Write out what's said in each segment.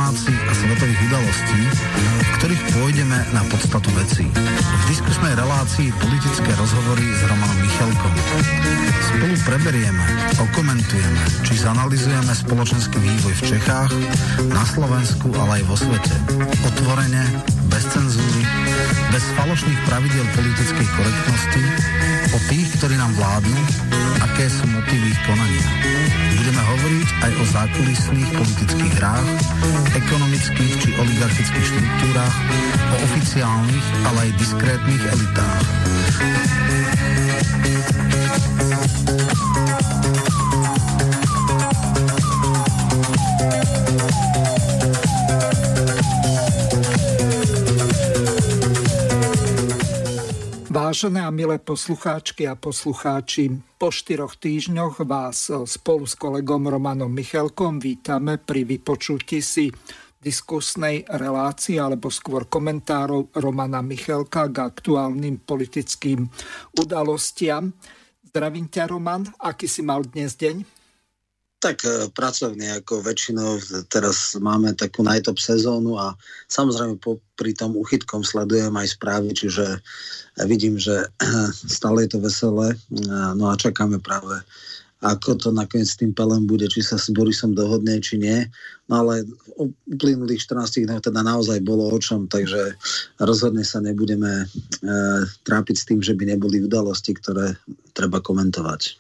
domácich a svetových udalostí, v ktorých pôjdeme na podstatu vecí. V diskusnej relácii politické rozhovory s Romanom Michalkom. Spolu preberieme, okomentujeme, či zanalizujeme spoločenský vývoj v Čechách, na Slovensku, ale aj vo svete. Otvorene, bez cenzúry, bez falošných pravidiel politickej korektnosti, o tých, ktorí nám vládnu, aké sú motívy ich konania. Budeme hovoriť aj o zákulisných politických hrách, ekonomických či oligarchických štruktúrach, o oficiálnych, ale aj diskrétnych elitách. Vážené a milé poslucháčky a poslucháči, po 4 týždňoch vás spolu s kolegom Romanom Michalkom vítame pri vypočutí si diskusnej relácie alebo skôr komentárov Romana Michalka k aktuálnym politickým udalostiam. Zdravím ťa, Roman. Aký si mal dnes deň? Tak pracovne, ako väčšinou teraz máme takú najtop sezónu a samozrejme pri tom uchytkom sledujem aj správy, čiže vidím, že stále je to veselé, no a čakáme práve, ako to nakoniec s tým Pelem bude, či sa s Borisom dohodne, či nie. No ale v uplynulých 14 dňoch teda naozaj bolo o čom, takže rozhodne sa nebudeme trápiť s tým, že by neboli udalosti, ktoré treba komentovať.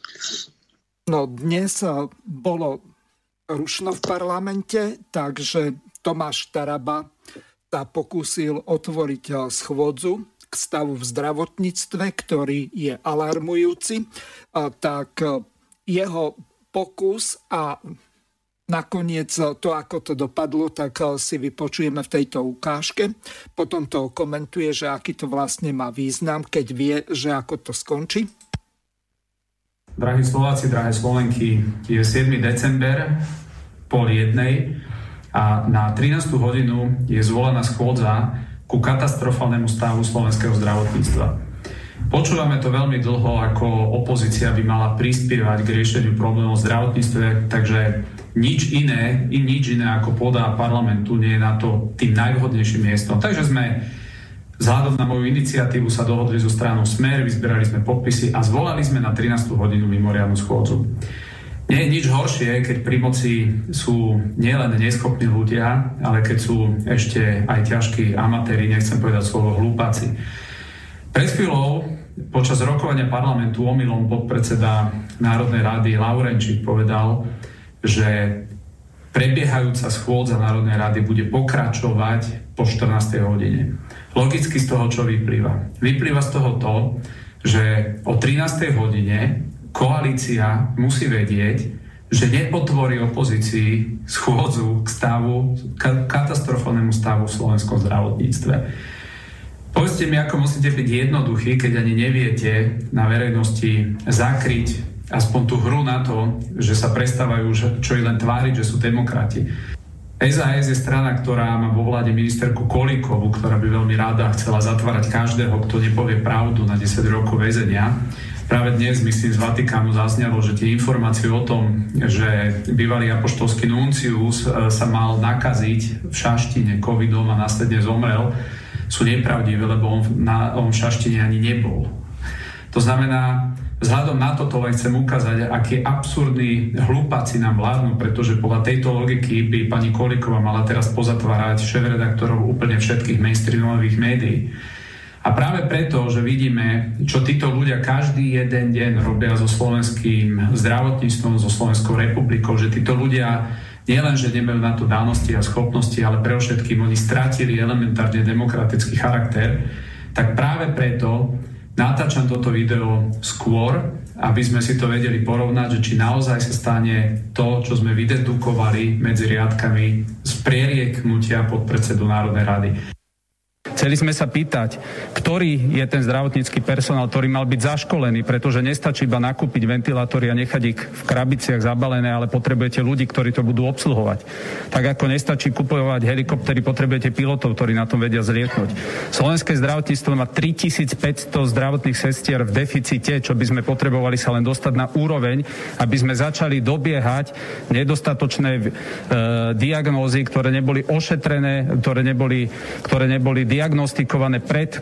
No dnes bolo rušno v parlamente, takže Tomáš Taraba sa pokúsil otvoriť schôdzu k stavu v zdravotníctve, ktorý je alarmujúci. Tak jeho pokus a nakoniec to, ako to dopadlo, tak si vypočujeme v tejto ukážke. Potom to komentuje, že aký to vlastne má význam, keď vie, že ako to skončí. Drahí Slováci, drahé Slovenky, je 7. december, 12:30 a na 13. hodinu je zvolená schôdza ku katastrofálnemu stavu slovenského zdravotníctva. Počúvame to veľmi dlho, ako opozícia by mala prispievať k riešeniu problémov v zdravotníctve, takže nič iné ako pôda parlamentu nie je na to tým najvhodnejším miestom. Takže sme vzhľadom na moju iniciatívu sa dohodli so stranou Smer, vyzberali sme podpisy a zvolali sme na 13. hodinu mimoriadnu schôdzu. Nie je nič horšie, keď pri moci sú nielen neschopní ľudia, ale keď sú ešte aj ťažkí amatéri, nechcem povedať slovo hlúpaci. Pred chvíľou počas rokovania parlamentu omylom podpredseda Národnej rady Laurenčík povedal, že prebiehajúca schôdza Národnej rady bude pokračovať po 14. hodine. Logicky z toho, čo vyplýva? Vyplýva z toho to, že o 13. hodine koalícia musí vedieť, že nepotvorí opozícii schôdzu k katastrofálnemu stavu v slovenskom zdravotníctve. Povedzte mi, ako musíte byť jednoduchí, keď ani neviete na verejnosti zakryť aspoň tú hru na to, že sa prestávajú čo i len tváriť, že sú demokrati. SAS je strana, ktorá má vo vláde ministerku Kolíkovú, ktorá by veľmi rada chcela zatvárať každého, kto nepovie pravdu na 10 rokov väzenia. Práve dnes, myslím, z Vatikánu zaznelo, že tie informácie o tom, že bývalý apoštolský nuncius sa mal nakaziť v Šaštine covidom a následne zomrel, sú nepravdivé, lebo on v Šaštine ani nebol. To znamená, vzhľadom na toto len chcem ukázať, akí absurdní hlupáci nám vládnu, pretože podľa tejto logiky by pani Kolíková mala teraz pozatvárať šéfredaktorov úplne všetkých mainstreamových médií. A práve preto, že vidíme, čo títo ľudia každý jeden deň robia so slovenským zdravotníctvom, so Slovenskou republikou, že títo ľudia nielen, že nemajú na to dánosti a schopnosti, ale pre všetkým oni stratili elementárne demokratický charakter, tak práve preto natáčam toto video skôr, aby sme si to vedeli porovnať, že či naozaj sa stane to, čo sme vydedukovali medzi riadkami z prierieknutia podpredsedu Národnej rady. Chceli sme sa pýtať, ktorý je ten zdravotnícky personál, ktorý mal byť zaškolený, pretože nestačí iba nakúpiť ventilátory a nechať ich v krabiciach zabalené, ale potrebujete ľudí, ktorí to budú obsluhovať. Tak ako nestačí kupovať helikoptery, potrebujete pilotov, ktorí na tom vedia zlietnúť. Slovenské zdravotníctvo má 3500 zdravotných sestier v deficite, čo by sme potrebovali sa len dostať na úroveň, aby sme začali dobiehať nedostatočné diagnózy, ktoré neboli ošetrené, ktoré neboli diagnostikované pred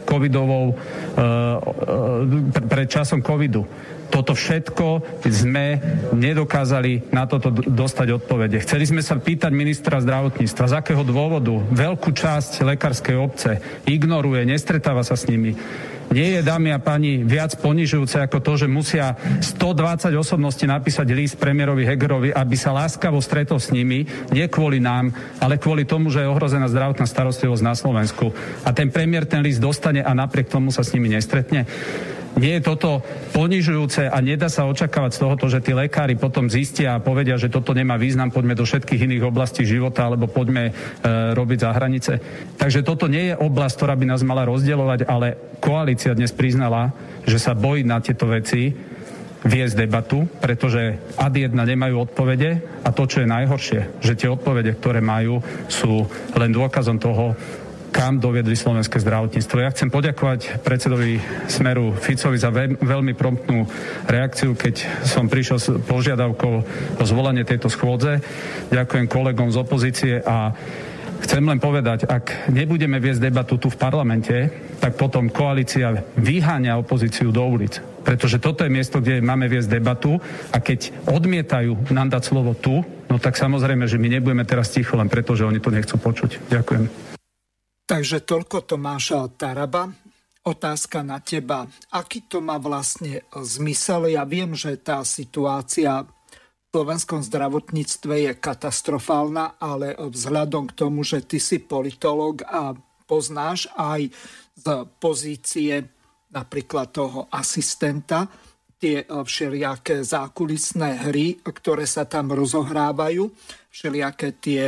pred časom covidu. Toto všetko sme nedokázali na toto dostať odpovede. Chceli sme sa pýtať ministra zdravotníctva, z akého dôvodu veľkú časť lekárskej obce ignoruje, nestretáva sa s nimi. Nie je, dámy a páni, viac ponižujúce ako to, že musia 120 osobností napísať list premiérovi Hegerovi, aby sa láskavo stretol s nimi, nie kvôli nám, ale kvôli tomu, že je ohrozená zdravotná starostlivosť na Slovensku. A ten premiér ten list dostane a napriek tomu sa s nimi nestretne. Nie je toto ponižujúce a nedá sa očakávať z tohoto, že tí lekári potom zistia a povedia, že toto nemá význam, poďme do všetkých iných oblastí života alebo poďme robiť za hranice. Takže toto nie je oblasť, ktorá by nás mala rozdielovať, ale koalícia dnes priznala, že sa bojí na tieto veci viesť debatu, pretože ad 1 nemajú odpovede a to, čo je najhoršie, že tie odpovede, ktoré majú, sú len dôkazom toho, kam doviedli slovenské zdravotníctvo. Ja chcem poďakovať predsedovi Smeru Ficovi za veľmi promptnú reakciu, keď som prišiel s požiadavkou o zvolanie tejto schôdze. Ďakujem kolegom z opozície a chcem len povedať, ak nebudeme viesť debatu tu v parlamente, tak potom koalícia vyháňa opozíciu do ulic. Pretože toto je miesto, kde máme viesť debatu a keď odmietajú nám dať slovo tu, no tak samozrejme, že my nebudeme teraz ticho len preto, že oni to nechcú počuť. Ďakujem. Takže toľko Tomáš Taraba. Otázka na teba. Aký to má vlastne zmysel? Ja viem, že tá situácia v slovenskom zdravotníctve je katastrofálna, ale vzhľadom k tomu, že ty si politológ a poznáš aj z pozície napríklad toho asistenta tie všelijaké zákulisné hry, ktoré sa tam rozohrávajú, všelijaké tie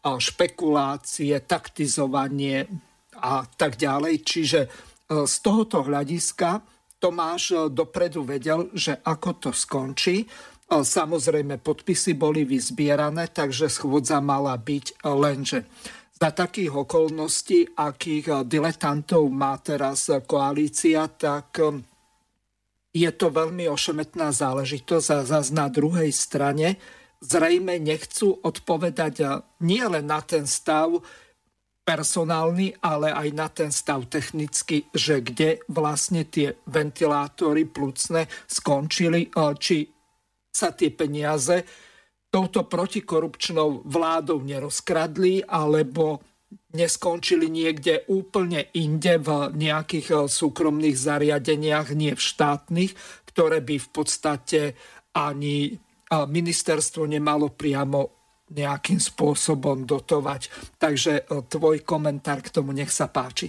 špekulácie, taktizovanie a tak ďalej. Čiže z tohoto hľadiska Tomáš dopredu vedel, že ako to skončí. Samozrejme, podpisy boli vyzbierané, takže schôdza mala byť, lenže za takých okolností, akých diletantov má teraz koalícia, tak je to veľmi ošemetná záležitosť a zase na druhej strane zrejme nechcú odpovedať nie len na ten stav personálny, ale aj na ten stav technický, že kde vlastne tie ventilátory plúcne skončili, či sa tie peniaze touto protikorupčnou vládou nerozkradli, alebo neskončili niekde úplne inde v nejakých súkromných zariadeniach, nie v štátnych, ktoré by v podstate ani ministerstvo nemalo priamo nejakým spôsobom dotovať. Takže tvoj komentár k tomu, nech sa páči.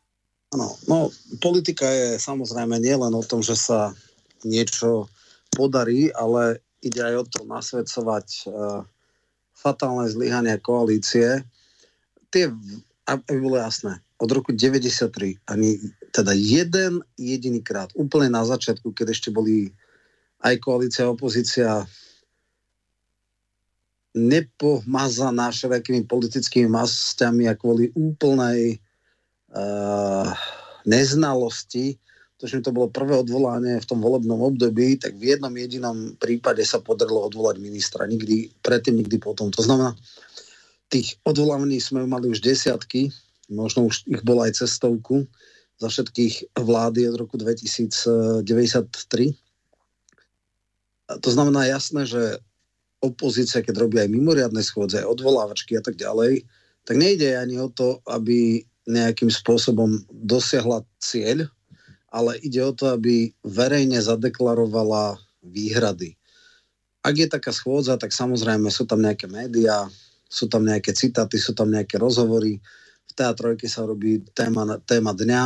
No, politika je samozrejme nielen o tom, že sa niečo podarí, ale ide aj o to nasvedcovať fatálne zlyhania koalície. Tie, aby bolo jasné, od roku 93 ani teda jeden jediný krát, úplne na začiatku, keď ešte boli aj koalícia a opozícia nepomazaná všelijakými politickými masťami a kvôli úplnej neznalosti, pretože to bolo prvé odvolanie v tom volebnom období, tak v jednom jedinom prípade sa podarilo odvolať ministra. Nikdy predtým, nikdy potom. To znamená, tých odvolávaní sme mali už desiatky, možno už ich bolo aj cez stovku za všetkých vlády od roku 2093. To znamená jasné, že opozícia, keď robí aj mimoriadne schôdze, odvolávačky a tak ďalej, tak nejde ani o to, aby nejakým spôsobom dosiahla cieľ, ale ide o to, aby verejne zadeklarovala výhrady. Ak je taká schôdza, tak samozrejme sú tam nejaké médiá, sú tam nejaké citáty, sú tam nejaké rozhovory. V TA3 sa robí téma dňa.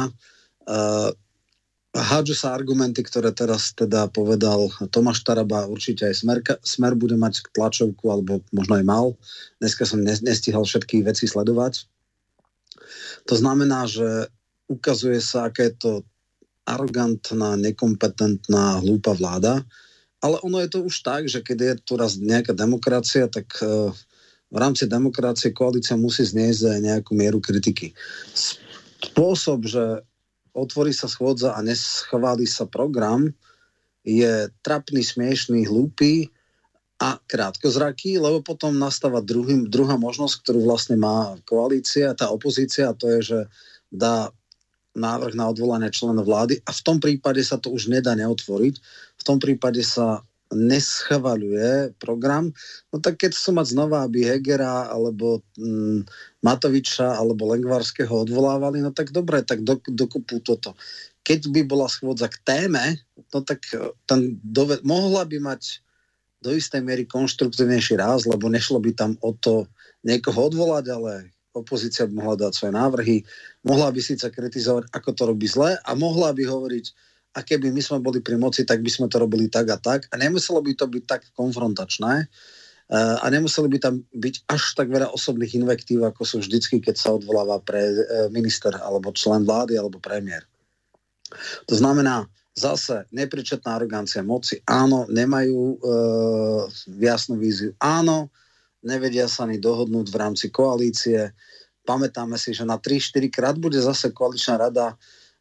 Hádžu sa argumenty, ktoré teraz teda povedal Tomáš Taraba, určite aj Smer bude mať tlačovku, alebo možno aj mal. Dneska som nestihal všetky veci sledovať. To znamená, že ukazuje sa, aká je to arogantná, nekompetentná, hlúpa vláda, ale ono je to už tak, že keď je tu raz nejaká demokracia, tak v rámci demokracie koalícia musí zniesť aj nejakú mieru kritiky. Spôsob, že otvorí sa schôdza a neschváli sa program, je trapný, smiešný, hlúpy a krátkozraký, lebo potom nastáva druhá možnosť, ktorú vlastne má koalícia, tá opozícia, a to je, že dá návrh na odvolanie člena vlády a v tom prípade sa to už nedá neotvoriť. V tom prípade sa neschvaľuje program. No tak keď chcú mať znova, aby Hegera alebo Matoviča alebo Lengvarského odvolávali, no tak dobre, tak dokupú toto. Keď by bola schôdza k téme, no tak mohla by mať do istej miery konštruktívnejší ráz, lebo nešlo by tam o to niekoho odvolať, ale opozícia by mohla dať svoje návrhy, mohla by síce kritizovať, ako to robí zle a mohla by hovoriť, a keby my sme boli pri moci, tak by sme to robili tak a tak a nemuselo by to byť tak konfrontačné a nemuseli by tam byť až tak veľa osobných invektív, ako sú vždycky, keď sa odvoláva pre minister alebo člen vlády alebo premiér. To znamená, zase nepričetná arogancia moci, áno, nemajú jasnú víziu, áno, nevedia sa ani dohodnúť v rámci koalície. Pamätáme si, že na 3-4 krát bude zase koaličná rada,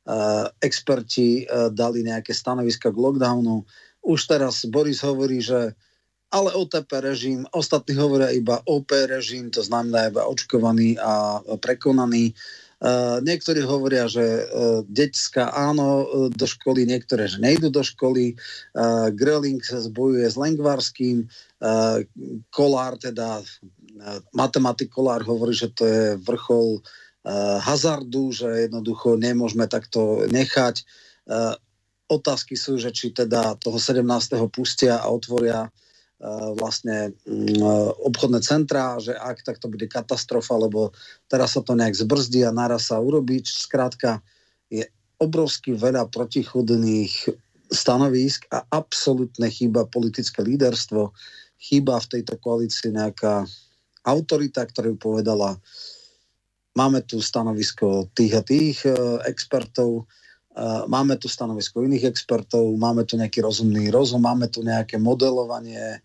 experti dali nejaké stanoviska k lockdownu. Už teraz Boris hovorí, že ale OTP režim, ostatní hovoria iba OP režim, to znamená iba očkovaný a prekonaný. Niektorí hovoria, že deťská áno do školy, niektoré, že nejdu do školy. Gröling sa zbojuje s Lengvarským. Kolár, teda matematik Kolár hovorí, že to je vrchol hazardu, že jednoducho nemôžeme takto nechať. Otázky sú, že či teda toho 17. pustia a otvoria vlastne obchodné centrá, že ak, tak to bude katastrofa, lebo teraz sa to nejak zbrzdí a naraz sa urobí. Skrátka, je obrovsky veľa protichudných stanovísk a absolútne chýba politické líderstvo. Chýba v tejto koalícii nejaká autorita, ktorá by povedala, máme tu stanovisko tých a tých expertov, máme tu stanovisko iných expertov, máme tu nejaký rozumný rozum, máme tu nejaké modelovanie.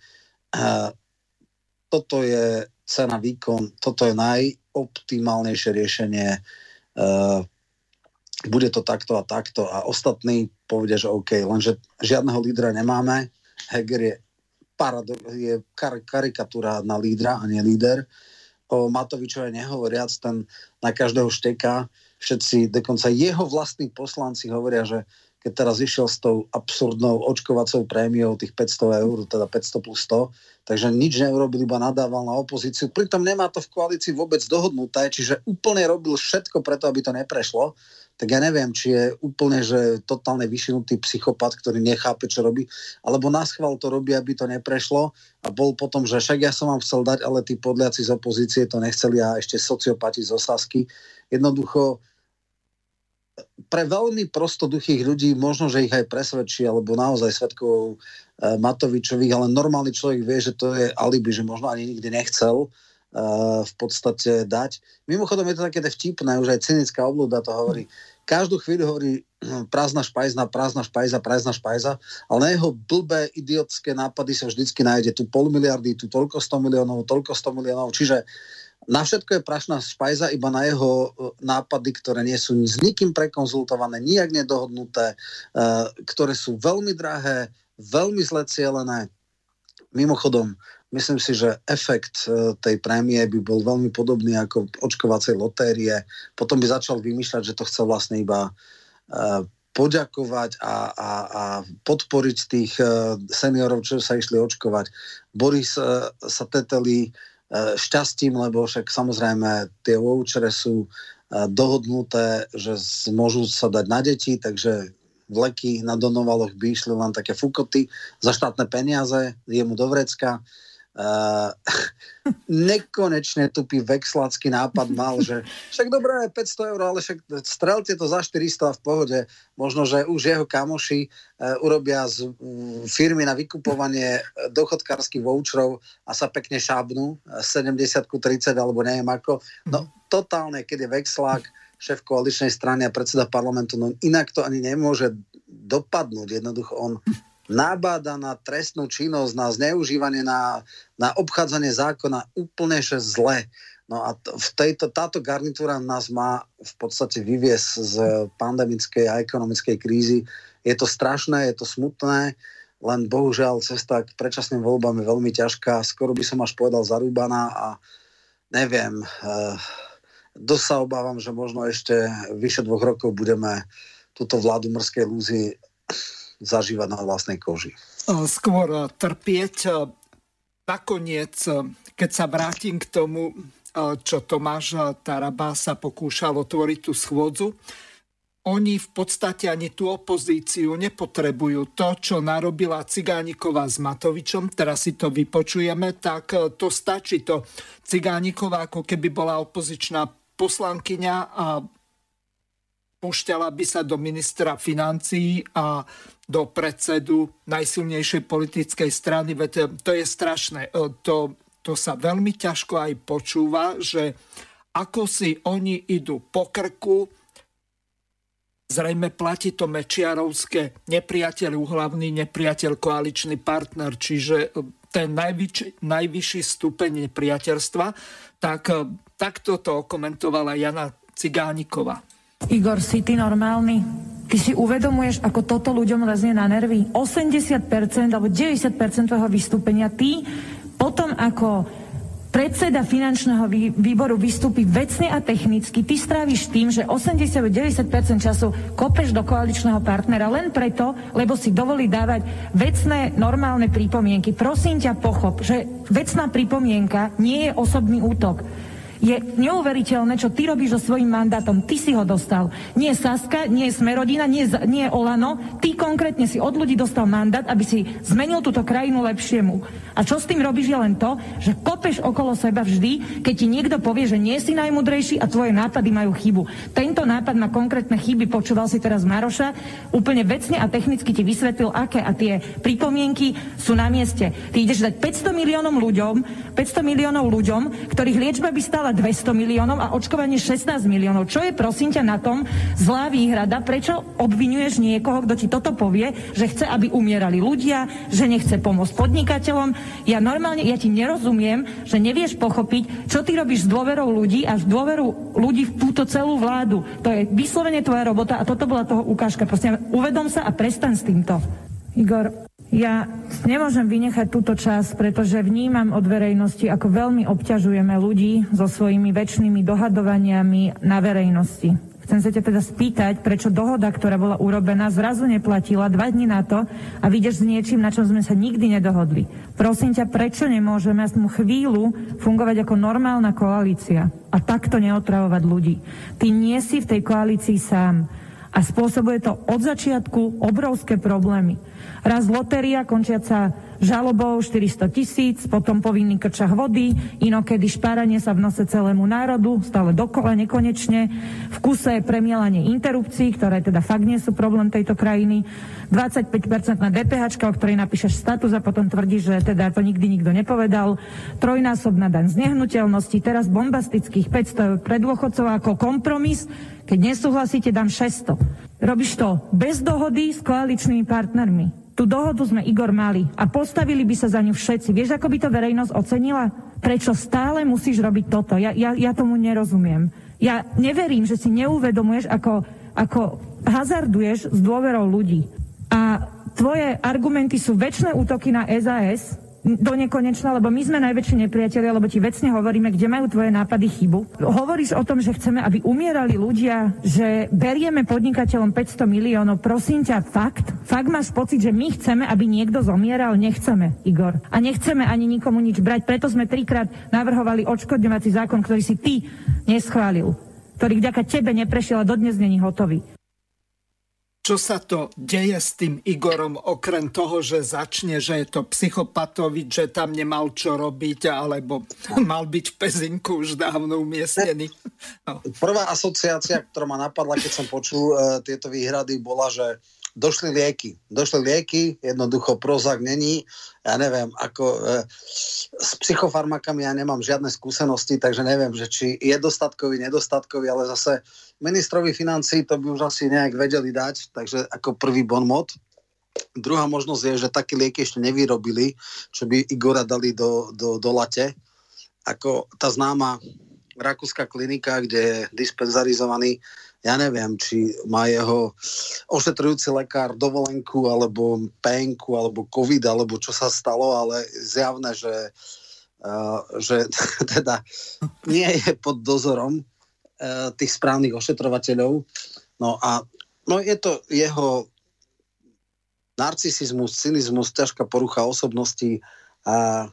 Toto je cena výkon, toto je najoptimálnejšie riešenie. Bude to takto a takto a ostatní povedia, že OK, lenže žiadneho lídra nemáme. Heger je karikatúra na lídra a nie líder. O Matovičovi nehovoriac, ten na každého šteká. Všetci, dokonca jeho vlastní poslanci hovoria, že keď teraz išiel s tou absurdnou očkovacou prémiou tých 500 eur, teda 500 plus 100, takže nič neurobil, iba nadával na opozíciu. Pritom nemá to v koalícii vôbec dohodnuté, čiže úplne robil všetko preto, aby to neprešlo. Tak ja neviem, či je úplne, že totálne vyšinutý psychopat, ktorý nechápe, čo robí, alebo naschvál to robí, aby to neprešlo a bol potom, že však ja som vám chcel dať, ale tí podliaci z opozície to nechceli a ešte sociopati z Osasky. Jednoducho pre veľmi prostoduchých ľudí možno, že ich aj presvedčí, alebo naozaj svedkov Matovičových, ale normálny človek vie, že to je alibi, že možno ani nikdy nechcel v podstate dať. Mimochodom je to také vtipné, už aj cynická obľuda to hovorí. Každú chvíľu hovorí prázdna špajza, ale na jeho blbé, idiotské nápady sa vždycky nájde tu 0,5 miliardy, tu toľko 100 miliónov, čiže na všetko je prašná špajza, iba na jeho nápady, ktoré nie sú s nikým prekonzultované, nijak nedohodnuté, ktoré sú veľmi drahé, veľmi zle cielené. Mimochodom, myslím si, že efekt tej prémie by bol veľmi podobný ako očkovacej lotérie. Potom by začal vymýšľať, že to chce vlastne iba poďakovať a podporiť tých seniorov, čo sa išli očkovať. Boris sa teteli šťastím, lebo však samozrejme tie vouchere sú dohodnuté, že môžu sa dať na deti, takže vleky na Donovaloch by išli len také fukoty za štátne peniaze, jemu do vrecka. nekonečne tupý vexlácky nápad mal, že však dobré, 500 eur, ale však strelte to za 400 a v pohode. Možno, že už jeho kamoši urobia z firmy na vykupovanie dochodkárskych voucherov a sa pekne šábnú 70-30 alebo neviem ako. No totálne, keď je vexlák, šéf koaličnej strany a predseda parlamentu, no inak to ani nemôže dopadnúť. Jednoducho on nabáda na trestnú činnosť, na zneužívanie, na obchádzanie zákona úplne že zle. No a táto garnitúra nás má v podstate vyviesť z pandemickej a ekonomickej krízy. Je to strašné, je to smutné, len bohužiaľ cesta k predčasným voľbám je veľmi ťažká. Skoro by som až povedal zarúbaná a neviem, dosť sa obávam, že možno ešte vyše 2 rokov budeme túto vládu mrzkej lúzy zažívať na vlastnej koži. Skôr trpieť. Nakoniec, keď sa vrátim k tomu, čo Tomáš Taraba sa pokúšal otvoriť tú schôdzu, oni v podstate ani tú opozíciu nepotrebujú. To, čo narobila Cigániková s Matovičom, teraz si to vypočujeme, tak to stačí. To Cigániková ako keby bola opozičná poslankyňa a púšťala by sa do ministra financií a do predsedu najsilnejšej politickej strany. Veď to je strašné. To sa veľmi ťažko aj počúva, že ako si oni idú po krku, zrejme platí to Mečiarovské nepriateľ úhlavný, nepriateľ koaličný partner, čiže ten najvyšší stupeň nepriateľstva, tak takto to komentovala Jana Cigániková. Igor, si ty normálny? Ty si uvedomuješ, ako toto ľuďom lezie na nervy? 80% alebo 90% tvojho vystúpenia ty potom, ako predseda finančného výboru vystúpi vecne a technicky, ty stráviš tým, že 80-90% času kopeš do koaličného partnera len preto, lebo si dovolí dávať vecné, normálne pripomienky. Prosím ťa, pochop, že vecná pripomienka nie je osobný útok. Je neuveriteľné, čo ty robíš so svojím mandátom. Ty si ho dostal. Nie Saska, nie Smerodina, nie Olano. Ty konkrétne si od ľudí dostal mandát, aby si zmenil túto krajinu lepšiemu. A čo s tým robíš je len to, že kopeš okolo seba vždy, keď ti niekto povie, že nie si najmudrejší a tvoje nápady majú chybu. Tento nápad má konkrétne chyby, počúval si teraz Maroša, úplne vecne a technicky ti vysvetlil, aké a tie pripomienky sú na mieste. Ty ideš dať 500 miliónov ľuďom, ktorých liečba by stála 200 miliónov a očkovanie 16 miliónov. Čo je, prosím ťa, na tom zlá výhrada? Prečo obviňuješ niekoho, kto ti toto povie, že chce, aby umierali ľudia, že nechce pomôcť podnikateľom? Ja ti nerozumiem, že nevieš pochopiť, čo ty robíš s dôverou ľudí a s dôverou ľudí v túto celú vládu. To je vyslovene tvoja robota a toto bola toho ukážka. Prosím, uvedom sa a prestaň s týmto. Igor, ja nemôžem vynechať túto časť, pretože vnímam od verejnosti, ako veľmi obťažujeme ľudí so svojimi večnými dohadovaniami na verejnosti. Chcem sa ťa teda spýtať, prečo dohoda, ktorá bola urobená, zrazu neplatila 2 dni na to a vyjdeš s niečím, na čom sme sa nikdy nedohodli. Prosím ťa, prečo nemôžeme aspoň chvíľu fungovať ako normálna koalícia a takto neotravovať ľudí? Ty nie si v tej koalícii sám a spôsobuje to od začiatku obrovské problémy. Raz lotéria končiaca žalobou 400 000, potom povinný krčach vody, inokedy špáranie sa v nose celému národu, stále dokola nekonečne, v kuse premielanie interrupcií, ktoré teda fakt nie sú problém tejto krajiny, 25% na DPH, o ktorej napíšeš status a potom tvrdíš, že teda to nikdy nikto nepovedal, trojnásobná daň z nehnuteľnosti, teraz bombastických 500 eur pre dôchodcov ako kompromis, keď nesúhlasíte, dám 600. Robíš to bez dohody s koaličnými partnermi. Tú dohodu sme, Igor, mali a postavili by sa za ňu všetci. Vieš, ako by to verejnosť ocenila? Prečo stále musíš robiť toto? Ja tomu nerozumiem. Ja neverím, že si neuvedomuješ, ako hazarduješ s dôverou ľudí. A tvoje argumenty sú večné útoky na SAS do nekonečna, lebo my sme najväčší nepriatelia, lebo ti vecne hovoríme, kde majú tvoje nápady chybu. Hovoríš o tom, že chceme, aby umierali ľudia, že berieme podnikateľom 500 miliónov. Prosím ťa, fakt máš pocit, že my chceme, aby niekto zomieral? Nechceme, Igor. A nechceme ani nikomu nič brať. Preto sme 3-krát navrhovali odškodňovací zákon, ktorý si ty neschválil, ktorý vďaka tebe neprešiel a dodnes není hotový. Čo sa to deje s tým Igorom, okrem toho, že začne, že je to psychopatovič, že tam nemal čo robiť, alebo mal byť v Pezinku už dávno umiestnený? No. Prvá asociácia, ktorá ma napadla, keď som počul tieto výhrady, bola, že došli lieky, jednoducho Prozac není, ja neviem, ako s psychofarmakami ja nemám žiadne skúsenosti, takže neviem, že či je dostatkový, nedostatkový, ale zase ministrovi financií to by už asi nejak vedeli dať, takže ako prvý bon mot. Druhá možnosť je, že také lieky ešte nevyrobili, čo by Igora dali do late, ako tá známa rakúska klinika, kde je dispenzarizovaný, ja neviem, či má jeho ošetrujúci lekár dovolenku, alebo penku, alebo covid, alebo čo sa stalo, ale zjavné, že teda nie je pod dozorom tých správnych ošetrovateľov. No a je to jeho narcisizmus, cynizmus, ťažká porucha osobnosti a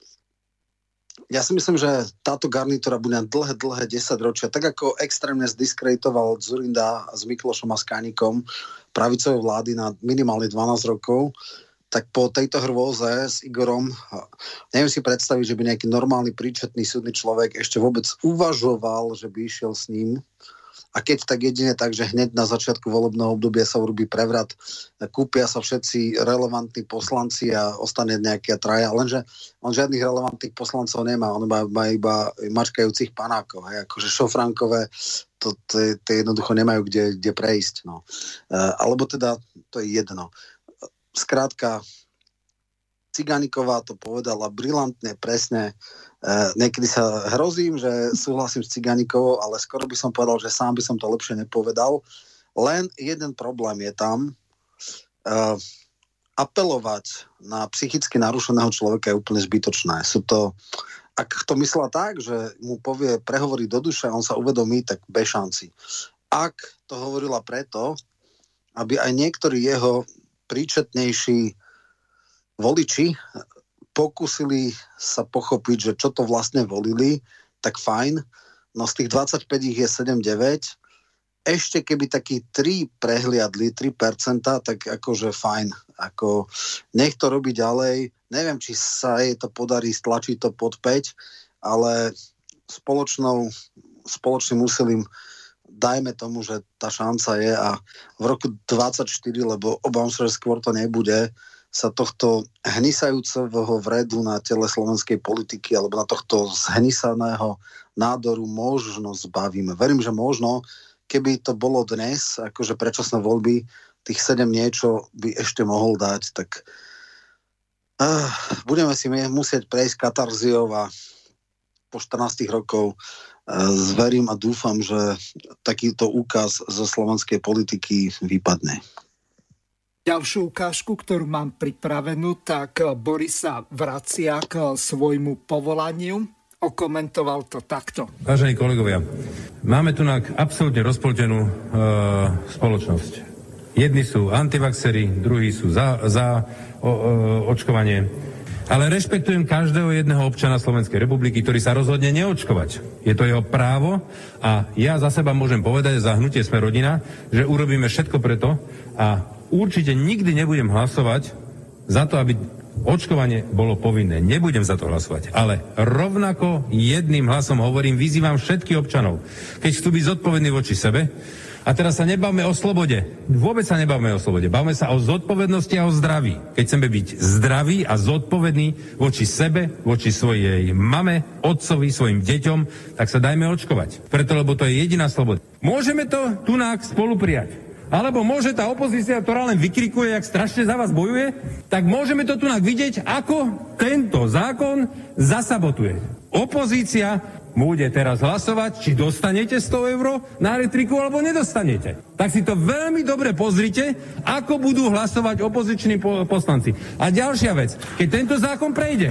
ja si myslím, že táto garnitúra bude na dlhé 10 ročia, tak ako extrémne zdiskreditoval Dzurinda s Miklošom a s Kánikom pravicové vlády na minimálne 12 rokov, tak po tejto hrôze s Igorom neviem si predstaviť, že by nejaký normálny, príčetný, súdny človek ešte vôbec uvažoval, že by išiel s ním. A keď tak jedine tak, že hneď na začiatku volebného obdobia sa urobí prevrat, kúpia sa všetci relevantní poslanci a ostane nejaká traja, lenže on žiadnych relevantných poslancov nemá, on má iba mačkajúcich panákov, akože šofránkové, to jednoducho nemajú kde prejsť. No. Alebo teda, to je jedno. Skrátka, Cigániková to povedala brilantne, presne. Niekedy sa hrozím, že súhlasím s Cigánikovou, ale skoro by som povedal, že sám by som to lepšie nepovedal. Len jeden problém je tam. Apelovať na psychicky narušeného človeka je úplne zbytočné. Ak to myslela tak, že mu povie, prehovorí do duše a on sa uvedomí, tak bez šanci. Ak to hovorila preto, aby aj niektorí jeho príčetnejší voliči pokúsili sa pochopiť, že čo to vlastne volili, tak fajn. No z tých 25 ich je 7-9. Ešte keby takí 3 prehliadli, 3%, tak akože fajn. Ako, nech to robí ďalej. Neviem, či sa jej to podarí stlačiť to pod 5, ale spoločným úsilím dajme tomu, že tá šanca je a v roku 24, lebo obávam sa, že skôr to nebude, sa tohto hnisajúceho vredu na tele slovenskej politiky alebo na tohto zhnisaného nádoru možno zbavíme. Verím, že možno, keby to bolo dnes, akože predčasné voľby, tých 7 niečo by ešte mohol dať, tak budeme si musieť prejsť katarziou a po 14 rokov zverím a dúfam, že takýto úkaz zo slovenskej politiky vypadne. Ďalšiu ukážku, ktorú mám pripravenú, tak Boris sa vracia k svojmu povolaniu. Okomentoval to takto. Vážení kolegovia, máme tu absolútne rozpoltenú spoločnosť. Jedni sú antivaxeri, druhí sú za očkovanie. Ale rešpektujem každého jedného občana Slovenskej republiky, ktorý sa rozhodne neočkovať. Je to jeho právo a ja za seba môžem povedať za hnutie Sme rodina, že urobíme všetko preto a určite nikdy nebudem hlasovať za to, aby očkovanie bolo povinné. Nebudem za to hlasovať. Ale rovnako jedným hlasom hovorím, vyzývam všetkých občanov, keď chcú byť zodpovední voči sebe. A teraz sa nebavme o slobode. Vôbec sa nebavme o slobode. Bavme sa o zodpovednosti a o zdraví. Keď chceme byť zdraví a zodpovední voči sebe, voči svojej mame, otcovi, svojim deťom, tak sa dajme očkovať. Preto, lebo to je jediná sloboda. Môžeme to tunák spolu prijať. Alebo môže tá opozícia, ktorá len vykrikuje, jak strašne za vás bojuje, tak môžeme to tunák vidieť, ako tento zákon zasabotuje. Opozícia bude teraz hlasovať, či dostanete 100 € na elektriku, alebo nedostanete. Tak si to veľmi dobre pozrite, ako budú hlasovať opoziční poslanci. A ďalšia vec, keď tento zákon prejde,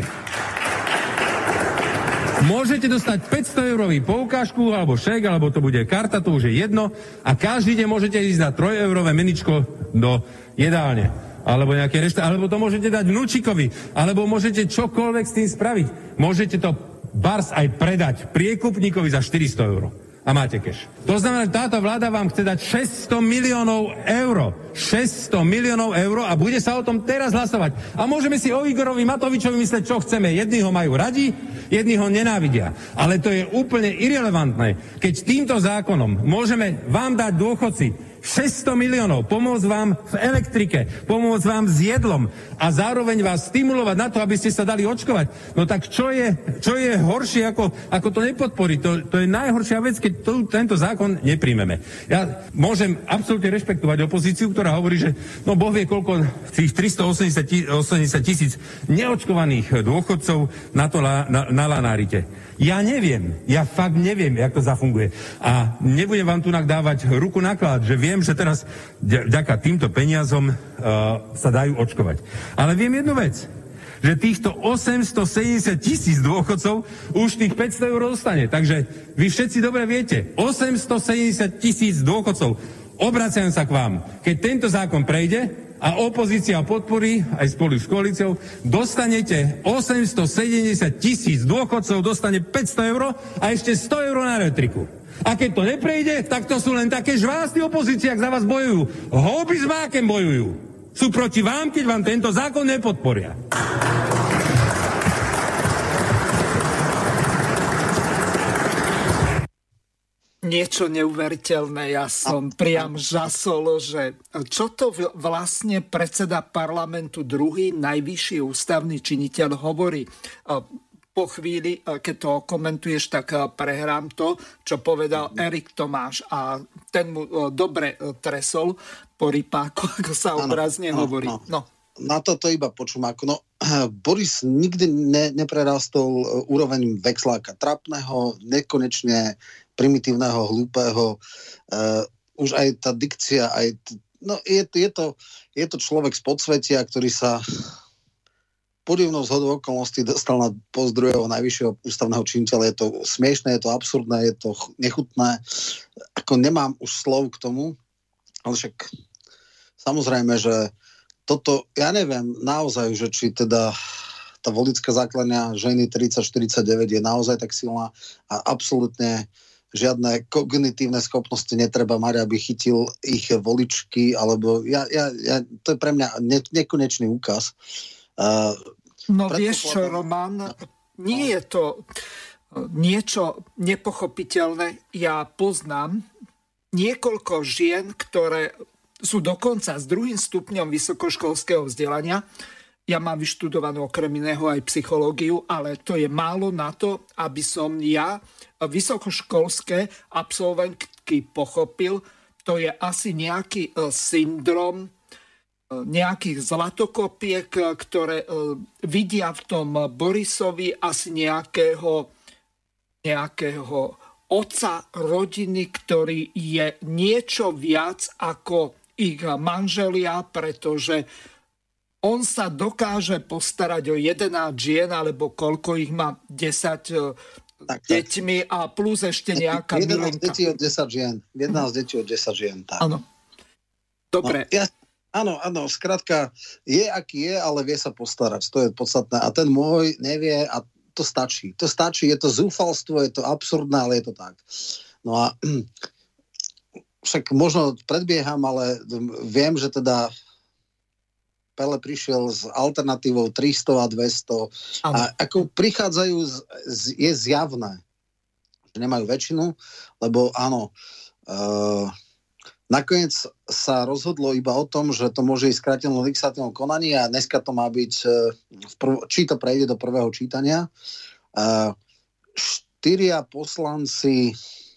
môžete dostať 500 € poukážku, alebo šek, alebo to bude karta, to už je jedno, a každý deň môžete ísť na 3 € meničko do jedálne, alebo nejaké alebo to môžete dať vnúčikovi, alebo môžete čokoľvek s tým spraviť. Môžete to bars aj predať priekupníkovi za 400 €. a máte cash. To znamená, že táto vláda vám chce dať 600 miliónov eur. 600 miliónov eur a bude sa o tom teraz hlasovať. A môžeme si o Igorovi Matovičovi mysleť, čo chceme. Jedni ho majú radi, jedni ho nenávidia. Ale to je úplne irelevantné. Keď týmto zákonom môžeme vám dať dôchodci 600 miliónov, pomôcť vám v elektrike, pomôcť vám s jedlom a zároveň vás stimulovať na to, aby ste sa dali očkovať. No tak čo je horšie, ako to nepodporiť? To je najhoršia vec, keď tento zákon nepríjmeme. Ja môžem absolútne rešpektovať opozíciu, ktorá hovorí, že no Boh vie, koľko tých 380 tisíc neočkovaných dôchodcov na to nalanárite. Ja neviem, ja fakt neviem, jak to zafunguje. A nebudem vám tu dávať ruku na klad, že viem, že teraz vďaka týmto peniazom sa dajú očkovať. Ale viem jednu vec, že týchto 870 tisíc dôchodcov už tých 500 eur dostane. Takže vy všetci dobre viete, 870 tisíc dôchodcov, obraciam sa k vám, keď tento zákon prejde a opozícia podporí, aj spolu s koalíciou, dostanete 870 tisíc dôchodcov, dostane 500 eur a ešte 100 eur na elektriku. A keď to neprejde, tak to sú len také žvásty opozície, ak za vás bojujú. Houby s mákem bojujú. Sú proti vám, keď vám tento zákon nepodporia. Niečo neuveriteľné. Ja som priam žasol, že čo to vlastne predseda parlamentu, druhý najvyšší ústavný činiteľ hovorí. Po chvíli, keď to komentuješ, tak prehrám to, čo povedal Erik Tomáš a ten mu dobre tresol po rypáku, ako sa obrazne hovorí. No. Na toto iba počúmako. No, Boris nikdy neprerastol úroveň Vexláka. Trapného, nekonečne primitívneho, hlúpeho. Už aj tá dikcia, je to človek z podsvetia, ktorý sa podivnou zhodou okolností dostal na post druhého najvyššieho ústavného činiteľa. Je to smiešné, je to absurdné, je to nechutné. Ako nemám už slov k tomu, ale však samozrejme, že toto, ja neviem naozaj, že či teda tá voličská základňa ženy 30-49 je naozaj tak silná a absolútne žiadne kognitívne schopnosti netreba mať, aby chytil ich voličky, alebo to je pre mňa nekonečný úkaz. No vieš čo, Roman, nie je to niečo nepochopiteľné. Ja poznám niekoľko žien, ktoré sú dokonca s 2. stupňom vysokoškolského vzdelania. Ja mám vyštudovanú okrem iného aj psychológiu, ale to je málo na to, aby som ja vysokoškolské absolventky pochopil. To je asi nejaký syndrom nejakých zlatokopiek, ktoré vidia v tom Borisovi asi nejakého otca rodiny, ktorý je niečo viac ako ich manželia, pretože on sa dokáže postarať o 11 žien, alebo koľko ich má, 10 deťmi a plus ešte nejaká 11 detí od 10 žien. 11 detí od 10 žien. Áno. Dobre. No, áno, skrátka, je aký je, ale vie sa postarať. To je podstatné. A ten môj nevie a to stačí. To stačí, je to zúfalstvo, je to absurdné, ale je to tak. No a však možno predbieham, ale viem, že teda Pele prišiel s alternatívou 300 a 200 a ako prichádzajú, je zjavné, že nemajú väčšinu, lebo áno, nakoniec sa rozhodlo iba o tom, že to môže ísť skrátenom legislatívnom konaní a dneska to má byť, či to prejde do prvého čítania. 4 poslanci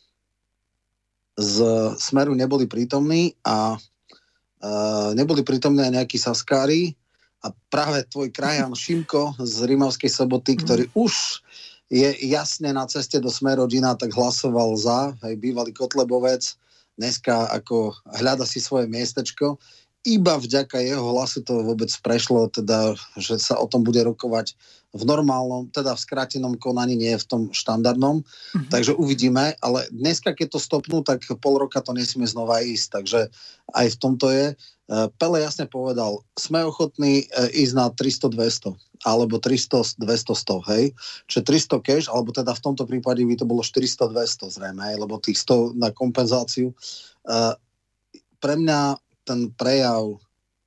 z Smeru neboli prítomní a neboli prítomní aj nejakí Saskári a práve tvoj krajan Šimko z Rimavskej Soboty, ktorý už je jasne na ceste do Smer-rodina, tak hlasoval za, aj bývalý Kotlebovec, dneska ako hľada si svoje miestečko. Iba vďaka jeho hlasu to vôbec prešlo, teda, že sa o tom bude rokovať v normálnom, teda v skrátenom konaní, nie v tom štandardnom. Takže uvidíme, ale dneska, keď to stopnú, tak pol roka to nesmie znova ísť. Takže aj v tomto je. Pele jasne povedal, sme ochotní ísť na 300-200. alebo 300, 200, 100, hej. Čiže 300 cash, alebo teda v tomto prípade by to bolo 400, 200 zrejme, hej, lebo tých 100 na kompenzáciu. Pre mňa ten prejav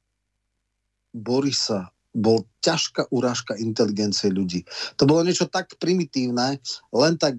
Borisa bol ťažká urážka inteligencie ľudí. To bolo niečo tak primitívne, len tak,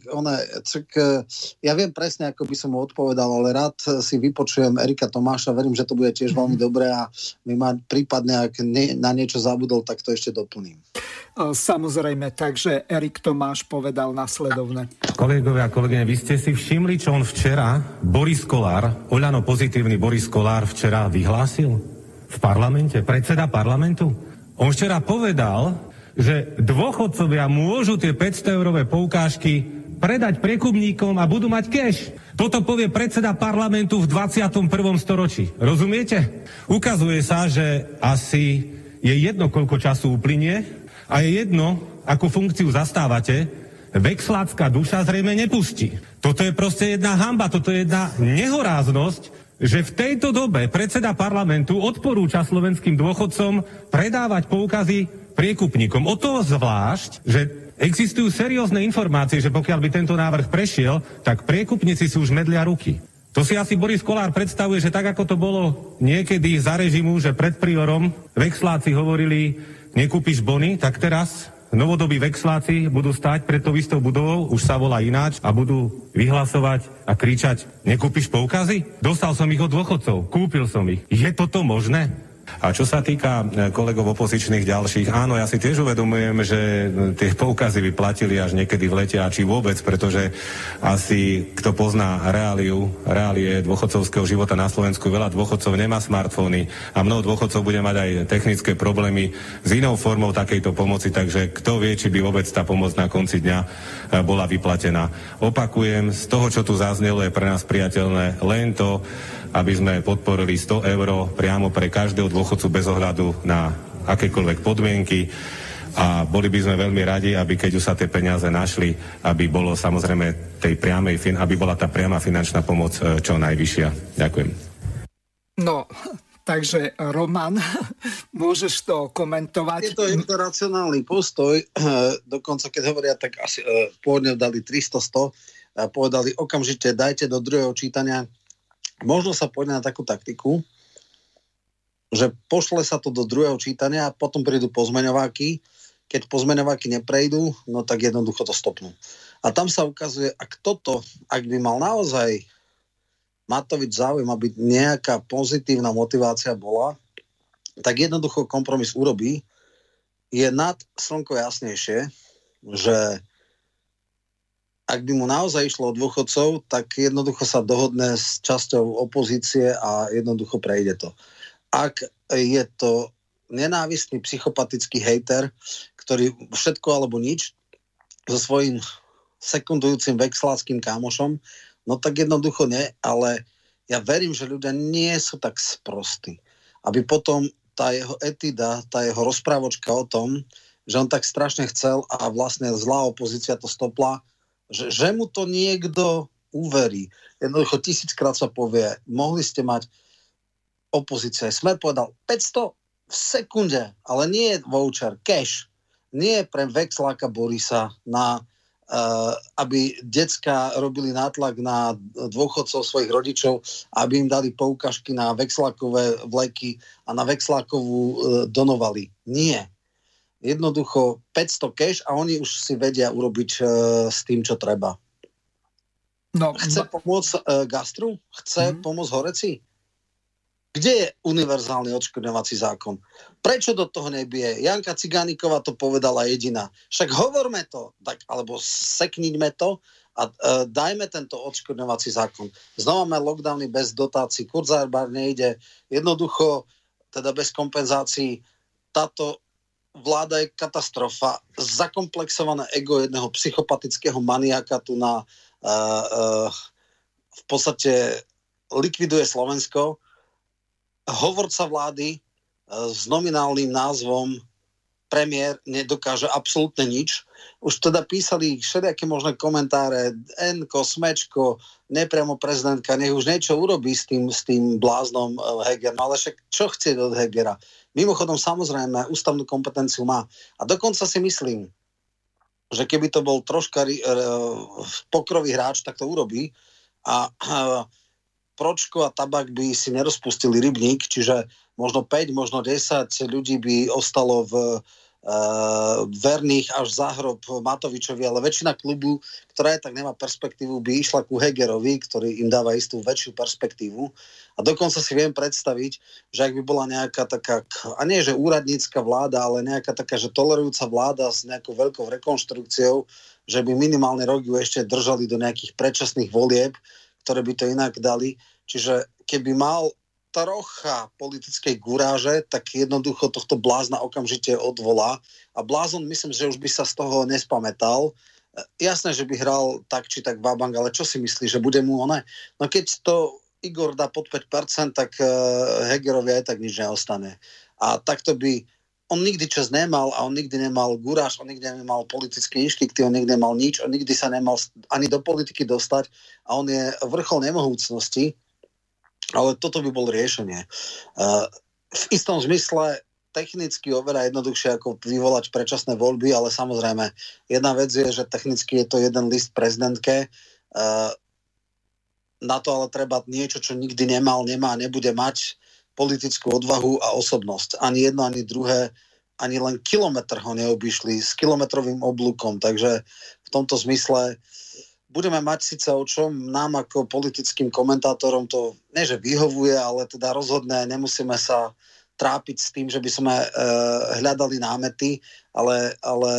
ja viem presne, ako by som mu odpovedal, ale rád si vypočujem Erika Tomáša, verím, že to bude tiež veľmi dobré a my ma prípadne, ak na niečo zabudol, tak to ešte doplním. Samozrejme, takže Erik Tomáš povedal nasledovne. Kolegovia a kolegyne, vy ste si všimli, čo on včera, Boris Kolár, Oľano pozitívny Boris Kolár včera vyhlásil v parlamente, predseda parlamentu? On včera povedal, že dôchodcovia môžu tie 500-eurové poukážky predať priekupníkom a budú mať cash. Toto povie predseda parlamentu v 21. storočí. Rozumiete? Ukazuje sa, že asi je jedno, koľko času uplynie a je jedno, akú funkciu zastávate, vexlácka duša zrejme nepustí. Toto je proste jedna hanba, toto je jedna nehoráznosť, že v tejto dobe predseda parlamentu odporúča slovenským dôchodcom predávať poukazy priekupníkom. O to zvlášť, že existujú seriózne informácie, že pokiaľ by tento návrh prešiel, tak priekupníci si už medlia ruky. To si asi Boris Kolár predstavuje, že tak ako to bolo niekedy za režimu, že pred priorom vexláci hovorili, nekúpiš bony, tak teraz novodobí vexláci budú stáť pred tou istou budovou, už sa volá ináč, a budú vyhlasovať a kričať, nekúpiš poukazy? Dostal som ich od dôchodcov, kúpil som ich. Je toto možné? A čo sa týka kolegov opozičných ďalších, áno, ja si tiež uvedomujem, že tie poukazy by platili až niekedy v lete, a či vôbec, pretože asi, kto pozná reálie dôchodcovského života na Slovensku, veľa dôchodcov nemá smartfóny a mnoho dôchodcov bude mať aj technické problémy s inou formou takejto pomoci, takže kto vie, či by vôbec tá pomoc na konci dňa bola vyplatená. Opakujem, z toho, čo tu zaznelo, je pre nás priateľné len to, aby sme podporili 100 eur priamo pre každého dôchodcu bez ohľadu na akékoľvek podmienky, a boli by sme veľmi radi, aby keď už sa tie peniaze našli, aby bolo samozrejme aby bola tá priama finančná pomoc čo najvyššia. Ďakujem. No, takže Roman, môžeš to komentovať? Je to racionálny postoj, dokonca keď hovoria, tak asi pôvodne dali 300-100, povedali okamžite dajte do druhého čítania. Možno sa pôjde na takú taktiku, že pošle sa to do druhého čítania a potom prídu pozmeňováky. Keď pozmeňováky neprejdú, no tak jednoducho to stopnú. A tam sa ukazuje, ak by mal naozaj Matovič záujem, aby nejaká pozitívna motivácia bola, tak jednoducho kompromis urobí. Je nad slnko jasnejšie, že ak by mu naozaj išlo o dôchodcov, tak jednoducho sa dohodne s časťou opozície a jednoducho prejde to. Ak je to nenávistný psychopatický hejter, ktorý všetko alebo nič so svojím sekundujúcim vexláckým kámošom, no tak jednoducho nie, ale ja verím, že ľudia nie sú tak sprostí, aby potom tá jeho etída, tá jeho rozprávočka o tom, že on tak strašne chcel a vlastne zlá opozícia to stopla, že mu to niekto uverí. Jednoducho 1000-krát sa povie, mohli ste mať opozícia. Smer povedal 500 v sekunde, ale nie je voucher, cash. Nie je pre vexláka Borisa na aby decká robili nátlak na dôchodcov svojich rodičov, aby im dali poukažky na vexlákové vleky a na vexlákovú donovali. Nie. Jednoducho 500 cash a oni už si vedia urobiť s tým, čo treba. No, chce pomôcť gastru? Chce pomôcť horeci? Kde je univerzálny odškodňovací zákon? Prečo do toho nebije? Janka Cigániková to povedala jediná. Však hovorme to, tak, alebo sekniďme to a dajme tento odškodňovací zákon. Znova máme lockdowny bez dotácií. Kurzarbeit nejde. Jednoducho, teda bez kompenzácií. Táto vláda je katastrofa. Zakomplexované ego jedného psychopatického maniaka tu v podstate likviduje Slovensko. Hovorca vlády s nominálnym názvom premiér nedokáže absolútne nič. Už teda písali všelijaké možné komentáre, Enko, Smečko, nepriamo prezidentka, nech už niečo urobí s tým bláznom Heger. No ale však čo chce od Hegera? Mimochodom, samozrejme, ústavnú kompetenciu má. A dokonca si myslím, že keby to bol troška pokrový hráč, tak to urobí. A Pročko a Tabak by si nerozpustili rybník, čiže možno 5, možno 10 ľudí by ostalo verných až za hrob Matovičovi, ale väčšina klubu, ktorá tak nemá perspektívu, by išla ku Hegerovi, ktorý im dáva istú väčšiu perspektívu. A dokonca si viem predstaviť, že ak by bola nejaká taká, a nie že úradnícka vláda, ale nejaká taká, že tolerujúca vláda s nejakou veľkou rekonštrukciou, že by minimálne rok ju ešte držali do nejakých predčasných volieb, ktoré by to inak dali. Čiže keby mal trocha politickej guráže, tak jednoducho tohto blázna okamžite odvolá. A blázon, myslím, že už by sa z toho nespamätal. Jasné, že by hral tak či tak vabank, ale čo si myslí, že bude mu ono? No keď to Igor dá pod 5%, tak Hegerovi aj tak nič neostane. A takto by on nikdy čas nemal a on nikdy nemal guráž, on nikdy nemal politické inštikty, on nikdy nemal nič, on nikdy sa nemal ani do politiky dostať a on je vrchol nemohúcnosti. Ale toto by bolo riešenie. V istom zmysle technicky oveľa jednoduchšie ako vyvolať predčasné voľby, ale samozrejme jedna vec je, že technicky je to jeden list prezidentke. Na to ale treba niečo, čo nikdy nemal, nemá, nebude mať politickú odvahu a osobnosť. Ani jedno, ani druhé, ani len kilometr ho neobyšli s kilometrovým oblúkom. Takže v tomto zmysle budeme mať síce o čom, nám ako politickým komentátorom to nie, že vyhovuje, ale teda rozhodne nemusíme sa trápiť s tým, že by sme hľadali námety, ale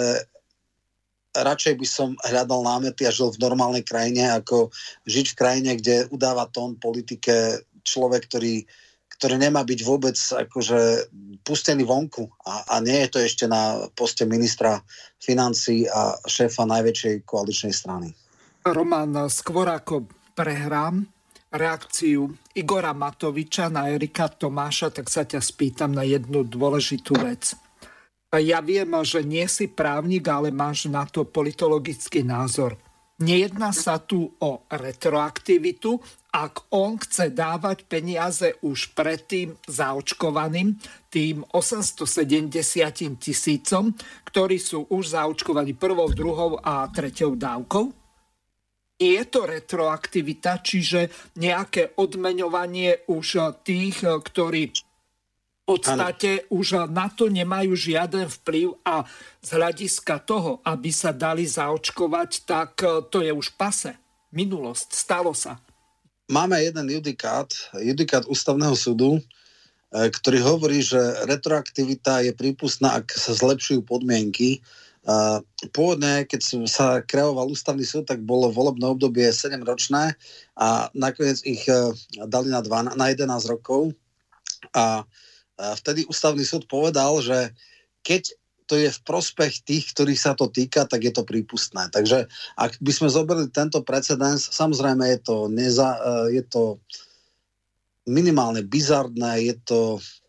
radšej by som hľadal námety a žil v normálnej krajine, ako žiť v krajine, kde udáva tón politike človek, ktorý nemá byť vôbec akože pustený vonku a nie je to ešte na poste ministra financií a šéfa najväčšej koaličnej strany. Roman, skôr ako prehrám reakciu Igora Matoviča na Erika Tomáša, tak sa ťa spýtam na jednu dôležitú vec. Ja viem, že nie si právnik, ale máš na to politologický názor. Nejedná sa tu o retroaktivitu, ak on chce dávať peniaze už predtým zaočkovaným, tým 870 000, ktorí sú už zaočkovaní prvou, druhou a treťou dávkou? Je to retroaktivita, čiže nejaké odmeňovanie už tých, ktorí v podstate už na to nemajú žiaden vplyv a z hľadiska toho, aby sa dali zaočkovať, tak to je už pase. Minulosť, stalo sa. Máme jeden judikát Ústavného súdu, ktorý hovorí, že retroaktivita je prípustná, ak sa zlepšujú podmienky. Pôvodne, keď sa kreoval Ústavný súd, tak bolo volebné obdobie 7-ročné a nakoniec ich dali na 11 rokov a vtedy Ústavný súd povedal, že keď to je v prospech tých, ktorých sa to týka, tak je to prípustné. Takže ak by sme zobrali tento precedens, samozrejme je to minimálne bizardné, je to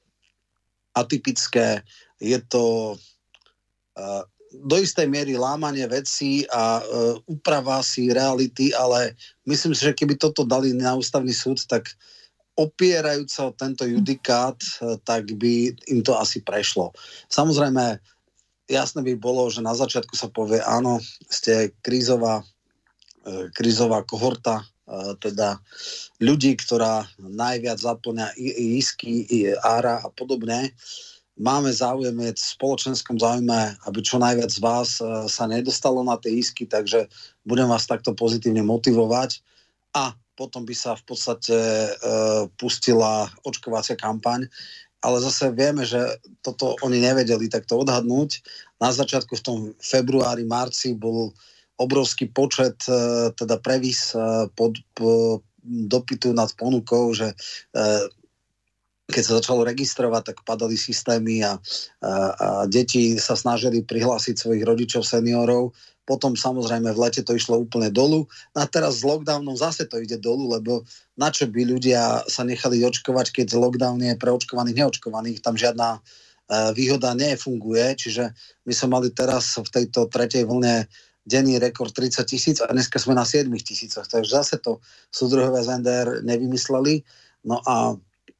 atypické, je to do istej miery lámanie vecí a úprava si reality, ale myslím si, že keby toto dali na Ústavný súd, tak opierajúc sa o tento judikát, tak by im to asi prešlo. Samozrejme, jasné by bolo, že na začiatku sa povie, áno, ste krízová kohorta, teda ľudí, ktorá najviac zaplňa isky, ára a podobne. Máme záujem v spoločenskom záujme, aby čo najviac z vás sa nedostalo na tie isky, takže budem vás takto pozitívne motivovať a potom by sa v podstate pustila očkovacia kampaň. Ale zase vieme, že toto oni nevedeli takto odhadnúť. Na začiatku v tom februári, marci bol obrovský počet, teda previs dopytu nad ponukou, že keď sa začalo registrovať, tak padali systémy a deti sa snažili prihlásiť svojich rodičov, seniorov. Potom samozrejme v lete to išlo úplne dolu. A teraz s lockdownom zase to ide dolu, lebo na čo by ľudia sa nechali očkovať, keď lockdown je pre očkovaných, neočkovaných. Tam žiadna výhoda nefunguje, čiže my sme mali teraz v tejto tretej vlne denný rekord 30 000 a dneska sme na 7 000. Takže zase to súdruhovia z NDR nevymysleli. No a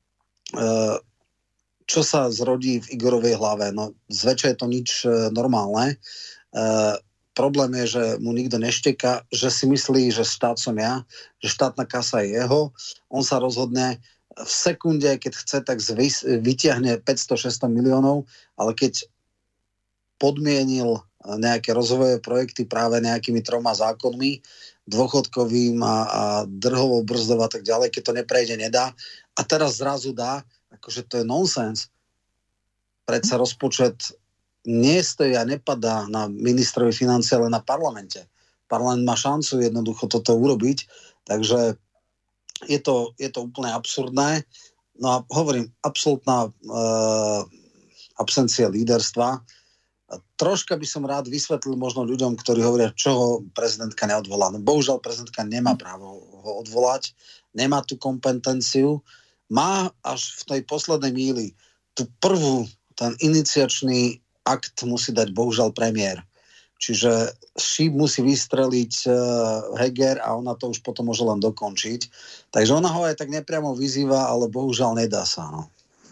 čo sa zrodí v Igorovej hlave? No zväčša je to nič normálne. Problém je, že mu nikto nešteká, že si myslí, že štát som ja, že štátna kasa je jeho. On sa rozhodne v sekunde, keď chce, tak vytiahne 500-600 miliónov, ale keď podmienil nejaké rozvojové projekty práve nejakými 3 zákonmi, dôchodkovým a drhovou brzdou a tak ďalej, keď to neprejde, nedá. A teraz zrazu dá, akože to je nonsens. Predsa rozpočet nestojí a nepadá na ministrovi financií, ale na parlamente. Parlament má šancu jednoducho toto urobiť, takže je to úplne absurdné. No a hovorím, absolútna absencia líderstva. Troška by som rád vysvetlil možno ľuďom, ktorí hovoria, čo ho prezidentka neodvolá. No bohužiaľ prezidentka nemá právo ho odvolať, nemá tú kompetenciu, má až v tej poslednej míli tú prvú, ten iniciačný akt musí dať bohužiaľ premiér. Čiže šíp musí vystreliť Heger a ona to už potom môže len dokončiť. Takže ona ho aj tak nepriamo vyzýva, ale bohužiaľ nedá sa. No.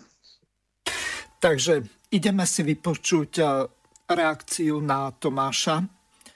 Takže ideme si vypočuť reakciu na Tomáša,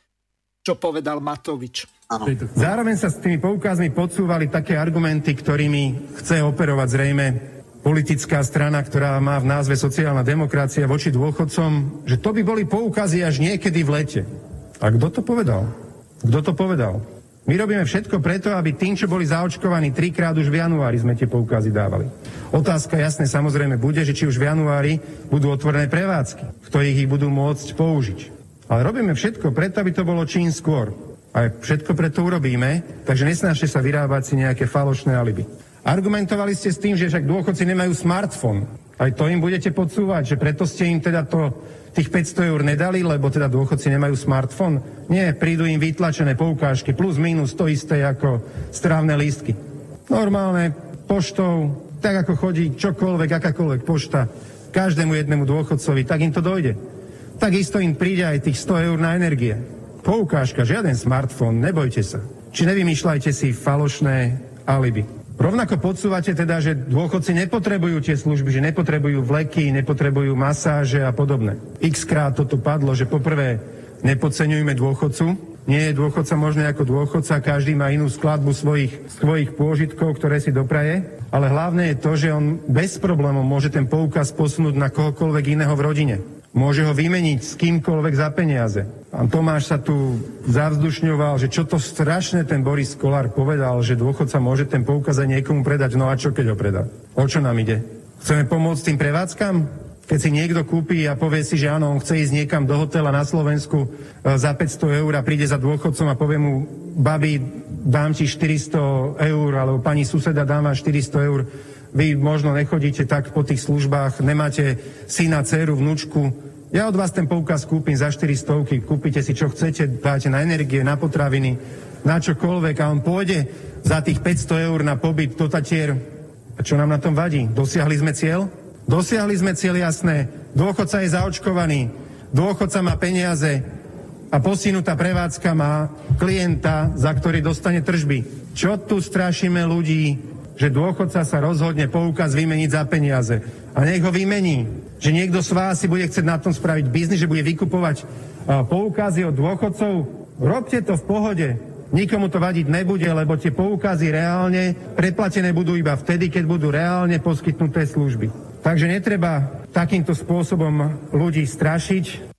čo povedal Matovič. Áno. Zároveň sa s tými poukazmi podsúvali také argumenty, ktorými chce operovať zrejme politická strana, ktorá má v názve sociálna demokracia voči dôchodcom, že to by boli poukazy až niekedy v lete. A kto to povedal? Kto to povedal? My robíme všetko preto, aby tým, čo boli zaočkovaní 3-krát už v januári sme tie poukazy dávali. Otázka jasne samozrejme bude, že či už v januári budú otvorené prevádzky, v ktorých ich budú môcť použiť. Ale robíme všetko preto, aby to bolo čím skôr. A všetko preto urobíme, takže nesnažte sa vyrábať si nejaké falošné alibi. Argumentovali ste s tým, že však dôchodci nemajú smartfón. Aj to im budete podsúvať, že preto ste im teda tých 500 eur nedali, lebo teda dôchodci nemajú smartfón. Nie, prídu im vytlačené poukážky plus minus to isté ako strávne lístky. Normálne poštou, tak ako chodí čokoľvek, akákoľvek pošta, každému jednému dôchodcovi, tak im to dojde. Takisto im príde aj tých 100 eur na energie. Poukážka, žiaden smartfón, nebojte sa. Či nevymýšľajte si falošné alibi. Rovnako podsúvate teda, že dôchodci nepotrebujú tie služby, že nepotrebujú vleky, nepotrebujú masáže a podobné. X-krát toto padlo, že poprvé nepodceňujme dôchodcu. Nie je dôchodca možný ako dôchodca, každý má inú skladbu svojich pôžitkov, ktoré si dopraje, ale hlavné je to, že on bez problémov môže ten poukaz posunúť na kohokoľvek iného v rodine. Môže ho vymeniť s kýmkoľvek za peniaze. Pán Tomáš sa tu zavzdušňoval, že čo to strašné ten Boris Kollár povedal, že dôchodca môže ten poukaz aj niekomu predať. No a čo keď ho predá? O čo nám ide? Chceme pomôcť tým prevádzkam? Keď si niekto kúpi a povie si, že áno, on chce ísť niekam do hotela na Slovensku za 500 eur a príde za dôchodcom a povie mu, babi, dám ti 400 eur, alebo pani suseda dám vám 400 eur, vy možno nechodíte tak po tých službách, nemáte syna, dceru, vnúčku, ja od vás ten poukaz kúpim za 400, kúpite si čo chcete, dáte na energie, na potraviny, na čokoľvek a on pôjde za tých 500 eur na pobyt do Tatier. A čo nám na tom vadí? Dosiahli sme cieľ? Dosiahli sme cieľ, jasné. Dôchodca je zaočkovaný, dôchodca má peniaze a postihnutá prevádzka má klienta, za ktorý dostane tržby. Čo tu strašíme ľudí, že dôchodca sa rozhodne poukaz vymeniť za peniaze. A nech ho vymení. Že niekto z vás si bude chcieť na tom spraviť biznis, že bude vykupovať poukazy od dôchodcov. Robte to v pohode. Nikomu to vadiť nebude, lebo tie poukazy reálne preplatené budú iba vtedy, keď budú reálne poskytnuté služby. Takže netreba takýmto spôsobom ľudí strašiť.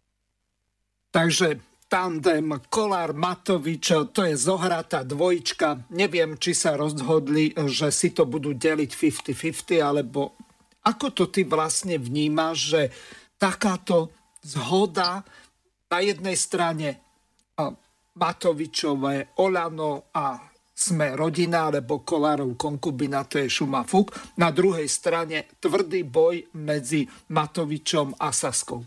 Takže tandem Kollár-Matovič, to je zohratá dvojička. Neviem, či sa rozhodli, že si to budú deliť 50-50, alebo ako to ty vlastne vnímaš, že takáto zhoda na jednej strane Matovičové Olano a Sme rodina, alebo Kollárov konkubina, to je Šumafuk. Na druhej strane tvrdý boj medzi Matovičom a Saskou.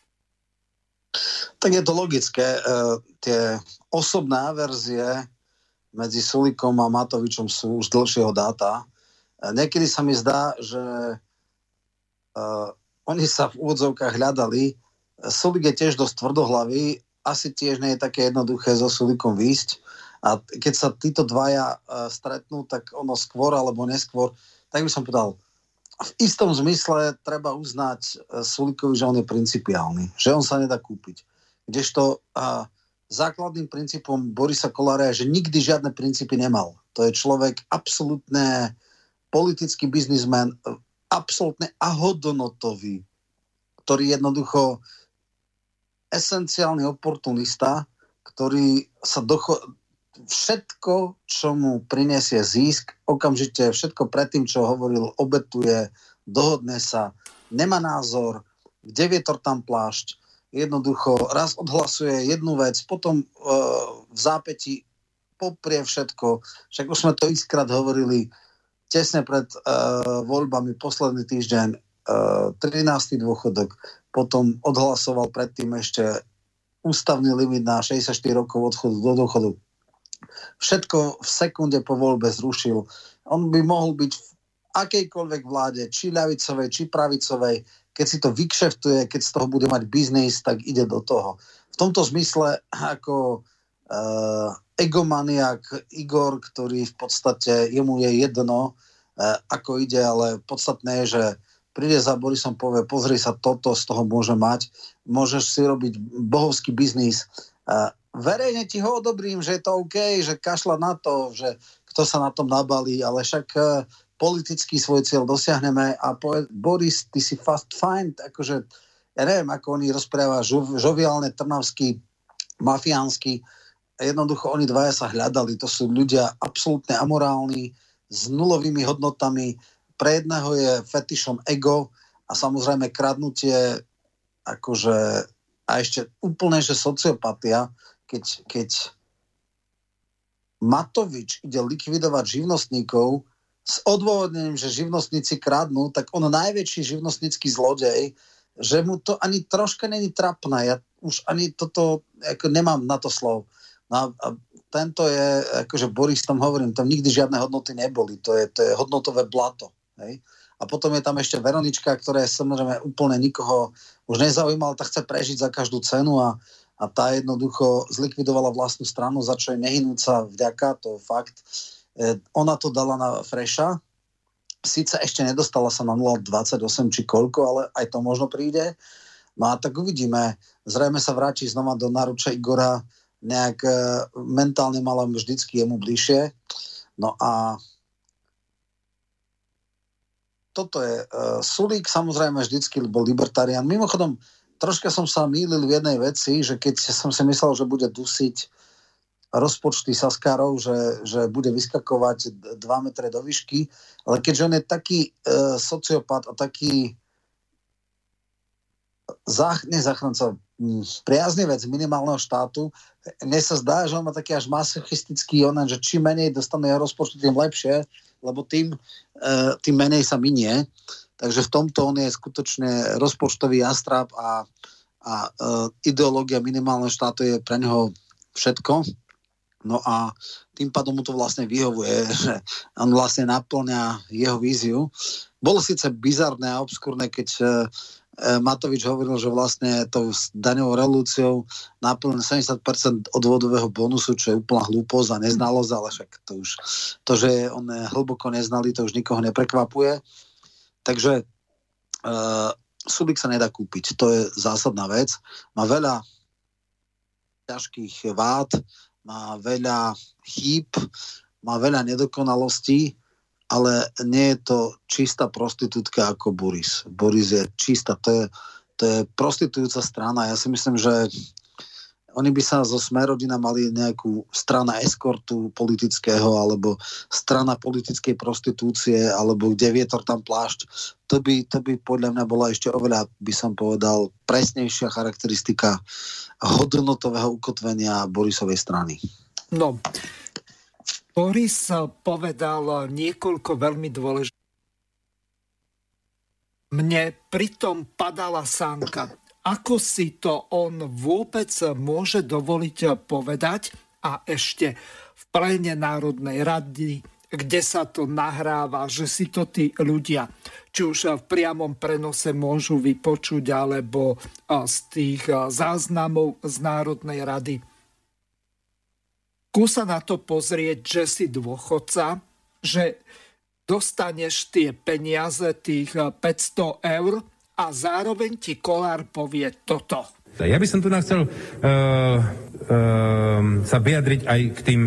Tak je to logické. Tie osobné averzie medzi Sulíkom a Matovičom sú už dlhšieho dáta. Niekedy sa mi zdá, že oni sa v úvodzovkách hľadali. Sulík je tiež dosť tvrdohlavý, asi tiež nie je také jednoduché so Sulíkom výjsť. A keď sa títo dvaja stretnú, tak ono skôr alebo neskôr, tak by som povedal, v istom zmysle treba uznať Sulíkovi, že on je principiálny, že on sa nedá kúpiť. Kdežto základným princípom Borisa Kollára je, že nikdy žiadne princípy nemal. To je človek absolútne politický biznismen, absolútne ahodnotový, ktorý jednoducho esenciálny oportunista, ktorý sa všetko, čo mu prinesie zisk, okamžite všetko predtým, čo hovoril, obetuje, dohodne sa, nemá názor, kde vietor tam plášť, jednoducho raz odhlasuje jednu vec, potom v zápäti poprie všetko. Však už sme to xkrát hovorili tesne pred voľbami posledný týždeň, 13. dôchodok, potom odhlasoval predtým ešte ústavný limit na 64 rokov odchodu do dôchodu. Všetko v sekunde po voľbe zrušil. On by mohol byť v akejkoľvek vláde, či ľavicovej, či pravicovej. Keď si to vykšeftuje, keď z toho bude mať biznis, tak ide do toho. V tomto zmysle ako egomaniak Igor, ktorý v podstate jemu je jedno, ako ide, ale podstatné je, že príde za Borisom, povie, pozri sa, toto z toho môže mať, môžeš si robiť bohovský biznis. Verejne ti ho odobrím, že je to OK, že kašľa na to, že kto sa na tom nabalí, ale však politicky svoj cieľ dosiahneme a Boris, ty si fast fine, akože ja neviem, ako oni rozpráva žoviálne, trnavský, mafiánsky, jednoducho oni dvaja sa hľadali, to sú ľudia absolútne amorálni, s nulovými hodnotami, pre jedného je fetišom ego a samozrejme kradnutie akože a ešte úplne, že sociopatia, keď Matovič ide likvidovať živnostníkov s odôvodnením, že živnostníci kradnú, tak on najväčší živnostnícky zlodej, že mu to ani troška není trapné. Ja už ani toto ako nemám na to slov. No a tento je, akože Boris tam hovorím, tam nikdy žiadne hodnoty neboli. To je hodnotové blato. Hej? A potom je tam ešte Veronička, ktorá je samozrejme úplne nikoho už nezaujímala, tak chce prežiť za každú cenu a tá jednoducho zlikvidovala vlastnú stranu, za čo je nehynúca vďaka, to je fakt. Ona to dala na Freša, síce ešte nedostala sa na 0,28 či koľko, ale aj to možno príde. No a tak uvidíme. Zrejme sa vráti znova do náručia Igora, nejak mentálne mala vždycky jemu bližšie. No a toto je Sulík, samozrejme vždycky bol libertarián. Mimochodom, troška som sa mýlil v jednej veci, že keď som si myslel, že bude dusiť rozpočty Saskárov, že bude vyskakovať 2 metre do výšky, ale keďže on je taký sociopat a taký nezáchranca, priaznivec minimálneho štátu, mne sa zdá, že on má taký až masochistický onen, že čím menej dostane rozpočtu, tým lepšie, lebo tým menej sa minie. Takže v tomto on je skutočne rozpočtový jastrab a ideológia minimálneho štátu je pre neho všetko. No a tým pádom mu to vlastne vyhovuje, že on vlastne naplňa jeho víziu. Bolo síce bizarné a obskúrne, keď Matovič hovoril, že vlastne to s daňovou revolúciou naplnil 70% odvodového bonusu, čo je úplná hlúposť a neznalosť, ale však to, že on hlboko neznalý, to už nikoho neprekvapuje. Takže Sulík sa nedá kúpiť. To je zásadná vec. Má veľa ťažkých vád, má veľa chýb, má veľa nedokonalostí, ale nie je to čistá prostitútka ako Boris. Boris je čistá, to je prostitujúca strana. Ja si myslím, že oni by sa zo Smer-rodina mali nejakú strana eskortu politického alebo strana politickej prostitúcie alebo kde vietor tam plášť. To by podľa mňa bola ešte oveľa, by som povedal, presnejšia charakteristika hodnotového ukotvenia Borisovej strany. No, Boris povedal niekoľko veľmi dôležitých. Mne pritom padala sánka. Ako si to on vôbec môže dovoliť povedať a ešte v pléne Národnej rady kde sa to nahráva, že si to tí ľudia či už v priamom prenose môžu vypočuť, alebo z tých záznamov z Národnej rady. Skúsa na to pozrieť, že si dôchodca, že dostaneš tie peniaze, tých 500 eur a zároveň ti Kollár povie toto. Ja by som tu chcel sa vyjadriť aj k tým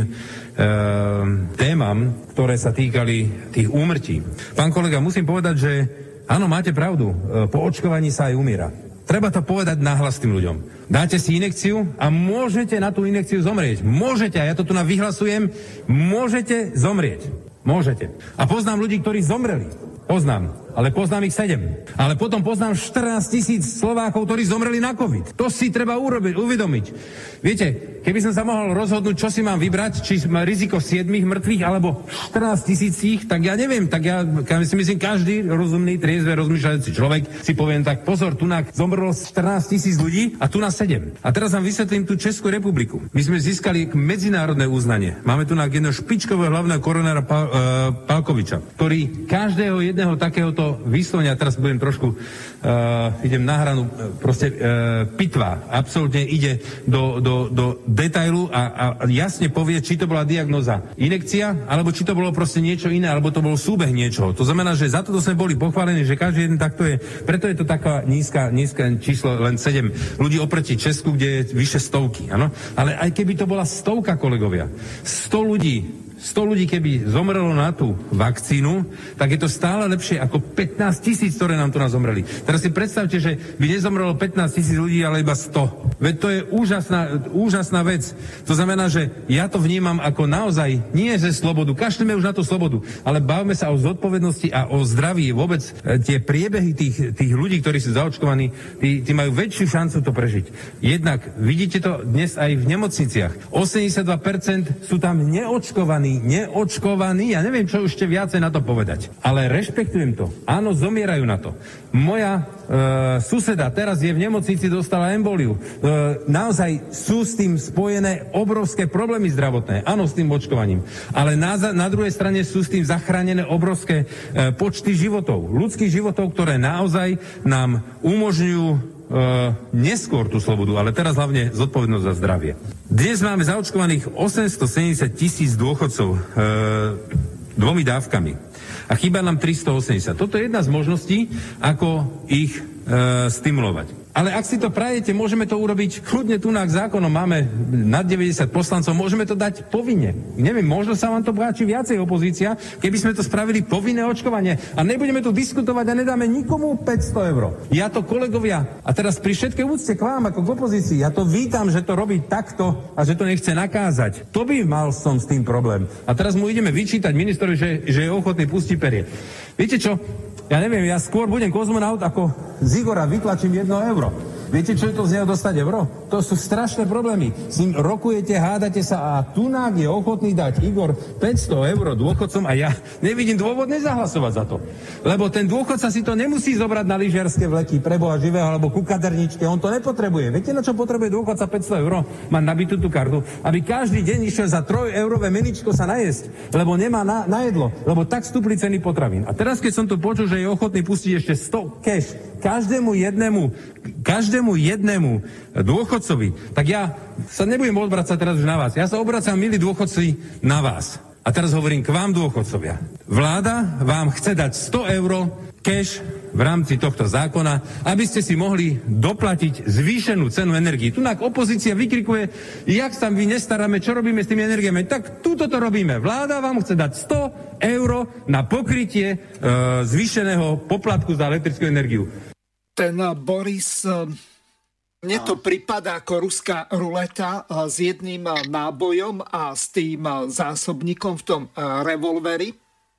témam, ktoré sa týkali tých úmrtí. Pán kolega, musím povedať, že áno, máte pravdu, po očkovaní sa aj umiera. Treba to povedať nahlas tým ľuďom. Dáte si injekciu a môžete na tú injekciu zomrieť. Môžete, a ja to tu vyhlasujem, môžete zomrieť. Môžete. A poznám ľudí, ktorí zomreli. Ale poznám ich 7. Ale potom poznám 14 000 Slovákov, ktorí zomreli na COVID. To si treba uvedomiť. Viete, keby som sa mohol rozhodnúť, čo si mám vybrať, či má riziko 7 mŕtvych, alebo 14 000, tak ja neviem. Tak ja si myslím, každý rozumný, triezve, rozmýšľajúci človek si poviem, tak pozor, tu zomrelo 14 000 ľudí a tu na 7. A teraz vám vysvetlím tú Českú republiku. My sme získali medzinárodné uznanie. Máme tu jedného špičkového hlavného koronára Palkoviča, ktorý každého jedného takéhoto vyslovenia, teraz budem trošku, idem na hranu, pitvá. Absolútne ide do detailu a jasne povie, či to bola diagnóza injekcia, alebo či to bolo proste niečo iné, alebo to bol súbeh niečoho. To znamená, že za toto sme boli pochválení, že každý jeden takto je. Preto je to taká nízka číslo, len 7 ľudí oproti Česku, kde je vyše 100, áno? Ale aj keby to bola 100, kolegovia, 100 ľudí, keby zomrelo na tú vakcínu, tak je to stále lepšie ako 15 000, ktoré nám tu zomreli. Teraz si predstavte, že by nezomrelo 15 000 ľudí, ale iba 100. Veď to je úžasná vec. To znamená, že ja to vnímam ako naozaj nie ze slobodu. Kašleme už na tú slobodu, ale bavme sa o zodpovednosti a o zdraví. Vôbec tie priebehy tých ľudí, ktorí sú zaočkovaní, tí majú väčšiu šancu to prežiť. Jednak vidíte to dnes aj v nemocniciach. 82% sú tam neočkovaní, ja neviem, čo ešte viacej na to povedať. Ale rešpektujem to. Áno, zomierajú na to. Moja suseda teraz je v nemocnici, dostala emboliu. Naozaj sú s tým spojené obrovské problémy zdravotné. Áno, s tým očkovaním. Ale na druhej strane sú s tým zachránené obrovské počty životov. Ľudských životov, ktoré naozaj nám umožňujú neskôr tú slobodu, ale teraz hlavne zodpovednosť za zdravie. Dnes máme zaočkovaných 870 000 dôchodcov 2 dávkami a chýba nám 380. Toto je jedna z možností, ako ich stimulovať. Ale ak si to prajete, môžeme to urobiť kľudne tu na zákonom. Máme nad 90 poslancov, môžeme to dať povinne. Neviem, možno sa vám to páči viacej opozícia, keby sme to spravili povinné očkovanie. A nebudeme tu diskutovať a nedáme nikomu 500 eur. Ja to, kolegovia, a teraz pri všetkej úcte k vám ako k opozícii, ja to vítam, že to robí takto a že to nechce nakázať. To by mal som s tým problém. A teraz mu ideme vyčítať ministrovi, že je ochotný pustiť perie. Viete čo? Ja neviem, ja skôr budem kozmonaut, ako z Igora vytlačím 1 euro. Viete, čo je to z neho dostať euro? To sú strašné problémy. S ním rokujete, hádate sa a tunák je ochotný dať Igor 500 eur dôchodcom a ja nevidím dôvod nezahlasovať za to. Lebo ten dôchodca si to nemusí zobrať na lyžiarske vleky pre Boha živého alebo ku kaderničke, on to nepotrebuje. Viete, na čo potrebuje dôchodca 500 eur? Má nabitú tú kartu, aby každý deň išiel za 3-eurové meničko sa najesť, lebo nemá na jedlo, lebo tak stúpli ceny potravín. A teraz, keď som tu počul, že je ochotný pustiť ešte 100 cash každému jednému dôchodcovi, tak ja sa nebudem odvracať teraz už na vás. Ja sa obracam, milí dôchodci, na vás. A teraz hovorím k vám, dôchodcovia. Vláda vám chce dať 100 eur cash v rámci tohto zákona, aby ste si mohli doplatiť zvýšenú cenu energii. Tunak opozícia vykrikuje, jak sa my nestaráme, čo robíme s tými energiami. Tak túto to robíme. Vláda vám chce dať 100 eur na pokrytie zvýšeného poplatku za elektrickú energiu. Ten Boris, mne to pripadá ako ruská ruleta s jedným nábojom a s tým zásobníkom v tom revolveri,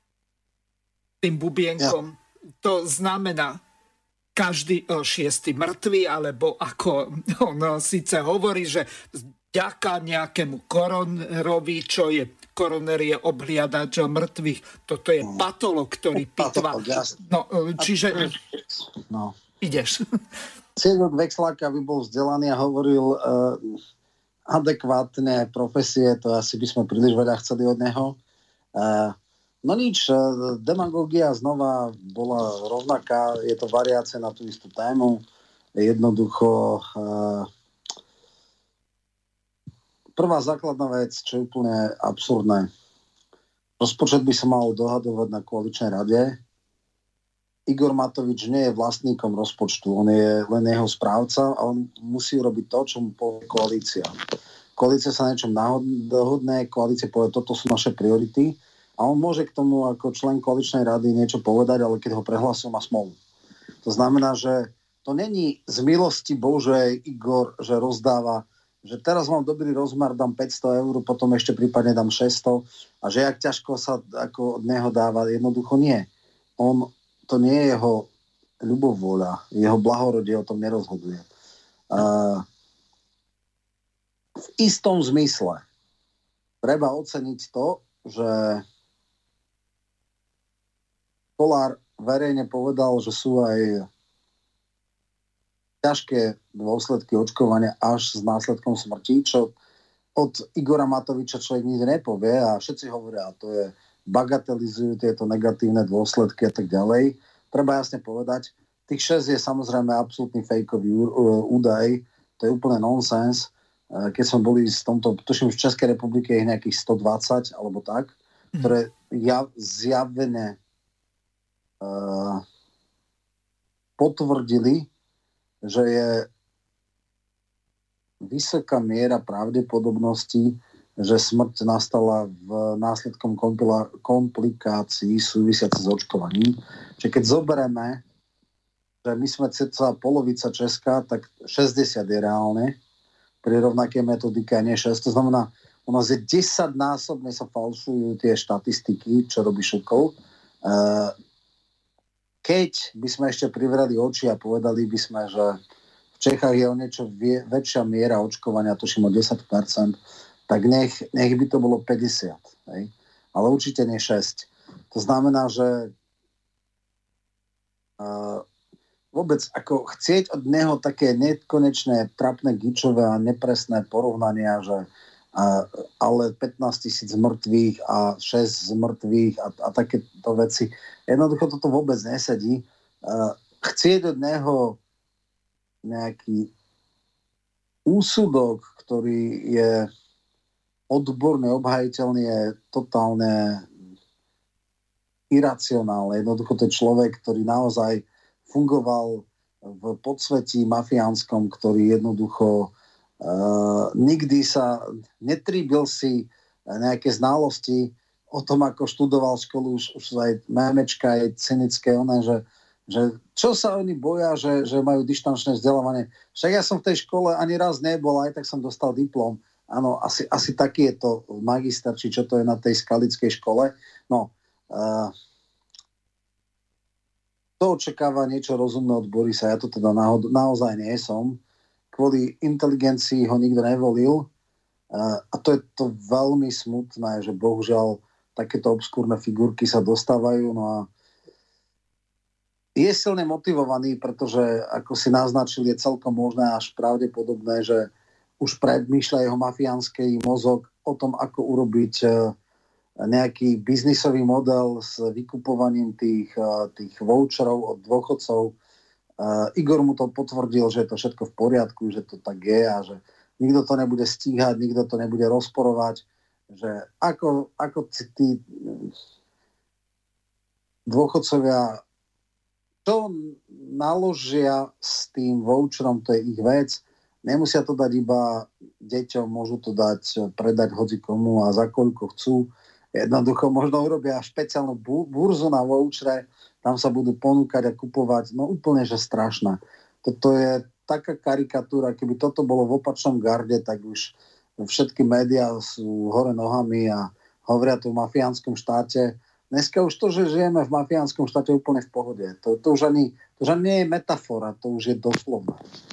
tým bubienkom. Ja. To znamená, každý 6. mŕtvy, alebo ako on síce hovorí, že vďaka nejakému koronerovi, čo je koroner je obhliadač mŕtvych, toto je patolog, ktorý pitva. No, čiže... No. Ideš. Cieľok Vexláka by bol vzdelaný a hovoril adekvátne profesie, to asi by sme príliš veľa chceli od neho. No nič, demagogia znova bola rovnaká, je to variácia na tú istú tému. Jednoducho prvá základná vec, čo je úplne absurdné. Rozpočet by sa mal dohadovať na koaličnej rade. Igor Matovič nie je vlastníkom rozpočtu, on je len jeho správca a on musí robiť to, čo mu povie koalícia. Koalícia sa na niečom dohodne, koalícia povie, toto sú naše priority a on môže k tomu ako člen koaličnej rady niečo povedať, ale keď ho prehlasujú, má smolu. To znamená, že to není z milosti Božej Igor, že rozdáva, že teraz mám dobrý rozmer, dám 500 eur, potom ešte prípadne dám 600 a že jak ťažko sa ako od neho dáva, jednoducho nie. To nie je jeho ľubovôľa, jeho blahorodie o tom nerozhoduje. V istom zmysle treba oceniť to, že Kollár verejne povedal, že sú aj ťažké dôsledky očkovania až s následkom smrti, čo od Igora Matoviča človek nikdy nepovie a všetci hovoria, a to je bagatelizujú tieto negatívne dôsledky a tak ďalej. Treba jasne povedať, tých 6 je samozrejme absolútny fejkový údaj, to je úplne nonsens. Keď sme boli z tomto, tuším, v Českej republike je nejakých 120 alebo tak, ktoré zjavene potvrdili, že je vysoká miera pravdepodobnosti, že smrť nastala v následkom komplikácií súvisiaci s očkovaním. Čiže keď zoberieme, že my sme celá polovica Česka, tak 60 je reálne pri rovnakej metodike a nie 6. To znamená, u nás je 10-násobne sa falšujú tie štatistiky, čo robí Šukov. Keď by sme ešte privrali oči a povedali by sme, že v Čechách je o niečo väčšia miera očkovania, tuším o 10%, tak nech by to bolo 50. Hej? Ale určite nie 6. To znamená, že vôbec ako chcieť od neho také nekonečné trapné gičové a nepresné porovnania, že ale 15 000 mŕtvych a 6 mŕtvych a takéto veci. Jednoducho toto vôbec nesedí. Chcieť od neho nejaký úsudok, ktorý je odborne obhajiteľný, je totálne iracionálne. Jednoducho to je človek, ktorý naozaj fungoval v podsvetí mafiánskom, ktorý jednoducho nikdy sa netríbil si nejaké znalosti o tom, ako študoval školu, už aj memečka, aj cynické, že čo sa oni boja, že majú dištančné vzdelávanie. Však ja som v tej škole ani raz nebol, aj tak som dostal diplom. Áno, asi taký je to magister, či čo to je na tej skalickej škole. No, to očakáva niečo rozumné od Borisa. Ja to teda naozaj nie som. Kvôli inteligencii ho nikto nevolil. A to je to veľmi smutné, že bohužiaľ takéto obskúrne figurky sa dostávajú. No a je silne motivovaný, pretože, ako si naznačil, je celkom možné až pravdepodobné, že už predmýšľa jeho mafiánsky mozog o tom, ako urobiť nejaký biznisový model s vykupovaním tých voucherov od dôchodcov. Igor mu to potvrdil, že je to všetko v poriadku, že to tak je a že nikto to nebude stíhať, nikto to nebude rozporovať, že ako tí dôchodcovia čo naložia s tým voucherom, to je ich vec. Nemusia to dať iba deťom, môžu to predať hoci komu a za koľko chcú. Jednoducho možno urobia špeciálnu burzu na vouchere, tam sa budú ponúkať a kupovať. No úplne, že strašná. Toto je taká karikatúra, keby toto bolo v opačnom garde, tak už všetky médiá sú hore nohami a hovoria tu o mafiánskom štáte. Dneska už to, že žijeme v mafiánskom štáte, je úplne v pohode. To už ani nie je metafora, to už je doslovné.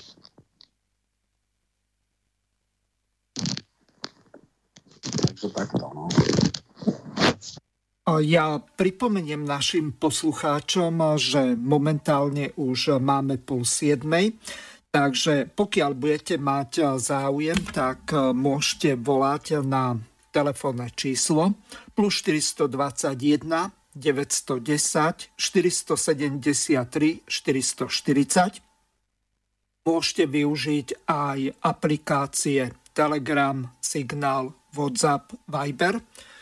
Takže takto, no. Ja pripomeniem našim poslucháčom, že momentálne už máme 6:30, takže pokiaľ budete mať záujem, tak môžete volať na telefónne číslo plus 421 910 473 440. Môžete využiť aj aplikácie Telegram, Signál, WhatsApp, Viber.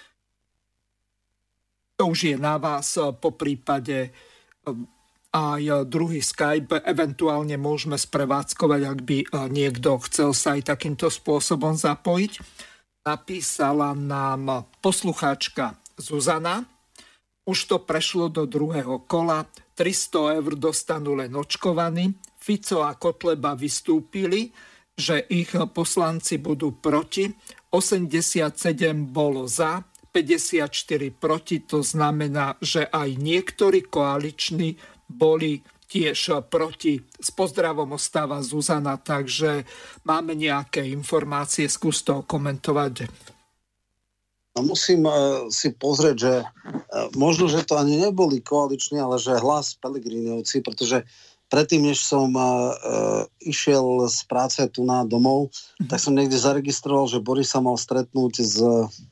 To už je na vás, po prípade aj druhý Skype eventuálne môžeme sprevádzkovať, ak by niekto chcel sa aj takýmto spôsobom zapojiť. Napísala nám poslucháčka Zuzana. Už to prešlo do druhého kola. 300 eur dostanú len očkovaní. Fico a Kotleba vystúpili, že ich poslanci budú proti. 87 bolo za, 54 proti. To znamená, že aj niektorí koaliční boli tiež proti. S pozdravom ostáva Zuzana, takže máme nejaké informácie, skús to komentovať. No musím si pozrieť, že možno, že to ani neboli koaliční, ale že Hlas Pelegríniovci, pretože predtým, než som išiel z práce tu na domov, tak som niekde zaregistroval, že Boris sa mal stretnúť s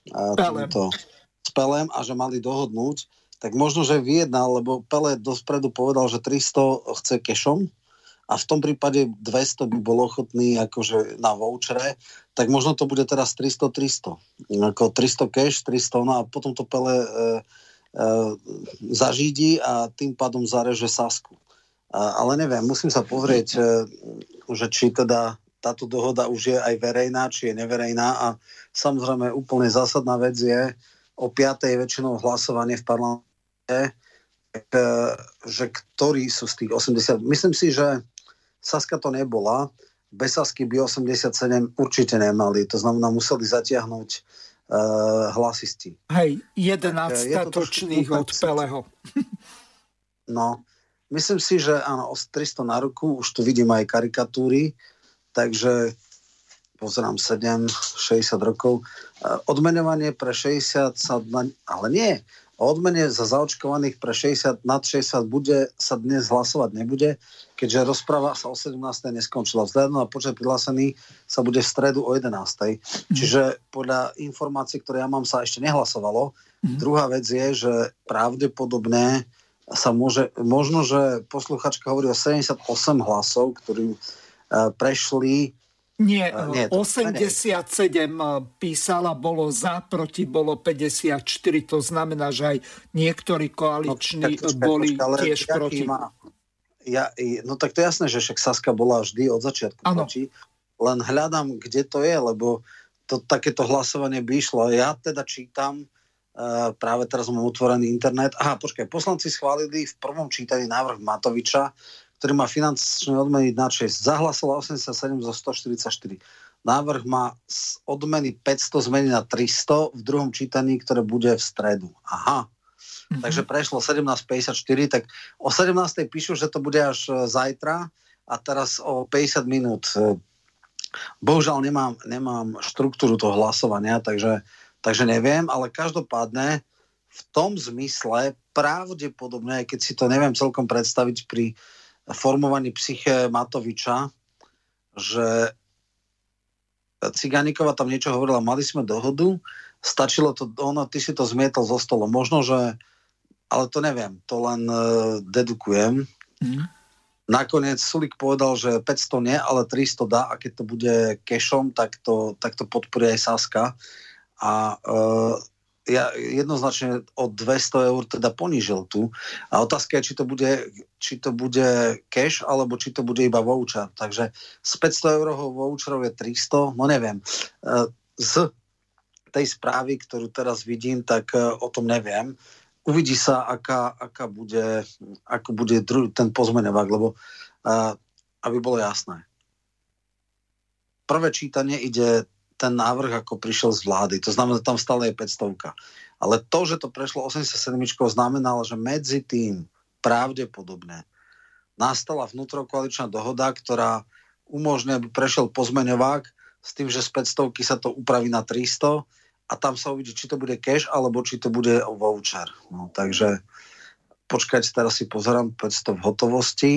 Pelem a že mali dohodnúť. Tak možno, že vyjednal, lebo Pele dospredu povedal, že 300 chce kešom a v tom prípade 200 by bol ochotný akože na vouchere, tak možno to bude teraz 300. Ako 300 cash, 300, no a potom to Pele zažídi a tým pádom zareže Sasku. Ale neviem, musím sa pozrieť, že či teda táto dohoda už je aj verejná, či je neverejná a samozrejme úplne zásadná vec je o 5:00 väčšinou hlasovanie v parlamente, že ktorí sú z tých 80. Myslím si, že Saska to nebola, bez Sasky by 87 určite nemali, to znamená museli zatiahnuť hlasisti. Hej, 11 statočných od Peleho. No, myslím si, že áno, 300 na ruku, už tu vidím aj karikatúry, takže pozerám 60 rokov. Odmeňovanie pre 60 ale nie. O odmene za zaočkovaných pre 60 nad 60 sa dnes hlasovať nebude, keďže rozprava sa o 17. neskončila. Vzhľadom na počet prihlásených sa bude v stredu o 11. Čiže podľa informácií, ktoré ja mám, sa ešte nehlasovalo. Druhá vec je, že pravdepodobne sa možno, že posluchačka hovorí o 78 hlasov, ktorí prešli. Nie, 87 písala, bolo za, proti bolo 54, to znamená, že aj niektorí koaliční boli tiež proti. No tak to je jasné, že však Saska bola vždy od začiatku proti, len hľadám, kde to je, lebo takéto hlasovanie by išlo. Ja teda čítam, práve teraz mám otvorený internet. Poslanci schválili v prvom čítaní návrh Matoviča, ktorý má finančne odmeny na 6. Zahlasilo 87 zo 144. Návrh má odmeny 500 zmeniť na 300 v druhom čítaní, ktoré bude v stredu. Aha. Takže prešlo 17.54, tak o 17.00 píšu, že to bude až zajtra a teraz o 50 minút. Bohužiaľ nemám štruktúru toho hlasovania, takže neviem, ale každopádne v tom zmysle pravdepodobne, aj keď si to neviem celkom predstaviť pri formovaní psyché Matoviča, že Cigániková tam niečo hovorila, mali sme dohodu, stačilo to, ty si to zmietol zo stolu. Možno, že, ale to neviem, to len dedukujem. Nakoniec Sulík povedal, že 500 nie, ale 300 dá a keď to bude kešom, tak to podporí aj Saska. A ja jednoznačne o 200 eur teda ponížil tu. A otázka je, či to bude cash, alebo či to bude iba voucher. Takže z 500 eurovou voucherov je 300, no neviem. Z tej správy, ktorú teraz vidím, tak o tom neviem. Uvidí sa, ako bude ten pozmeňovák, lebo aby bolo jasné. Prvé čítanie ide ten návrh, ako prišiel z vlády. To znamená, že tam stále je 500. Ale to, že to prešlo 87, znamenalo, že medzi tým pravdepodobne nastala vnútrokoaličná dohoda, ktorá umožňuje, aby prešiel pozmeňovák s tým, že z 500 sa to upraví na 300 a tam sa uvidí, či to bude cash, alebo či to bude voucher. No, takže počkajte, teraz si pozerám 500 v hotovosti.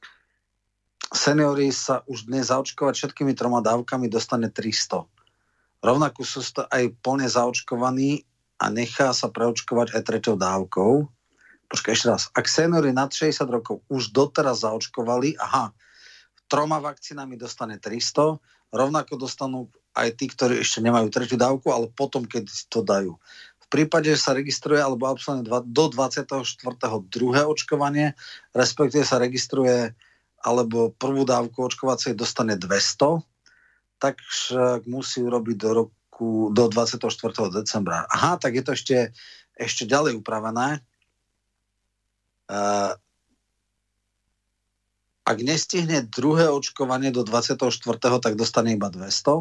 Seniori sa už dnes zaočkovať všetkými 3 dávkami dostane 300. rovnako sú aj plne zaočkovaní a nechá sa preočkovať aj 3. dávkou. Počkaj, ešte raz. Ak seniori nad 60 rokov už doteraz zaočkovali, 3 vakcínami dostane 300, rovnako dostanú aj tí, ktorí ešte nemajú 3. dávku, ale potom, keď to dajú. V prípade, že sa registruje alebo absolvuje do 24. druhé očkovanie, respektíve sa registruje alebo prvú dávku očkovacej dostane 200, tak musí urobiť do 24. decembra. Tak je to ešte ďalej upravené. Ak nestihne druhé očkovanie do 24., tak dostane iba 200.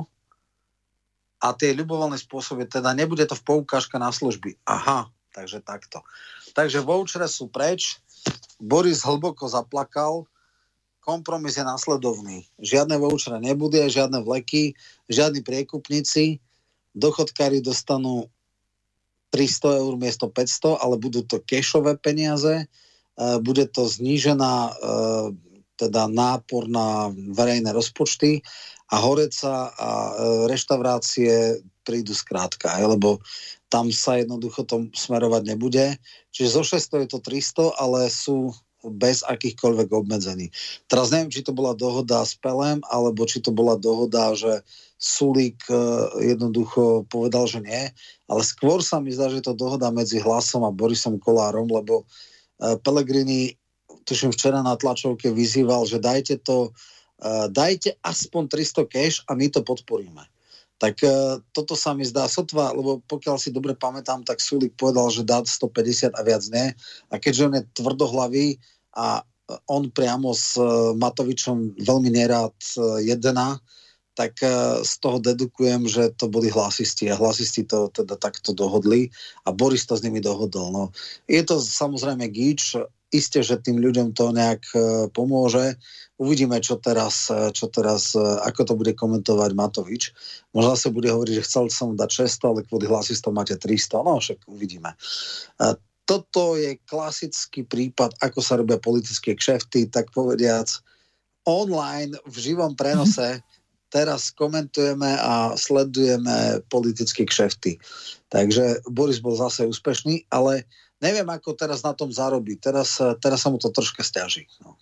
A tie ľubovoľné spôsoby, teda nebude to v poukážka na služby. Takže takto. Takže vouchere sú preč. Boris hlboko zaplakal. Kompromis je následovný. Žiadne vouchere nebude, žiadne vleky, žiadni priekupníci. Dochodkári dostanú 300 eur miesto 500, ale budú to kešové peniaze. Bude to znížená teda nápor na verejné rozpočty a horeca a reštaurácie prídu skrátka, lebo tam sa jednoducho to smerovať nebude. Čiže zo 600 je to 300, ale sú bez akýchkoľvek obmedzení. Teraz neviem, či to bola dohoda s Pelem, alebo či to bola dohoda, že Sulík jednoducho povedal, že nie, ale skôr sa mi zdá, že je to dohoda medzi Hlasom a Borisom Kollárom, lebo Pellegrini, tuším včera na tlačovke vyzýval, že dajte aspoň 300 cash a my to podporíme. Tak toto sa mi zdá sotva, lebo pokiaľ si dobre pamätám, tak Sulík povedal, že dá 150 a viac nie. A keďže on je tvrdohlavý a on priamo s Matovičom veľmi nerád jedná, tak z toho dedukujem, že to boli hlasisti a hlasisti to teda takto dohodli a Boris to s nimi dohodol. No, je to samozrejme gíč, isté, že tým ľuďom to nejak pomôže. Uvidíme, čo teraz, ako to bude komentovať Matovič. Možno sa bude hovoriť, že chcel som dať 600, ale kvôli hlasistom máte 300. No však uvidíme. Toto je klasický prípad, ako sa robia politické kšefty, tak povediac online v živom prenose. Teraz komentujeme a sledujeme politické kšefty. Takže Boris bol zase úspešný, ale neviem, ako teraz na tom zarobí. Teraz sa mu to troška sťaží. No.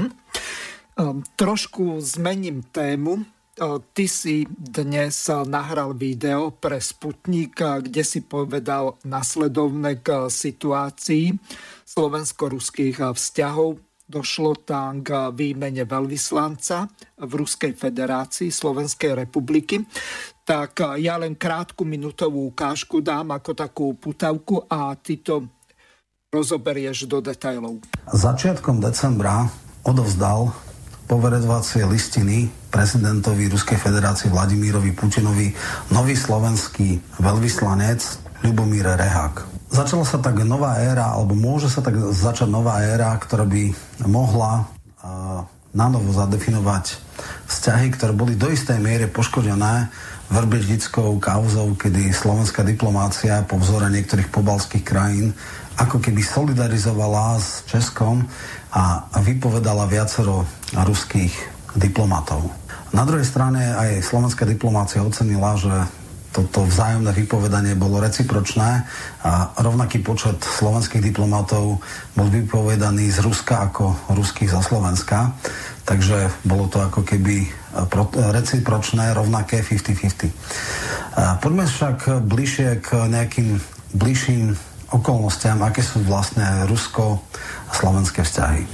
Trošku zmením tému. Ty si dnes nahral video pre Sputnik, kde si povedal nasledovné k situácii slovensko-ruských vzťahov. Došlo tam k výmene veľvyslanca v Ruskej federácii Slovenskej republiky. Tak ja len krátku minútovú ukážku dám ako takú putavku a ty to rozoberieš do detailov. Začiatkom decembra odovzdal poveredovacie listiny prezidentovi Ruskej federácie Vladimírovi Putinovi nový slovenský veľvyslanec Ľubomír Rehák. Začala sa tak nová éra, alebo môže sa tak začať nová éra, ktorá by mohla nanovo zadefinovať vzťahy, ktoré boli do istej miere poškodené vrbeždickou kauzou, kedy slovenská diplomácia po vzore niektorých pobalských krajín ako keby solidarizovala s Českom a vypovedala viacero ruských diplomatov. Na druhej strane aj slovenská diplomácia ocenila, že toto vzájomné vypovedanie bolo recipročné a rovnaký počet slovenských diplomatov bol vypovedaný z Ruska ako ruských zo Slovenska. Takže bolo to ako keby recipročné, rovnaké 50-50. Poďme však bližšie k nejakým bližším okolnostiam, aké sú vlastne rusko-slovenské vzťahy.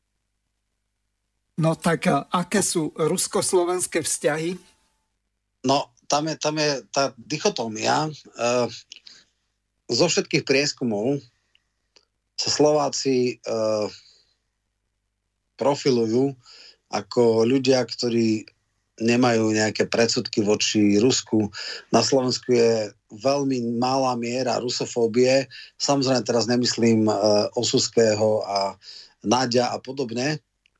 No tak aké sú rusko-slovenské vzťahy? No, tam je tá dichotómia. Zo všetkých prieskumov sa Slováci profilujú ako ľudia, ktorí nemajú nejaké predsudky voči Rusku. Na Slovensku je veľmi malá miera rusofóbie. Samozrejme teraz nemyslím Osuského a Náďa a podobne.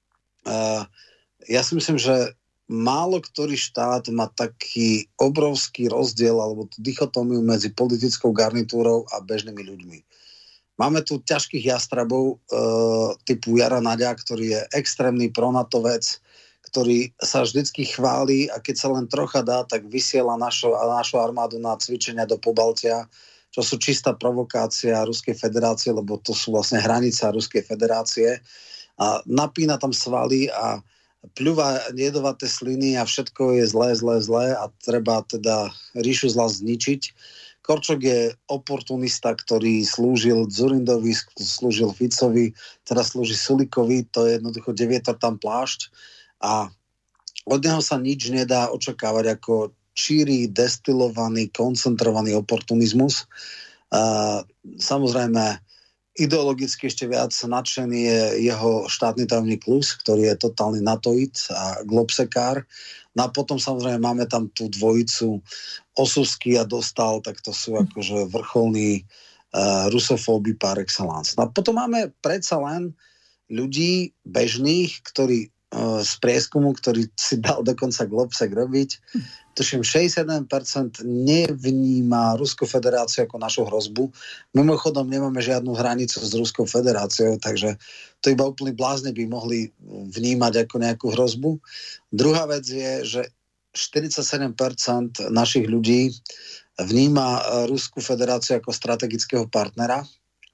Ja si myslím, že málo ktorý štát má taký obrovský rozdiel alebo dichotómiu medzi politickou garnitúrou a bežnými ľuďmi. Máme tu ťažkých jastrabov typu Jara Naďa, ktorý je extrémny pronatovec, ktorý sa vždycky chváli a keď sa len trocha dá, tak vysiela našu armádu na cvičenia do Pobaltia, čo sú čistá provokácia Ruskej federácie, lebo to sú vlastne hranica Ruskej federácie a napína tam svaly a pľúva jedovaté sliny a všetko je zlé a treba teda ríšu zla zničiť. Korčok je oportunista, ktorý slúžil Dzurindovi, slúžil Ficovi, teraz slúži Sulíkovi, to je jednoducho devietor tam plášť a od neho sa nič nedá očakávať ako číry, destilovaný, koncentrovaný oportunizmus. Samozrejme, ideologicky ešte viac nadšený je jeho štátny tajomník Klus, ktorý je totálny natoid a globsekár. No a potom samozrejme máme tam tú dvojicu Osusky a Dostal, tak to sú akože vrcholní rusofóby par excellence. No a potom máme predsa len ľudí bežných, ktorí z prieskumu, ktorý si dal dokonca Globsek robiť, tuším 61% nevníma Ruskú federáciu ako našu hrozbu. Mimochodom nemáme žiadnu hranicu s Ruskou federáciou, takže to iba úplný blázni by mohli vnímať ako nejakú hrozbu. Druhá vec je, že 47% našich ľudí vníma Ruskú federáciu ako strategického partnera.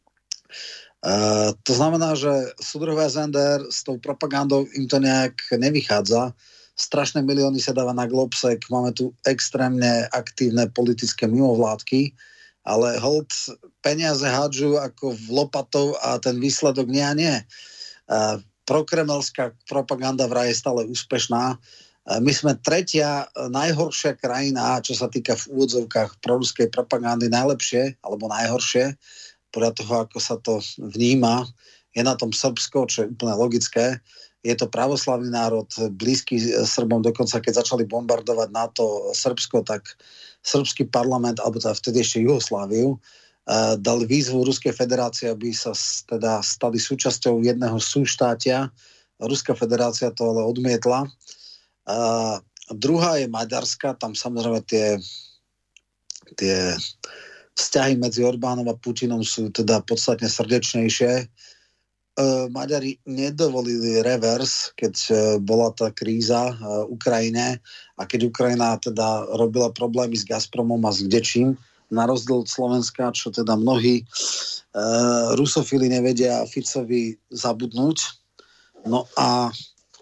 To znamená, že súdruhovia z NDR s tou propagandou im to nejak nevychádza. Strašné milióny sa dáva na Globsek, máme tu extrémne aktívne politické mimovládky, ale hold peniaze hádžu ako v lopatov a ten výsledok nie a nie. Prokremelská propaganda vraj je stále úspešná. My sme tretia najhoršia krajina, čo sa týka v úvodzovkách proruskej propagandy, najlepšie alebo najhoršie, podľa toho, ako sa to vníma. Je na tom Srbsko, čo je úplne logické. Je to pravoslavný národ, blízky Srbom, dokonca keď začali bombardovať NATO Srbsko, tak srbský parlament, alebo teda vtedy ešte Jugosláviu, dal výzvu Ruskej federácie, aby sa teda stali súčasťou jedného súštátia. Ruská federácia to ale odmietla. Druhá je Maďarska, tam samozrejme tie vzťahy medzi Orbánom a Putinom sú teda podstatne srdečnejšie. Maďari nedovolili revers, keď bola tá kríza Ukrajine a keď Ukrajina teda robila problémy s Gazpromom a s kdečím, na rozdiel od Slovenska, čo teda mnohí rusofili nevedia Ficovi zabudnúť. No a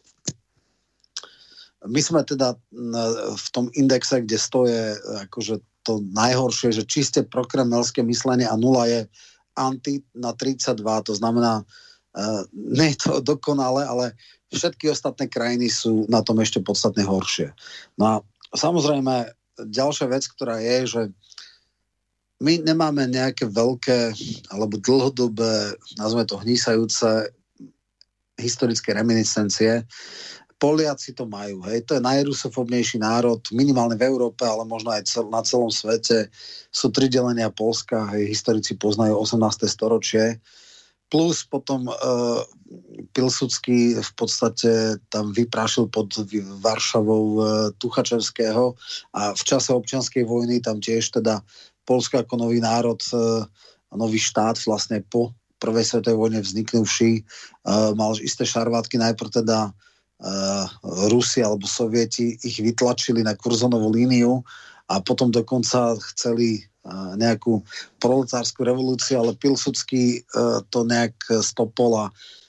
my sme teda v tom indexe, kde stoje akože to najhoršie, že čiste prokremelské myslenie a nula je anti na 32, to znamená, nie je to dokonale, ale všetky ostatné krajiny sú na tom ešte podstatne horšie. No a samozrejme, ďalšia vec, ktorá je, že my nemáme nejaké veľké alebo dlhodobé, nazveme to hnísajúce historické reminiscencie. Poliaci to majú, hej, to je najrusofobnejší národ, minimálne v Európe, ale možno aj na celom svete. Sú tri delenia Poľska, hej, historici poznajú 18. storočie, plus potom Pilsudský v podstate tam vyprášil pod Varšavou Tuchačevského a v čase občianskej vojny tam tiež teda Poľsko ako nový národ, nový štát vlastne po prvej svetovej vojne vzniknuvší, mal isté šarvátky, najprv teda Rusi alebo Sovieti ich vytlačili na Kurzonovú líniu a potom dokonca chceli nejakú proletárskú revolúciu, ale Pilsudský to nejak stopol a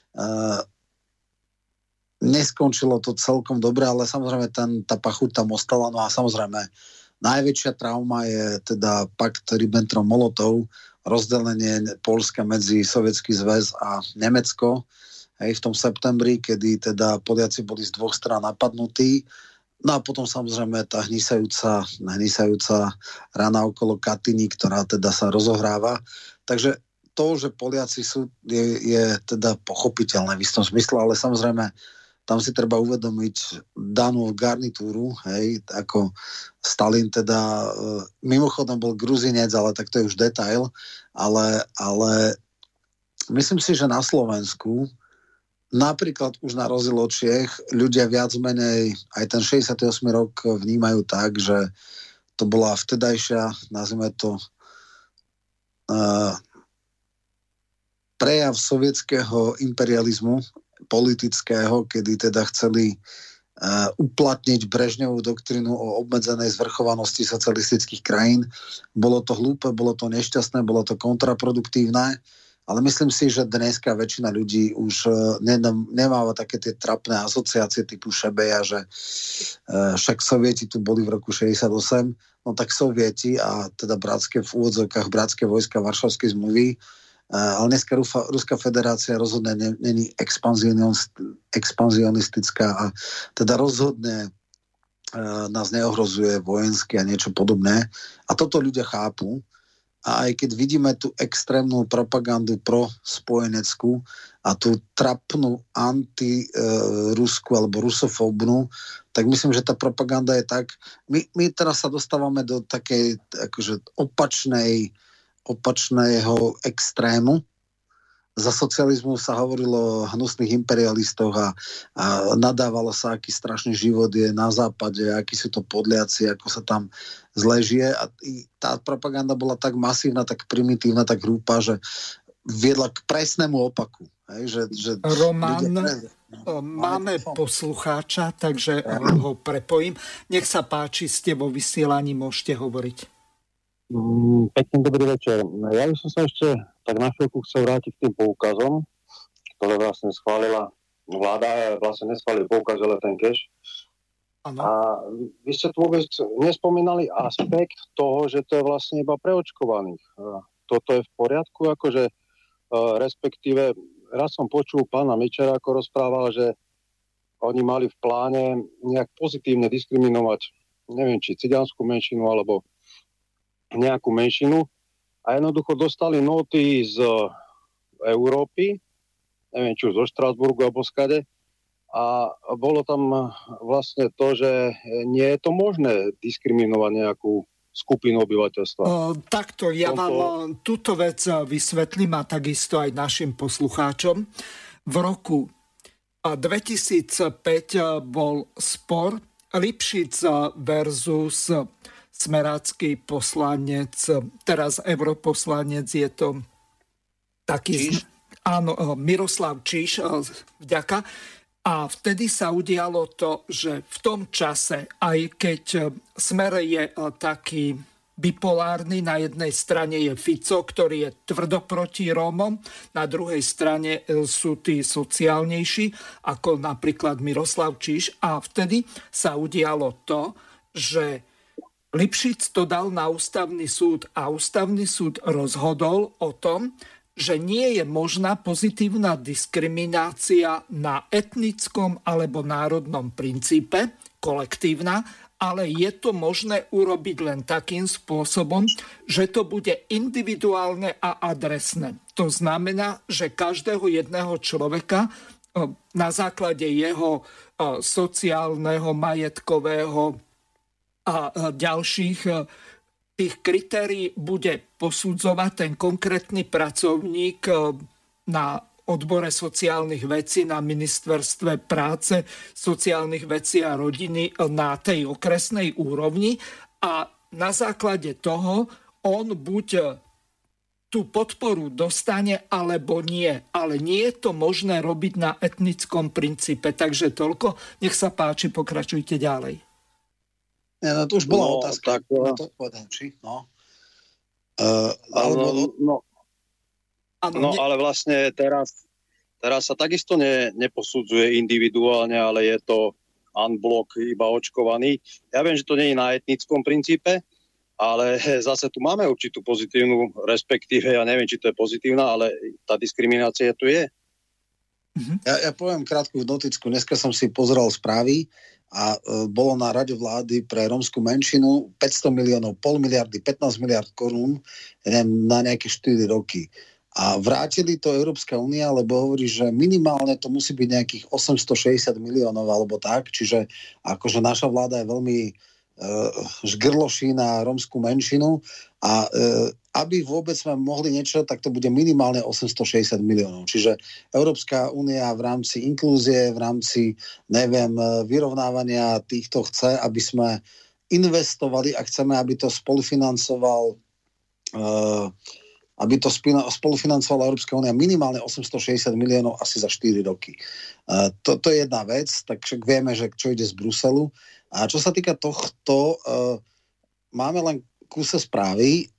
neskončilo to celkom dobre, ale samozrejme tá pachuť tam ostala. No a samozrejme najväčšia trauma je teda pakt Ribbentrop-Molotov, rozdelenie Poľska medzi Sovietsky zväz a Nemecko, hej, v tom septembri, kedy teda Poliaci boli z dvoch strán napadnutí. No a potom samozrejme tá hnisajúca rana okolo Katyni, ktorá teda sa rozohráva. Takže to, že Poliaci sú, je teda pochopiteľné v istom zmysle, ale samozrejme tam si treba uvedomiť danú garnitúru, hej, ako Stalin teda mimochodom bol Gruzinec, ale tak to je už detail, ale myslím si, že na Slovensku napríklad už na rozdiel od Čiech ľudia viac menej aj ten 68. rok vnímajú tak, že to bola vtedajšia, nazvime to, prejav sovietského imperializmu politického, kedy teda chceli uplatniť Brežňovú doktrínu o obmedzenej zvrchovanosti socialistických krajín. Bolo to hlúpe, bolo to nešťastné, bolo to kontraproduktívne, ale myslím si, že dneska väčšina ľudí už nemáva také tie trapné asociácie typu Šebeja, že však Sovieti tu boli v roku 68, no tak Sovieti a teda v úvodzovkách bratské vojska Varšavskej zmluvy, ale dneska Ruská federácia rozhodne není expanzionistická a teda rozhodne nás neohrozuje vojensky a niečo podobné. A toto ľudia chápu. A aj keď vidíme tú extrémnu propagandu pro spojeneckú a tú trapnú antirusku alebo rusofóbnu, tak myslím, že tá propaganda je tak... My teraz sa dostávame do takej akože opačného extrému. Za socializmu sa hovorilo o hnusných imperialistoch a nadávalo sa, aký strašný život je na západe, akí sú to podliaci, ako sa tam zle žije. A tá propaganda bola tak masívna, tak primitívna, tak hrúpa, že viedla k presnému opaku. Hej, Roman, máme poslucháča, takže ho prepojím. Nech sa páči, ste vo vysielaní, môžete hovoriť. Pekný dobrý večer. Ja by som sa ešte tak na chvíľku chcel vrátiť k tým poukazom, ktoré vlastne schválila vláda, vlastne neschválili poukaz, ale ten cash. Ano. A vy ste tu vôbec nespomínali aspekt toho, že to je vlastne iba pre očkovaných. Toto je v poriadku, akože respektíve raz som počul pána Mičera, ako rozprával, že oni mali v pláne nejak pozitívne diskriminovať, neviem, či cigánsku menšinu, alebo nejakú menšinu a jednoducho dostali nóty z Európy, neviem, či už zo Štrasburgu alebo skade, a bolo tam vlastne to, že nie je to možné diskriminovať nejakú skupinu obyvateľstva. Takto, ja vám túto vec vysvetlím a takisto aj našim poslucháčom. V roku 2005 bol spor Lipšic versus smerácky poslanec, teraz europoslanec, je to taký... Áno, Miroslav Číš, vďaka. A vtedy sa udialo to, že v tom čase, aj keď Smer je taký bipolárny, na jednej strane je Fico, ktorý je tvrdo proti Rómom, na druhej strane sú tí sociálnejší, ako napríklad Miroslav Číš. A vtedy sa udialo to, že Lipšic to dal na ústavný súd a ústavný súd rozhodol o tom, že nie je možná pozitívna diskriminácia na etnickom alebo národnom princípe, kolektívna, ale je to možné urobiť len takým spôsobom, že to bude individuálne a adresné. To znamená, že každého jedného človeka na základe jeho sociálneho, majetkového a ďalších tých kritérií bude posudzovať ten konkrétny pracovník na odbore sociálnych vecí, na ministerstve práce, sociálnych vecí a rodiny na tej okresnej úrovni a na základe toho on buď tú podporu dostane, alebo nie. Ale nie je to možné robiť na etnickom princípe. Takže toľko. Nech sa páči, pokračujte ďalej. No, to už bola otázka. Tak, na to povedal, či? Ale vlastne teraz sa takisto neposudzuje individuálne, ale je to unblock iba očkovaný. Ja viem, že to nie je na etnickom princípe, ale zase tu máme určitú pozitívnu, respektíve, ja neviem, či to je pozitívna, ale tá diskriminácia tu je. Ja poviem krátku noticku. Dneska som si pozeral správy a bolo na Rade vlády pre rómsku menšinu 500 miliónov, 0,5 miliardy, 15 miliard korún na nejaké 4 roky. A vrátili to Európska únia, lebo hovorí, že minimálne to musí byť nejakých 860 miliónov alebo tak, čiže akože naša vláda je veľmi žgrloší na rómsku menšinu a aby vôbec sme mohli niečo, tak to bude minimálne 860 miliónov. Čiže Európska únia v rámci inklúzie, v rámci, vyrovnávania týchto chce, aby sme investovali a chceme, aby to spolufinancoval aby to spolufinancovala Európska únia minimálne 860 miliónov asi za 4 roky. To je jedna vec, tak však vieme, že čo ide z Bruselu. A čo sa týka tohto, máme len kúse správy.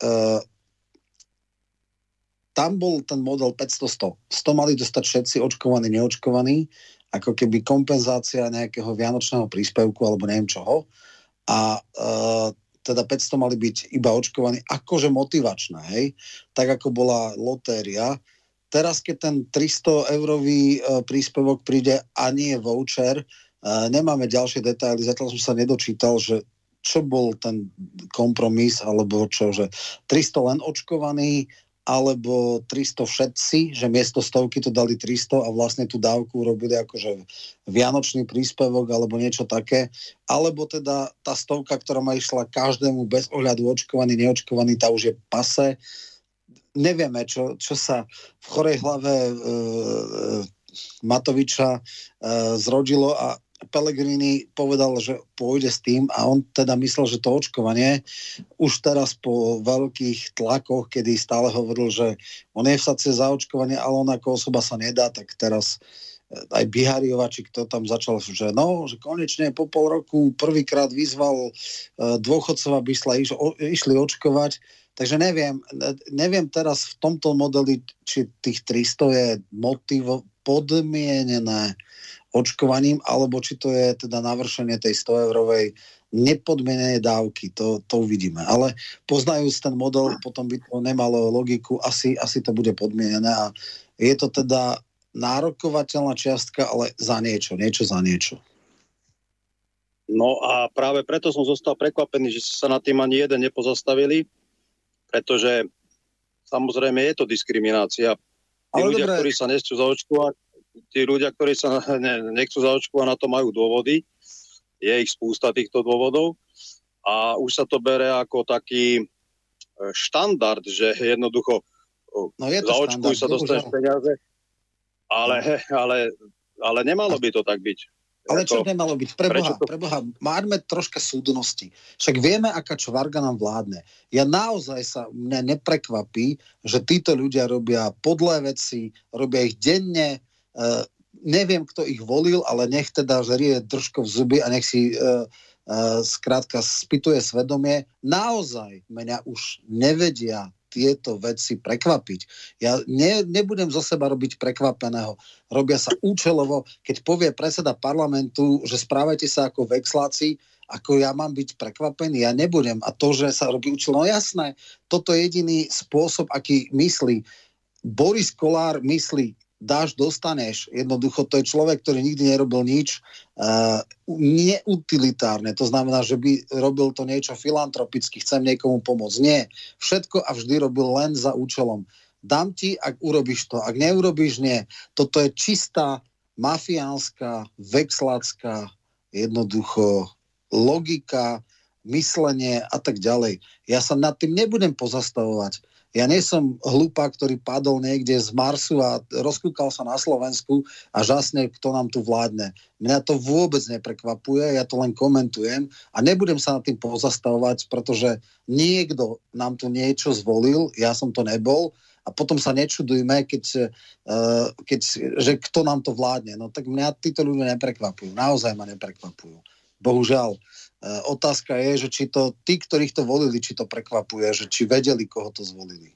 Tam bol ten model 500-100. 100 mali dostať všetci očkovaní, neočkovaní, ako keby kompenzácia nejakého vianočného príspevku alebo neviem čoho. A teda 500 mali byť iba očkovaní akože motivačné, hej? Tak ako bola lotéria. Teraz, keď ten 300-eurový príspevok príde a nie voucher, nemáme ďalšie detaily, zatiaľ som sa nedočítal, že čo bol ten kompromis, alebo čo, že 300 len očkovaní, alebo 300 všetci, že miesto 100 to dali 300 a vlastne tú dávku robili akože vianočný príspevok alebo niečo také, alebo teda tá 100, ktorá ma išla každému bez ohľadu očkovaný, neočkovaný, tá už je pase. Nevieme, čo sa v chorej hlave Matoviča zrodilo a Pellegrini povedal, že pôjde s tým a on teda myslel, že to očkovanie už teraz po veľkých tlakoch, kedy stále hovoril, že on je v sace za očkovanie, ale on ako osoba sa nedá, tak teraz aj Bihariova, či kto tam začal, že konečne po pol roku prvýkrát vyzval dôchodcov, aby išli očkovať. Takže neviem teraz v tomto modeli, či tých 300 je podmienené očkovaním, alebo či to je teda navršenie tej 100-eurovej nepodmienenej dávky. To uvidíme. Ale poznajúc ten model, potom by to nemalo logiku. Asi to bude podmienené a je to teda nárokovateľná čiastka, ale za niečo za niečo. No a práve preto som zostal prekvapený, že sa nad tým ani jeden nepozastavili, pretože samozrejme je to diskriminácia. Ľudia, ktorí sa nechcú zaočkovať, tí ľudia, ktorí sa nechcú zaočkovať, na to majú dôvody. Je ich spústa týchto dôvodov. A už sa to bere ako taký štandard, že jednoducho zaočkuj sa, dostaneš peniaze. Ale nemalo by to tak byť. Ale čo nemalo byť? Preboha, márme troška súdnosti. Však vieme, aká čvarga nám vládne. Ja naozaj mne neprekvapí, že títo ľudia robia podlé veci, robia ich denne. Neviem, kto ich volil, ale nech teda žerie držko v zuby a nech si skrátka spýtuje svedomie. Naozaj mňa už nevedia tieto veci prekvapiť. Ja nebudem zo seba robiť prekvapeného. Robia sa účelovo, keď povie predseda parlamentu, že správajte sa ako vexláci, ako ja mám byť prekvapený, ja nebudem. A to, že sa robí účelovo, jasné, toto je jediný spôsob, aký myslí. Boris Kollár myslí, dáš, dostaneš. Jednoducho, to je človek, ktorý nikdy nerobil nič neutilitárne. To znamená, že by robil to niečo filantropicky, chcem niekomu pomôcť. Nie. Všetko a vždy robil len za účelom. Dám ti, ak urobíš to. Ak neurobíš, nie. Toto je čistá mafiánska, vexlácká, jednoducho logika, myslenie a tak ďalej. Ja sa nad tým nebudem pozastavovať. Ja nie som hlupák, ktorý padol niekde z Marsu a rozkúkal sa na Slovensku a žasne, kto nám tu vládne. Mňa to vôbec neprekvapuje, ja to len komentujem a nebudem sa nad tým pozastavovať, pretože niekto nám tu niečo zvolil, ja som to nebol a potom sa nečudujme, že kto nám to vládne. No tak mňa títo ľudia neprekvapujú, naozaj ma neprekvapujú. Bohužiaľ. Otázka je, že či to tí, ktorých to volili, či to prekvapuje, že či vedeli, koho to zvolili.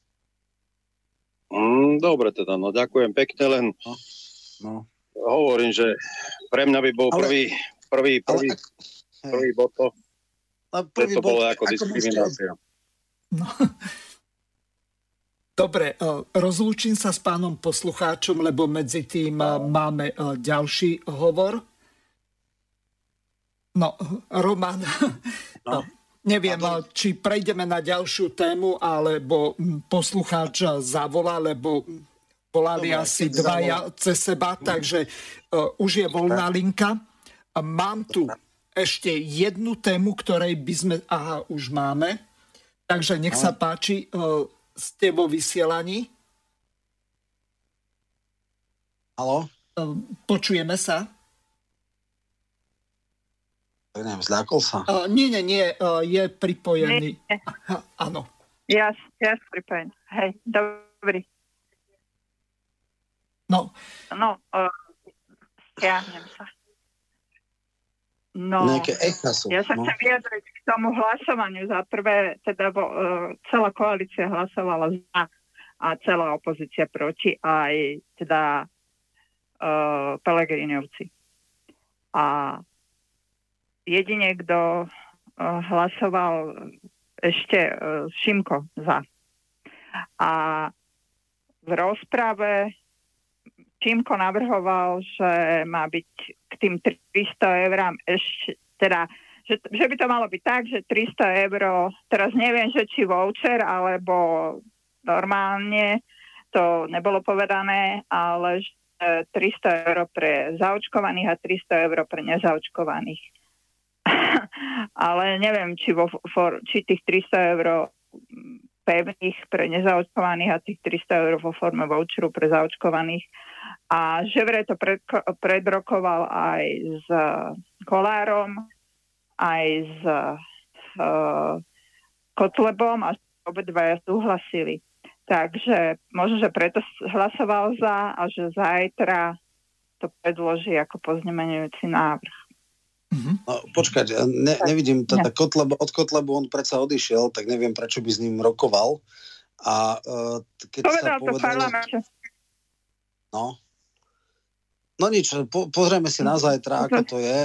Dobre teda, no ďakujem pekne, len hovorím, že pre mňa by bol prvý bod to, že to bolo ako diskriminácia. No. Dobre, rozlúčim sa s pánom poslucháčom, lebo medzi tým máme ďalší hovor. No, Roman, neviem, či prejdeme na ďalšiu tému, alebo poslucháč zavolá, lebo volali asi dvaja cez seba, takže už je voľná linka. Mám tu ešte jednu tému, ktorej by sme... Aha, už máme. Takže nech sa páči, ste vo vysielaní. Haló? Počujeme sa? Neviem, zľakol sa. Nie, je pripojený. Áno. Ja pripraveň. Hej, dobrý. No, stiahnem sa. No, ja sa chcem vyjadriť k tomu hlasovaniu. Za prvé, teda celá koalícia hlasovala za a celá opozícia proti, aj teda Pelegrinovci. A jedine, kto hlasoval ešte Šimko za. A v rozprave Šimko navrhoval, že má byť k tým 300 eurám ešte, teda, že by to malo byť tak, že 300 eur, teraz neviem, že či voucher, alebo normálne, to nebolo povedané, ale 300 eur pre zaočkovaných a 300 eur pre nezaočkovaných. Ale neviem, či tých 300 eur pevných pre nezaočkovaných a tých 300 eur vo forme voucheru pre zaočkovaných. A Ževre to predrokoval aj s Kolárom, aj s Kotlebom a obidvaja súhlasili. Takže možno, že preto hlasoval za a že zajtra to predloží ako pozmeňujúci návrh. No, počkať, nevidím to. Od Kotlebu on predsa odišiel, tak neviem, prečo by s ním rokoval. A keď povedal to v parlamente. No nič, pozrieme si na zajtra, ako to je.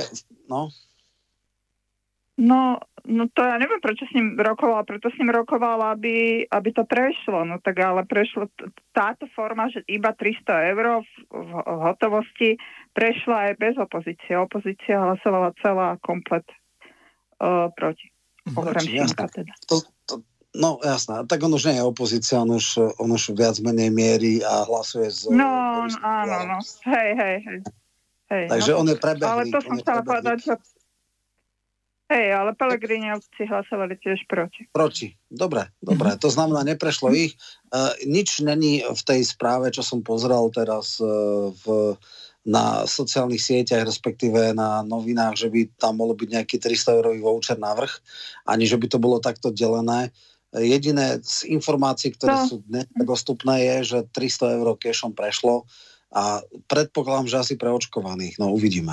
No to ja neviem, prečo s ním rokoval. Preto s ním rokoval, aby to prešlo. No tak ale prešlo táto forma, že iba 300 eur v hotovosti prešla aj bez opozície. Opozícia hlasovala celá komplet proti. Okrem Šimka teda. No jasná, tak on už nie je opozícia, on už viac menej mierí a hlasuje z... Áno. Hej. Takže on je prebehlík. Ale to som chcela povedať, že ale Pelegrinovci hlasovali tiež proti. Dobre. To znamená, neprešlo ich. Nič není v tej správe, čo som pozrel teraz na sociálnych sieťach, respektíve na novinách, že by tam bolo byť nejaký 300-eurový voucher navrh, ani že by to bolo takto delené. Jediné z informácií, ktoré sú dnes dostupné, je, že 300 eur cashom prešlo a predpokladám, že asi pre očkovaných. No, uvidíme.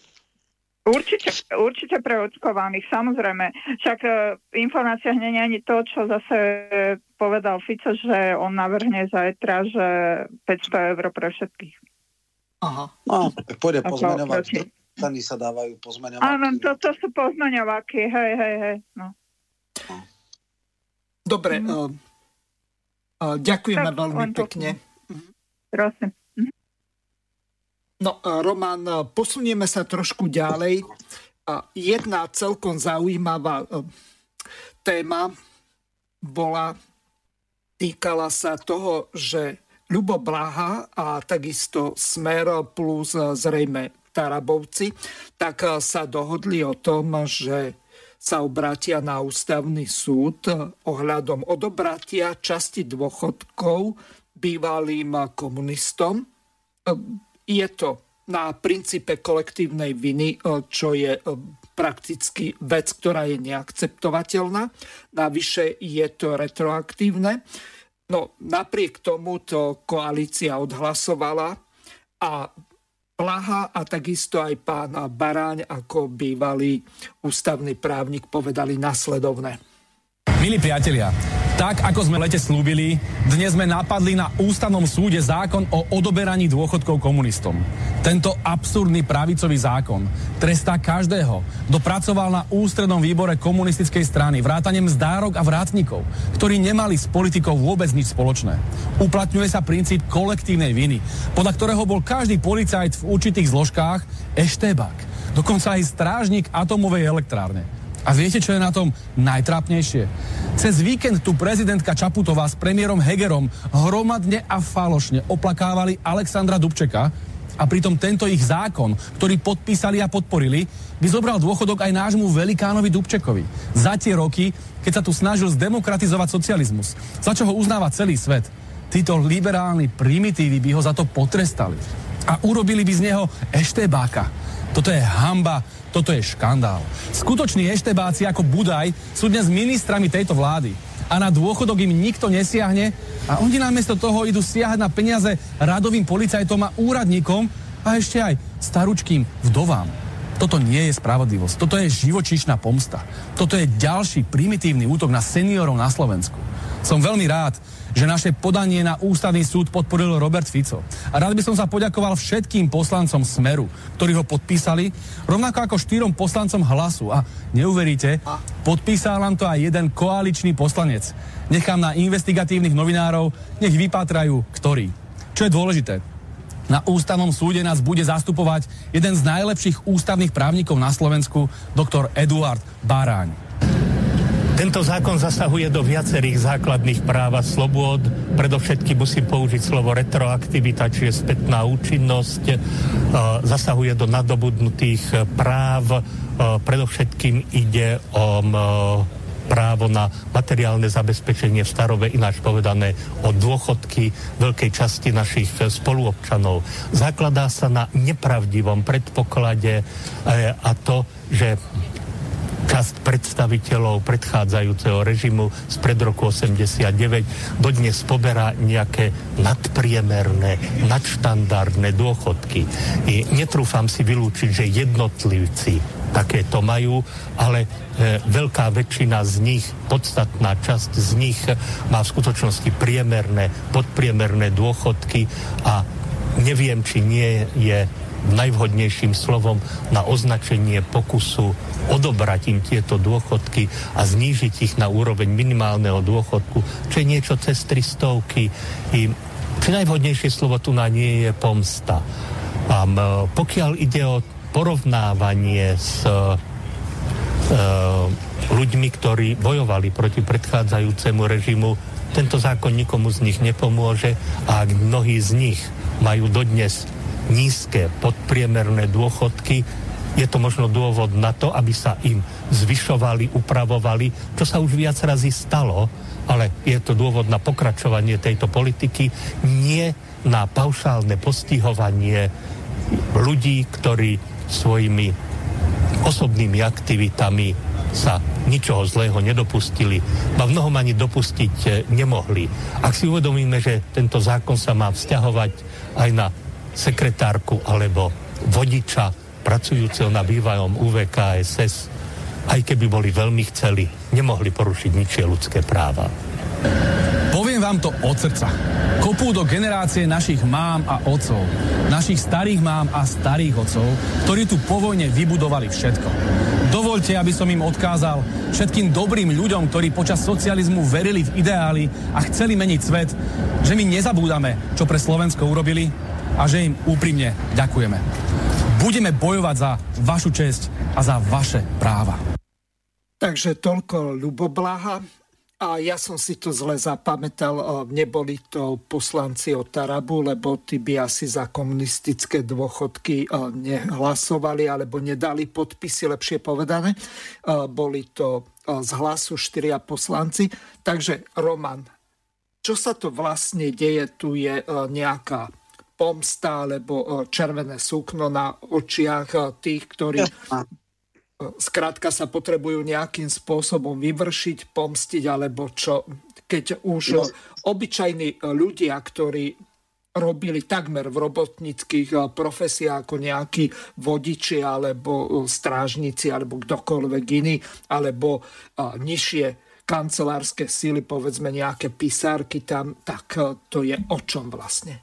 Určite pre očkovaných, samozrejme. Však v informáciách nie je ani to, čo zase povedal Fico, že on navrhne zajtra, že 500 eur pre všetkých. Aha. No, tak pôjde pozmeňovať. Tani sa dávajú pozmeňovaky. Áno, to sú pozmeňovaky, hej. No. Dobre, ďakujeme veľmi pekne. Prosím. No, Roman, posunieme sa trošku ďalej. Jedna celkom zaujímavá téma týkala sa toho, že Ľubo Blaha a takisto Smer plus zrejme Tarabovci, tak sa dohodli o tom, že sa obrátia na ústavný súd ohľadom odobratia časti dôchodkov bývalým komunistom. Je to na princípe kolektívnej viny, čo je prakticky vec, ktorá je neakceptovateľná. Navyše je to retroaktívne. No, napriek tomu to koalícia odhlasovala a Blaha a takisto aj pán Baráň ako bývalý ústavný právnik povedali nasledovné. Milí priatelia, tak ako sme v lete slúbili, dnes sme napadli na ústavnom súde zákon o odoberaní dôchodkov komunistom. Tento absurdný pravicový zákon trestá každého, kto pracoval na ústrednom výbore komunistickej strany, vrátane mzdárok a vrátnikov, ktorí nemali s politikou vôbec nič spoločné. Uplatňuje sa princíp kolektívnej viny, podľa ktorého bol každý policajt v určitých zložkách eštébak, dokonca aj strážnik atomovej elektrárne. A viete, čo je na tom najtrápnejšie? Cez víkend tu prezidentka Čaputová s premiérom Hegerom hromadne a falošne oplakávali Alexandra Dubčeka a pritom tento ich zákon, ktorý podpísali a podporili, by zobral dôchodok aj nášmu velikánovi Dubčekovi. Za tie roky, keď sa tu snažil zdemokratizovať socializmus, za čo ho uznáva celý svet. Títo liberálni primitívy by ho za to potrestali. A urobili by z neho eštebáka. Toto je hanba, toto je škandál. Skutoční eštebáci ako Budaj sú dnes ministrami tejto vlády. a na dôchodok im nikto nesiahne a oni namiesto toho idú siahať na peniaze radovým policajtom a úradníkom a ešte aj staručkým vdovám. Toto nie je spravodlivosť, toto je živočíšna pomsta. Toto je ďalší primitívny útok na seniorov na Slovensku. Som veľmi rád, že naše podanie na ústavný súd podporil Robert Fico. A rád by som sa poďakoval všetkým poslancom Smeru, ktorí ho podpísali, rovnako ako 4 poslancom Hlasu. A neuveríte, podpísal nám to aj jeden koaličný poslanec. Nechám na investigatívnych novinárov, nech vypátrajú, ktorý. Čo je dôležité? Na ústavnom súde nás bude zastupovať jeden z najlepších ústavných právnikov na Slovensku, doktor Eduard Baráň. Tento zákon zasahuje do viacerých základných práv a slobôd. Predovšetkým musím použiť slovo retroaktivita, čiže spätná účinnosť. Zasahuje do nadobudnutých práv. Predovšetkým ide o právo na materiálne zabezpečenie v starove, ináč povedané o dôchodky veľkej časti našich spoluobčanov. Zakladá sa na nepravdivom predpoklade a to, že časť predstaviteľov predchádzajúceho režimu spred roku 89 dodnes poberá nejaké nadpriemerné, nadštandardné dôchodky. I netrúfam si vylúčiť, že jednotlivci takéto majú, ale veľká väčšina z nich, podstatná časť z nich má v skutočnosti priemerné, podpriemerné dôchodky a neviem, či nie je najvhodnejším slovom na označenie pokusu odobrať im tieto dôchodky a znížiť ich na úroveň minimálneho dôchodku, čo je niečo cez 300. Či najvhodnejšie slovo tu na nie je pomsta. A pokiaľ ide o porovnávanie s ľuďmi, ktorí bojovali proti predchádzajúcemu režimu, tento zákon nikomu z nich nepomôže a ak mnohí z nich majú dodnes nízke podpriemerné dôchodky, je to možno dôvod na to, aby sa im zvyšovali, upravovali, čo sa už viac razy stalo, ale je to dôvod na pokračovanie tejto politiky, nie na paušálne postihovanie ľudí, ktorí svojimi osobnými aktivitami sa ničoho zlého nedopustili, a mnohom ani dopustiť nemohli. Ak si uvedomíme, že tento zákon sa má vzťahovať aj na sekretárku alebo vodiča pracujúceho na bývalom UVKSS, aj keby boli veľmi chceli, nemohli porušiť ničie ľudské práva. Poviem vám to od srdca. Kopú do generácie našich mám a otcov, našich starých mám a starých otcov, ktorí tu po vojne vybudovali všetko. Dovoľte, aby som im odkázal všetkým dobrým ľuďom, ktorí počas socializmu verili v ideály a chceli meniť svet, že my nezabúdame, čo pre Slovensko urobili a že im úprimne ďakujeme. Budeme bojovať za vašu česť a za vaše práva. Takže toľko Ľubobláha. A ja som si to zle zapamätal, neboli to poslanci od Tarabu, lebo tí by asi za komunistické dôchodky nehlasovali, alebo nedali podpisy, lepšie povedané. Boli to z Hlasu 4 poslanci. Takže Roman, čo sa to vlastne deje? Tu je nejaká pomsta alebo červené sukno na očiach tých, ktorí skrátka sa potrebujú nejakým spôsobom vyvršiť, pomstiť, alebo čo. Keď už obyčajní ľudia, ktorí robili takmer v robotníckych profesiách ako nejakí vodiči alebo strážnici alebo kdokoľvek iný, alebo nižšie kancelárske síly, povedzme nejaké pisárky tam, tak to je o čom vlastne?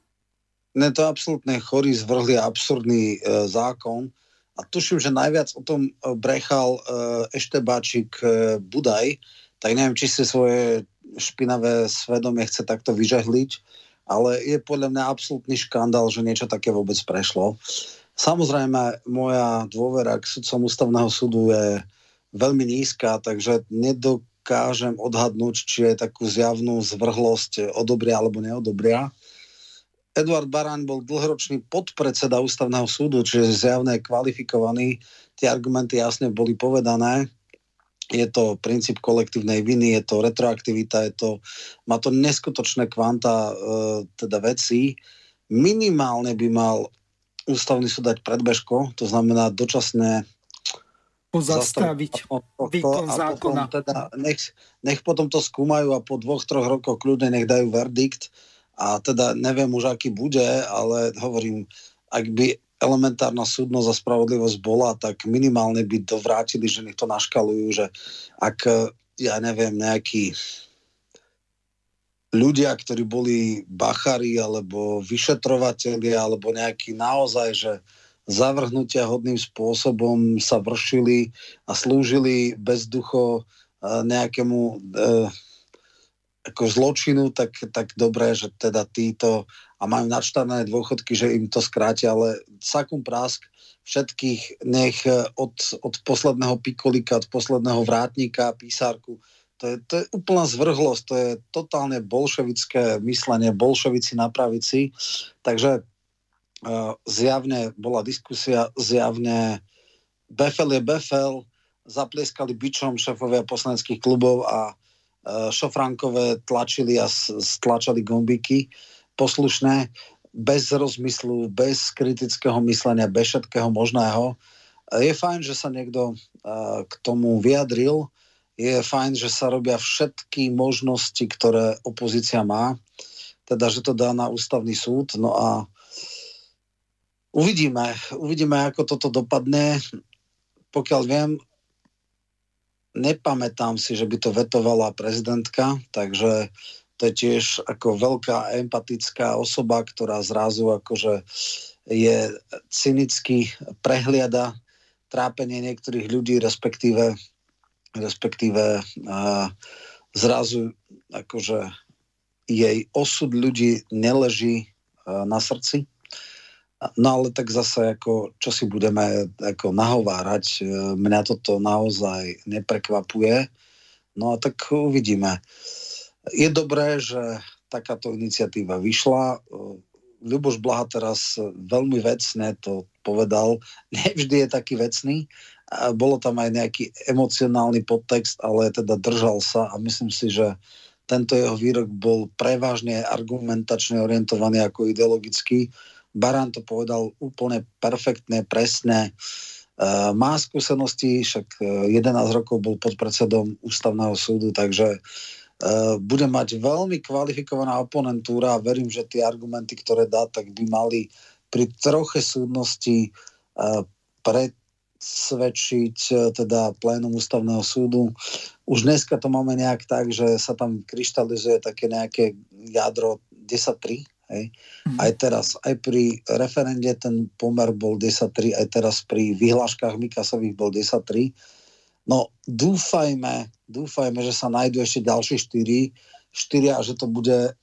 Ne, to je absolútne chorý, zvrhlý a absurdný zákon. A tuším, že najviac o tom brechal eštebáčik Budaj, tak neviem, či si svoje špinavé svedomie chce takto vyžehliť, ale je podľa mňa absolútny škandál, že niečo také vôbec prešlo. Samozrejme, moja dôvera k sudcom ústavného súdu je veľmi nízka, takže nedokážem odhadnúť, či je takú zjavnú zvrhlosť odobria alebo neodobria. Eduard Baráň bol dlhoročný podpredseda ústavného súdu, čiže zjavne kvalifikovaný. Tie argumenty jasne boli povedané. Je to princíp kolektívnej viny, je to retroaktivita, má to neskutočné kvanta teda vecí. Minimálne by mal ústavný súd dať predbežko, to znamená dočasné pozastaviť výkon zákona. Teda nech potom to skúmajú a po 2-3 rokoch kľudne nech dajú verdikt a teda neviem už, aký bude, ale hovorím, ak by elementárna súdnosť a spravodlivosť bola, tak minimálne by to vrátili, že nech to naškalujú, že ak, ja neviem, nejakí ľudia, ktorí boli bachári alebo vyšetrovatelia alebo nejakí naozaj, že zavrhnutia hodným spôsobom sa vršili a slúžili bezducho nejakému ako zločinu, tak dobré, že teda títo a majú nadštárne dôchodky, že im to skrátia, ale sakum prásk všetkých nech od posledného pikolika, od posledného vrátnika, písárku, to je úplná zvrhlosť, to je totálne bolševické myslenie, bolševici na pravici, takže zjavne bola diskusia, zjavne Befel je Befel, zaplieskali bičom šéfovia poslaneckých klubov a šofránkové tlačili a stlačali gombíky poslušné, bez rozmyslu, bez kritického myslenia, bez všetkého možného. Je fajn, že sa niekto k tomu vyjadril, je fajn, že sa robia všetky možnosti, ktoré opozícia má, teda, že to dá na ústavný súd, no a Uvidíme, ako toto dopadne. Pokiaľ viem, nepamätám si, že by to vetovala prezidentka, takže to je tiež ako veľká empatická osoba, ktorá zrazu akože je cynicky prehliada trápenie niektorých ľudí, respektíve zrazu akože jej osud ľudí neleží na srdci. No ale tak zase, ako, čo si budeme ako nahovárať, mňa toto naozaj neprekvapuje. No a tak uvidíme. Je dobré, že takáto iniciatíva vyšla. Ľuboš Blaha teraz veľmi vecne to povedal. Nevždy je taký vecný. Bolo tam aj nejaký emocionálny podtext, ale teda držal sa a myslím si, že tento jeho výrok bol prevažne argumentačne orientovaný ako ideologický. Barán to povedal úplne perfektne, presne. Má skúsenosti, však 11 rokov bol podpredsedom ústavného súdu, takže bude mať veľmi kvalifikovaná oponentúra a verím, že tie argumenty, ktoré dá, tak by mali pri troche súdnosti predsvedčiť teda plénum ústavného súdu. Už dneska to máme nejak tak, že sa tam kryštalizuje také nejaké jadro 10-3. Hej. Aj teraz, aj pri referende ten pomer bol 10-3, aj teraz pri vyhláškach Mikasových bol 10-3. No dúfajme, že sa nájdú ešte ďalšie 4 a že to bude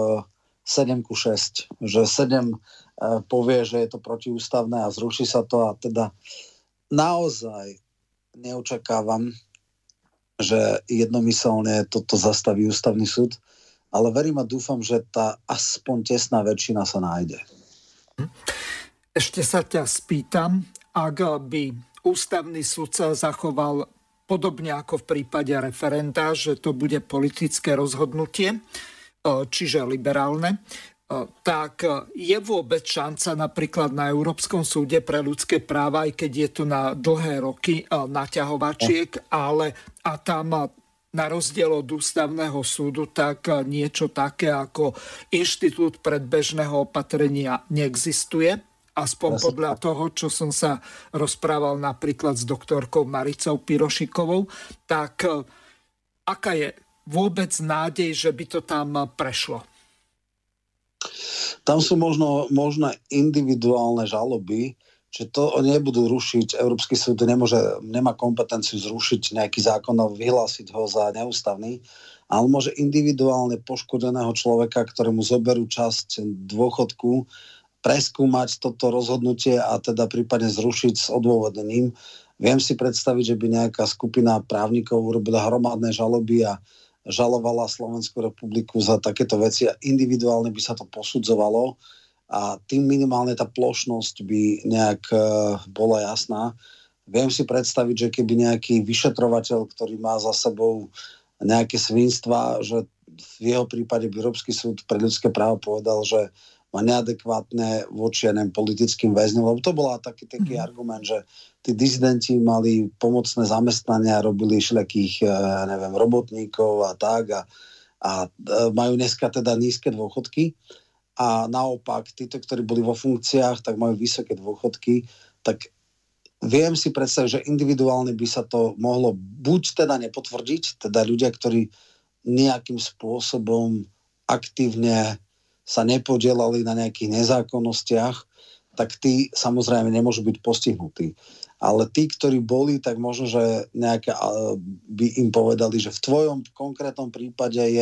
7-6. Že 7 povie, že je to protiústavné a zruší sa to a teda naozaj neočakávam, že jednomyselne toto zastaví ústavný súd. Ale verím a dúfam, že tá aspoň tesná väčšina sa nájde. Ešte sa ťa spýtam, ak by ústavný súd sa zachoval podobne ako v prípade referenda, že to bude politické rozhodnutie, čiže liberálne, tak je vôbec šanca napríklad na Európskom súde pre ľudské práva, aj keď je to na dlhé roky naťahovačiek, ale a tam na rozdiel od ústavného súdu, tak niečo také ako inštitút predbežného opatrenia neexistuje. Aspoň podľa toho, čo som sa rozprával napríklad s doktorkou Maricou Pirošikovou. Tak aká je vôbec nádej, že by to tam prešlo? Tam sú možné individuálne žaloby, že to nebudú rušiť, Európsky súd nemá kompetenciu zrušiť nejaký zákon a vyhlásiť ho za neústavný, ale môže individuálne poškodeného človeka, ktorému zoberú časť dôchodku, preskúmať toto rozhodnutie a teda prípadne zrušiť s odôvodnením. Viem si predstaviť, že by nejaká skupina právnikov urobila hromadné žaloby a žalovala Slovenskú republiku za takéto veci a individuálne by sa to posudzovalo a tým minimálne tá plošnosť by nejak bola jasná. Viem si predstaviť, že keby nejaký vyšetrovateľ, ktorý má za sebou nejaké svinstva, že v jeho prípade by Európsky súd pre ľudské právo povedal, že neadekvátne voči politickým väzňom, lebo to bola taký argument, že tí dizidenti mali pomocné zamestnania, robili všelijakých, robotníkov a tak a majú dneska teda nízke dôchodky a naopak títo, ktorí boli vo funkciách, tak majú vysoké dôchodky, tak viem si predstaviť, že individuálne by sa to mohlo buď teda nepotvrdiť, teda ľudia, ktorí nejakým spôsobom aktívne sa nepodielali na nejakých nezákonnostiach, tak tí samozrejme nemôžu byť postihnutí. Ale tí, ktorí boli, tak možno, že nejaké by im povedali, že v tvojom konkrétnom prípade je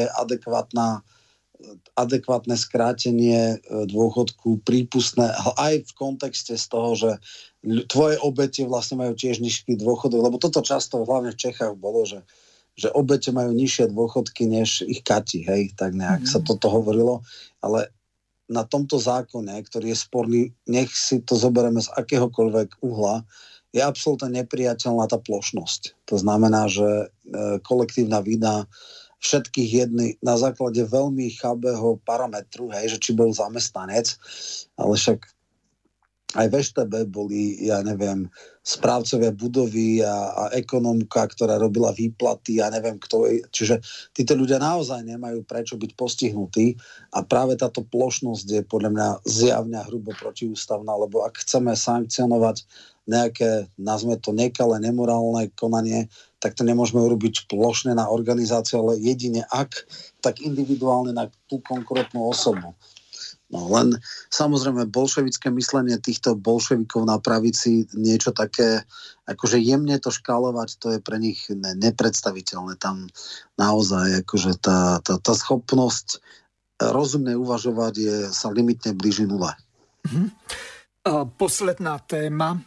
adekvátne skrátenie dôchodku prípustné aj v kontexte z toho, že tvoje obete vlastne majú tiež nízky dôchodok, lebo toto často hlavne v Čechách bolo, že obete majú nižšie dôchodky než ich kati, hej, tak nejak sa toto hovorilo, ale na tomto zákone, ktorý je sporný, nech si to zoberieme z akéhokoľvek uhla, je absolútne nepriateľná tá plošnosť. To znamená, že kolektívna vina všetkých jedných na základe veľmi chabého parametru, hej, že či bol zamestnanec, ale však aj v ŠTB boli, správcovia budovy a ekonomka, ktorá robila výplaty, neviem kto. Čiže títo ľudia naozaj nemajú prečo byť postihnutí a práve táto plošnosť je podľa mňa zjavne hrubo protiústavná, lebo ak chceme sankcionovať nejaké, nazme to nekalé, nemorálne konanie, tak to nemôžeme urobiť plošne na organizáciu, ale jedine tak individuálne na tú konkrétnu osobu. No len samozrejme bolševické myslenie týchto bolševikov na pravici niečo také, akože jemne to škálovať, to je pre nich nepredstaviteľné. Tam naozaj akože tá schopnosť rozumne uvažovať sa limitne blíži nule. Posledná téma.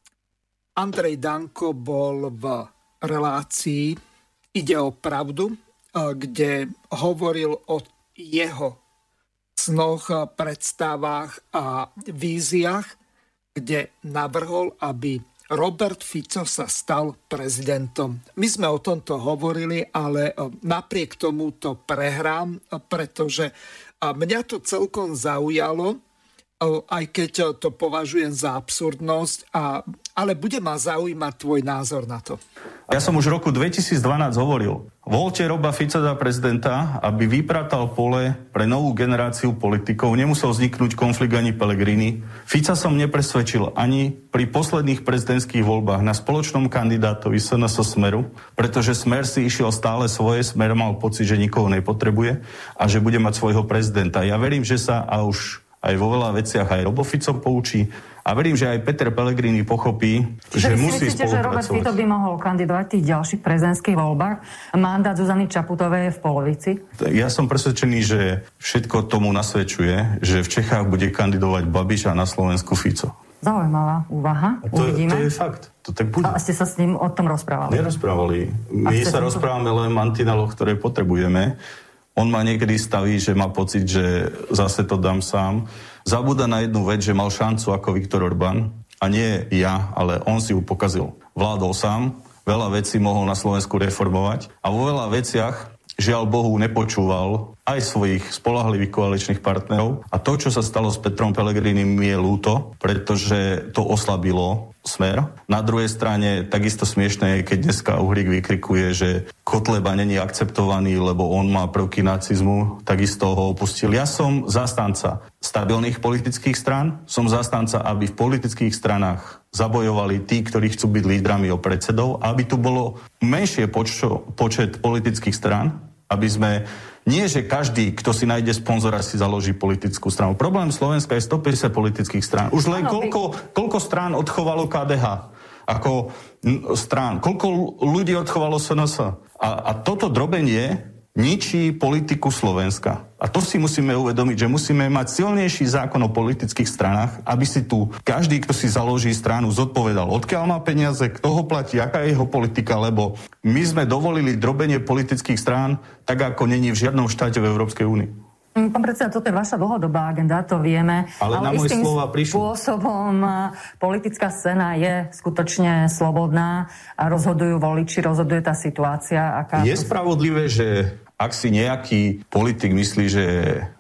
Andrej Danko bol v relácii Ide o pravdu, kde hovoril o jeho snoch, predstavách a víziách, kde navrhol, aby Robert Fico sa stal prezidentom. My sme o tomto hovorili, ale napriek tomu to prehrám, pretože mňa to celkom zaujalo, aj keď to považujem za absurdnosť, ale bude ma zaujímať tvoj názor na to. Ja som už v roku 2012 hovoril, voľte Roba Fica za prezidenta, aby vypratal pole pre novú generáciu politikov, nemusel vzniknúť konflikt ani Pellegrini. Fica som nepresvedčil ani pri posledných prezidentských voľbách na spoločnom kandidátovi SNS Smeru, pretože Smer si išiel stále svoje, Smer mal pocit, že nikoho nepotrebuje a že bude mať svojho prezidenta. Ja verím, že sa a už aj vo veľa veciach aj Robo Fico poučí a verím, že aj Peter Pellegrini pochopí, že musí spolupracovať. Že Robert Fico by mohol kandidovať v tých ďalších prezidentských voľbách? Mandát Zuzany Čaputovej je v polovici? Ja som presvedčený, že všetko tomu nasvedčuje, že v Čechách bude kandidovať Babiš a na Slovensku Fico. Zaujímavá úvaha. Uvidíme. To je fakt. To tak bude. A ste sa s ním o tom rozprávali? Nerozprávali. My sa rozprávame len v mantineloch, ktoré potrebujeme. On ma niekedy staví, že má pocit, že zase to dám sám. Zabúda na jednu vec, že mal šancu ako Viktor Orbán a nie ja, ale on si ju pokazil. Vládol sám, veľa vecí mohol na Slovensku reformovať a vo veľa veciach, žiaľ Bohu, nepočúval aj svojich spoľahlivých koaličných partnerov a to, čo sa stalo s Petrom Pellegrinim, je ľúto, pretože to oslabilo Smer. Na druhej strane takisto smiešné je, keď dneska Uhrík vykrikuje, že Kotleba není akceptovaný, lebo on má prvky nacizmu, takisto ho opustil. Ja som zástanca stabilných politických strán, som zástanca, aby v politických stranách zabojovali tí, ktorí chcú byť lídrami o predsedov, aby tu bolo menšie počet politických strán, aby sme nie, že každý, kto si nájde sponzora, si založí politickú stranu. Problém Slovenska je 150 politických strán. Už len koľko strán odchovalo KDH? Ako strán. Koľko ľudí odchovalo SNS? A toto drobenie ničí politiku Slovenska. A to si musíme uvedomiť, že musíme mať silnejší zákon o politických stranách, aby si tu každý, kto si založí stranu, zodpovedal, odkiaľ má peniaze, kto ho platí, aká je jeho politika, lebo my sme dovolili drobenie politických strán, tak ako není v žiadnom štáte v Európskej únii. Pán predseda, toto je vaša dlhodobá agenda, to vieme. Ale na moje slova prišlo. Spôsobom politická scéna je skutočne slobodná a rozhodujú voliči, rozhoduje tá situácia. Je spravodlivé, že ak si nejaký politik myslí, že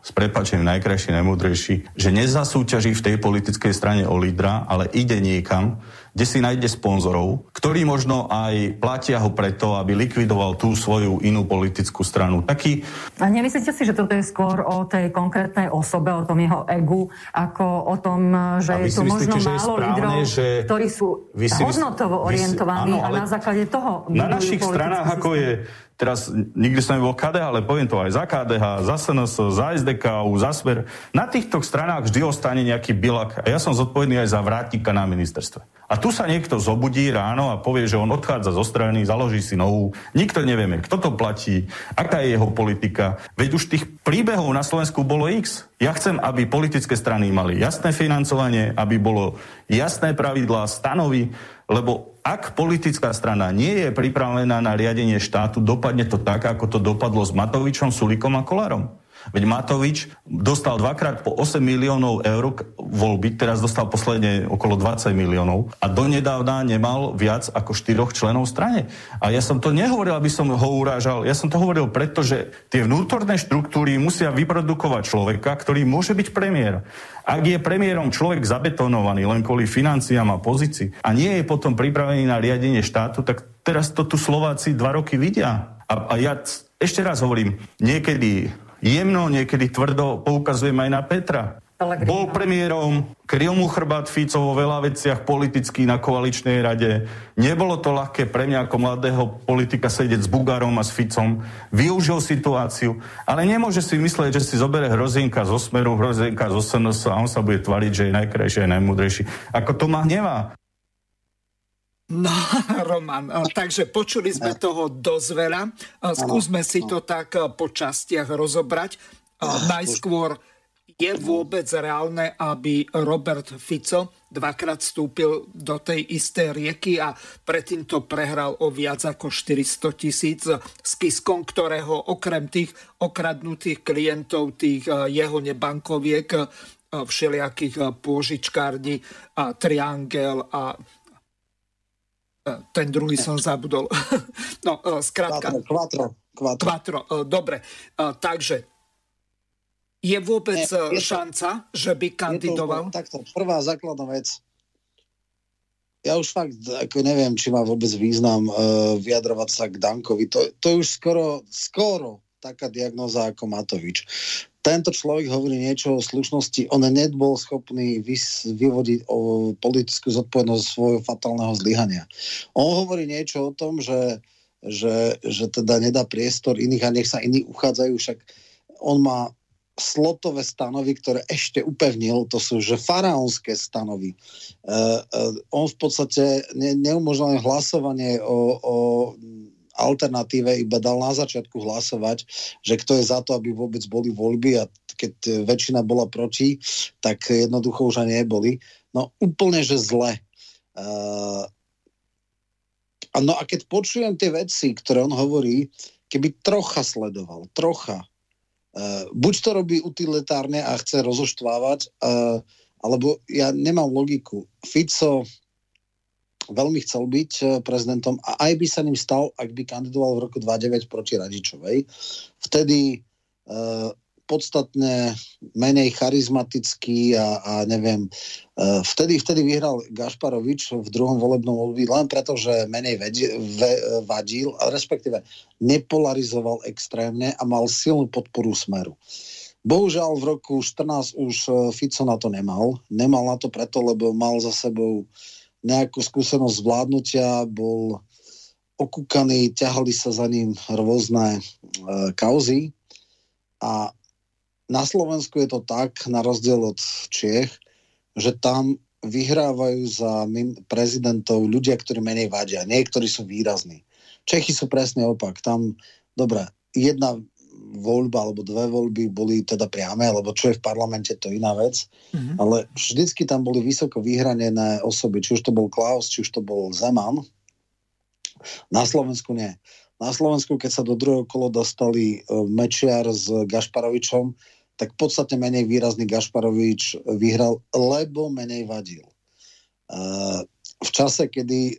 s prepáčením najkrajší, najmúdrejší, že nezasúťaží v tej politickej strane o lídra, ale ide niekam, kde si nájde sponzorov, ktorí možno aj platia ho preto, aby likvidoval tú svoju inú politickú stranu. A nemyslíte si, že toto je skôr o tej konkrétnej osobe, o tom jeho egu, ako o tom, že je tu možno málo lídrov, ktorí sú hodnotovo orientovaní a na základe toho na našich stranách, ako je teraz, nikdy som nebol KDH, ale poviem to aj za KDH, za SNS, za SDK, za Smer. Na týchto stranách vždy ostane nejaký bilak. A ja som zodpovedný aj za Vrátika na ministerstve. A tu sa niekto zobudí ráno a povie, že on odchádza zo strany, založí si novú. Nikto nevieme, kto to platí, aká je jeho politika. Veď už tých príbehov na Slovensku bolo x. Ja chcem, aby politické strany mali jasné financovanie, aby bolo jasné pravidlá, stanovy, lebo ak politická strana nie je pripravená na riadenie štátu, dopadne to tak, ako to dopadlo s Matovičom, Sulíkom a Kollárom. Veď Matovič dostal 2-krát po 8 miliónov eur voľby, teraz dostal posledne okolo 20 miliónov a donedávna nemal viac ako 4 členov strane. A ja som to nehovoril, aby som ho urážal, ja som to hovoril preto, že tie vnútorné štruktúry musia vyprodukovať človeka, ktorý môže byť premiér. Ak je premiérom človek zabetonovaný len kvôli financiám a pozícii a nie je potom pripravený na riadenie štátu, tak teraz to tu Slováci 2 roky vidia. A ja ešte raz hovorím, niekedy jemno, niekedy tvrdo poukazujem aj na Petra. Bol premiérom, kryl mu chrbát Fico vo veľa veciach politicky na koaličnej rade. Nebolo to ľahké pre mňa ako mladého politika sedieť s Bugarom a s Ficom. Využil situáciu, ale nemôže si myslieť, že si zoberie Hrozienka zo Smeru, Hrozienka zo SNS a on sa bude tvariť, že je najkrajší a najmúdrejší. Ako to ma hnevá. No, Roman, takže počuli sme toho dosť veľa. Skúsme si to tak po častiach rozobrať. Najskôr, je vôbec reálne, aby Robert Fico 2-krát vstúpil do tej istej rieky a predtým to prehral o viac ako 400 000 s Kiskom, ktorého okrem tých okradnutých klientov, tých jeho nebankoviek, všelijakých pôžičkární, Triangel a ten druhý som zabudol. No, skrátka. Quattro. Dobre, takže je vôbec šanca, že by kandidoval? Takto, prvá základná vec. Ja už fakt ako neviem, či má vôbec význam vyjadrovať sa k Dankovi. To je už skoro taká diagnóza ako Matovič. Tento človek hovorí niečo o slušnosti, on nebol schopný vyvodiť o politickú zodpovednosť svojho fatálneho zlyhania. On hovorí niečo o tom, že teda nedá priestor iných a nech sa iní uchádzajú, však on má slotové stanovy, ktoré ešte upevnil, to sú že faraónske stanovy. On v podstate neumožňuje hlasovanie o alternatíve, iba dal na začiatku hlasovať, že kto je za to, aby vôbec boli voľby a keď väčšina bola proti, tak jednoducho už ani neboli. No úplne, že zle. No a keď počujem tie veci, ktoré on hovorí, keby trocha sledoval, buď to robí utilitárne a chce rozoštvávať, alebo ja nemám logiku. Fico veľmi chcel byť prezidentom a aj by sa ním stal, ak by kandidoval v roku 2009 proti Radičovej. Vtedy podstatne menej charizmatický a neviem, vtedy vyhral Gašparovič v druhom volebnom období len preto, že menej vadil, respektíve nepolarizoval extrémne a mal silnú podporu Smeru. Bohužiaľ v roku 2014 už Fico na to nemal. Nemal na to preto, lebo mal za sebou nejakú skúsenosť zvládnutia, bol okúkaný, ťahali sa za ním rôzne kauzy a na Slovensku je to tak, na rozdiel od Čiech, že tam vyhrávajú za prezidentov ľudia, ktorí menej vadia, niektorí sú výrazní. Čechy sú presne opak. Tam, dobre, jedna voľba alebo dve voľby boli teda priame, lebo čo je v parlamente, to je iná vec. Mm-hmm. Ale vždycky tam boli vysoko vyhranené osoby, či už to bol Klaus, či už to bol Zeman. Na Slovensku nie. Na Slovensku, keď sa do druhého kola dostali Mečiar s Gašparovičom, tak podstatne menej výrazný Gašparovič vyhral, lebo menej vadil. V čase, kedy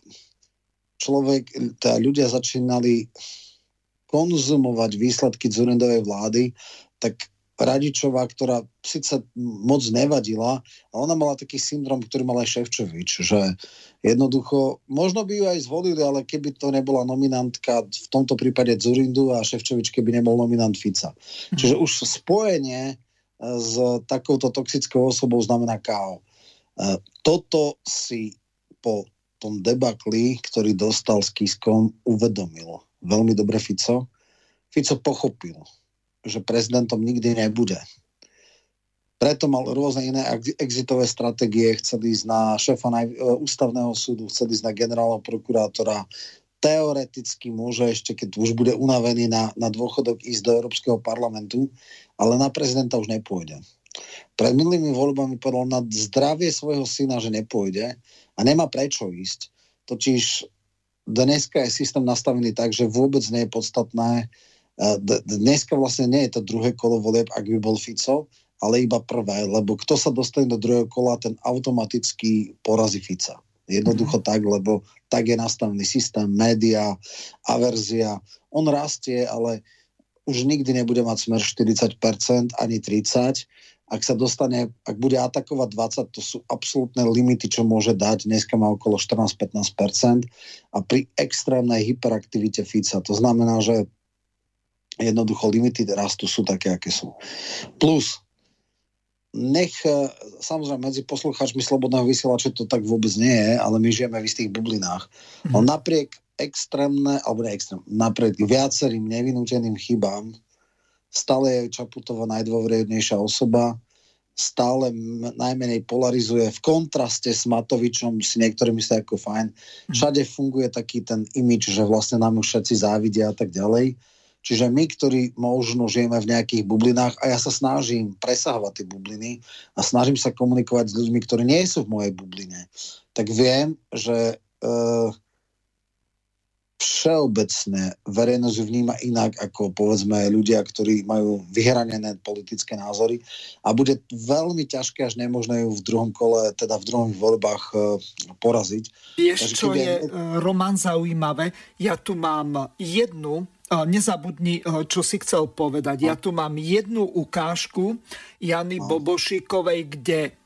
ľudia začínali konzumovať výsledky Dzurindovej vlády, tak Radičová, ktorá síce moc nevadila, ale ona mala taký syndrom, ktorý mal aj Šefčovič, že jednoducho, možno by ju aj zvolili, ale keby to nebola nominantka, v tomto prípade Dzurindu a Šefčovič, keby nebol nominant Fica. Čiže už spojenie s takouto toxickou osobou znamená KO. Toto si po tom debakli, ktorý dostal s Kiskom, uvedomil veľmi dobre Fico. Fico pochopil, že prezidentom nikdy nebude. Preto mal rôzne iné exitové stratégie, chceli ísť na šéfa ústavného súdu, chceli ísť na generálneho prokurátora. Teoreticky môže ešte, keď už bude unavený na dôchodok, ísť do Európskeho parlamentu, ale na prezidenta už nepôjde. Pred minulými voľbami povedal na zdravie svojho syna, že nepôjde a nemá prečo ísť. Totiž dneska je systém nastavený tak, že vôbec nie je podstatné. Dneska vlastne nie je to druhé kolo volieb, ak by bol Fico, ale iba prvé, lebo kto sa dostane do druhého kola, ten automaticky porazí Fica. Jednoducho tak, lebo tak je nastavený systém, média, averzia. On rastie, ale už nikdy nebude mať Smer 40%, ani 30%. Ak sa dostane, ak bude atakovať 20%, to sú absolútne limity, čo môže dať. Dneska má okolo 14-15% a pri extrémnej hyperaktivite Fica. To znamená, že jednoducho limity rastu sú také, aké sú. Plus, samozrejme medzi poslucháčmi Slobodného vysielača to tak vôbec nie je, ale my žijeme v istých bublinách. No napriek napriek viacerým nevinúteným chybám stále je Čaputová najdôveryhodnejšia osoba, stále najmenej polarizuje, v kontraste s Matovičom si niektorí myslia ako fajn. Všade funguje taký ten imidž, že vlastne nám už všetci závidia a tak ďalej. Čiže my, ktorí možno žijeme v nejakých bublinách, a ja sa snažím presahovať tie bubliny a snažím sa komunikovať s ľuďmi, ktorí nie sú v mojej bubline, tak viem, že všeobecne verejnosť ju vníma inak ako povedzme ľudia, ktorí majú vyhranené politické názory a bude veľmi ťažké až nemožné ju v druhom kole, teda v druhých voľbách poraziť. Vieš, čo je, Roman, zaujímavé? Ja tu mám nezabudni, čo si chcel povedať. Ja tu mám jednu ukážku Jany Bobošíkovej, kde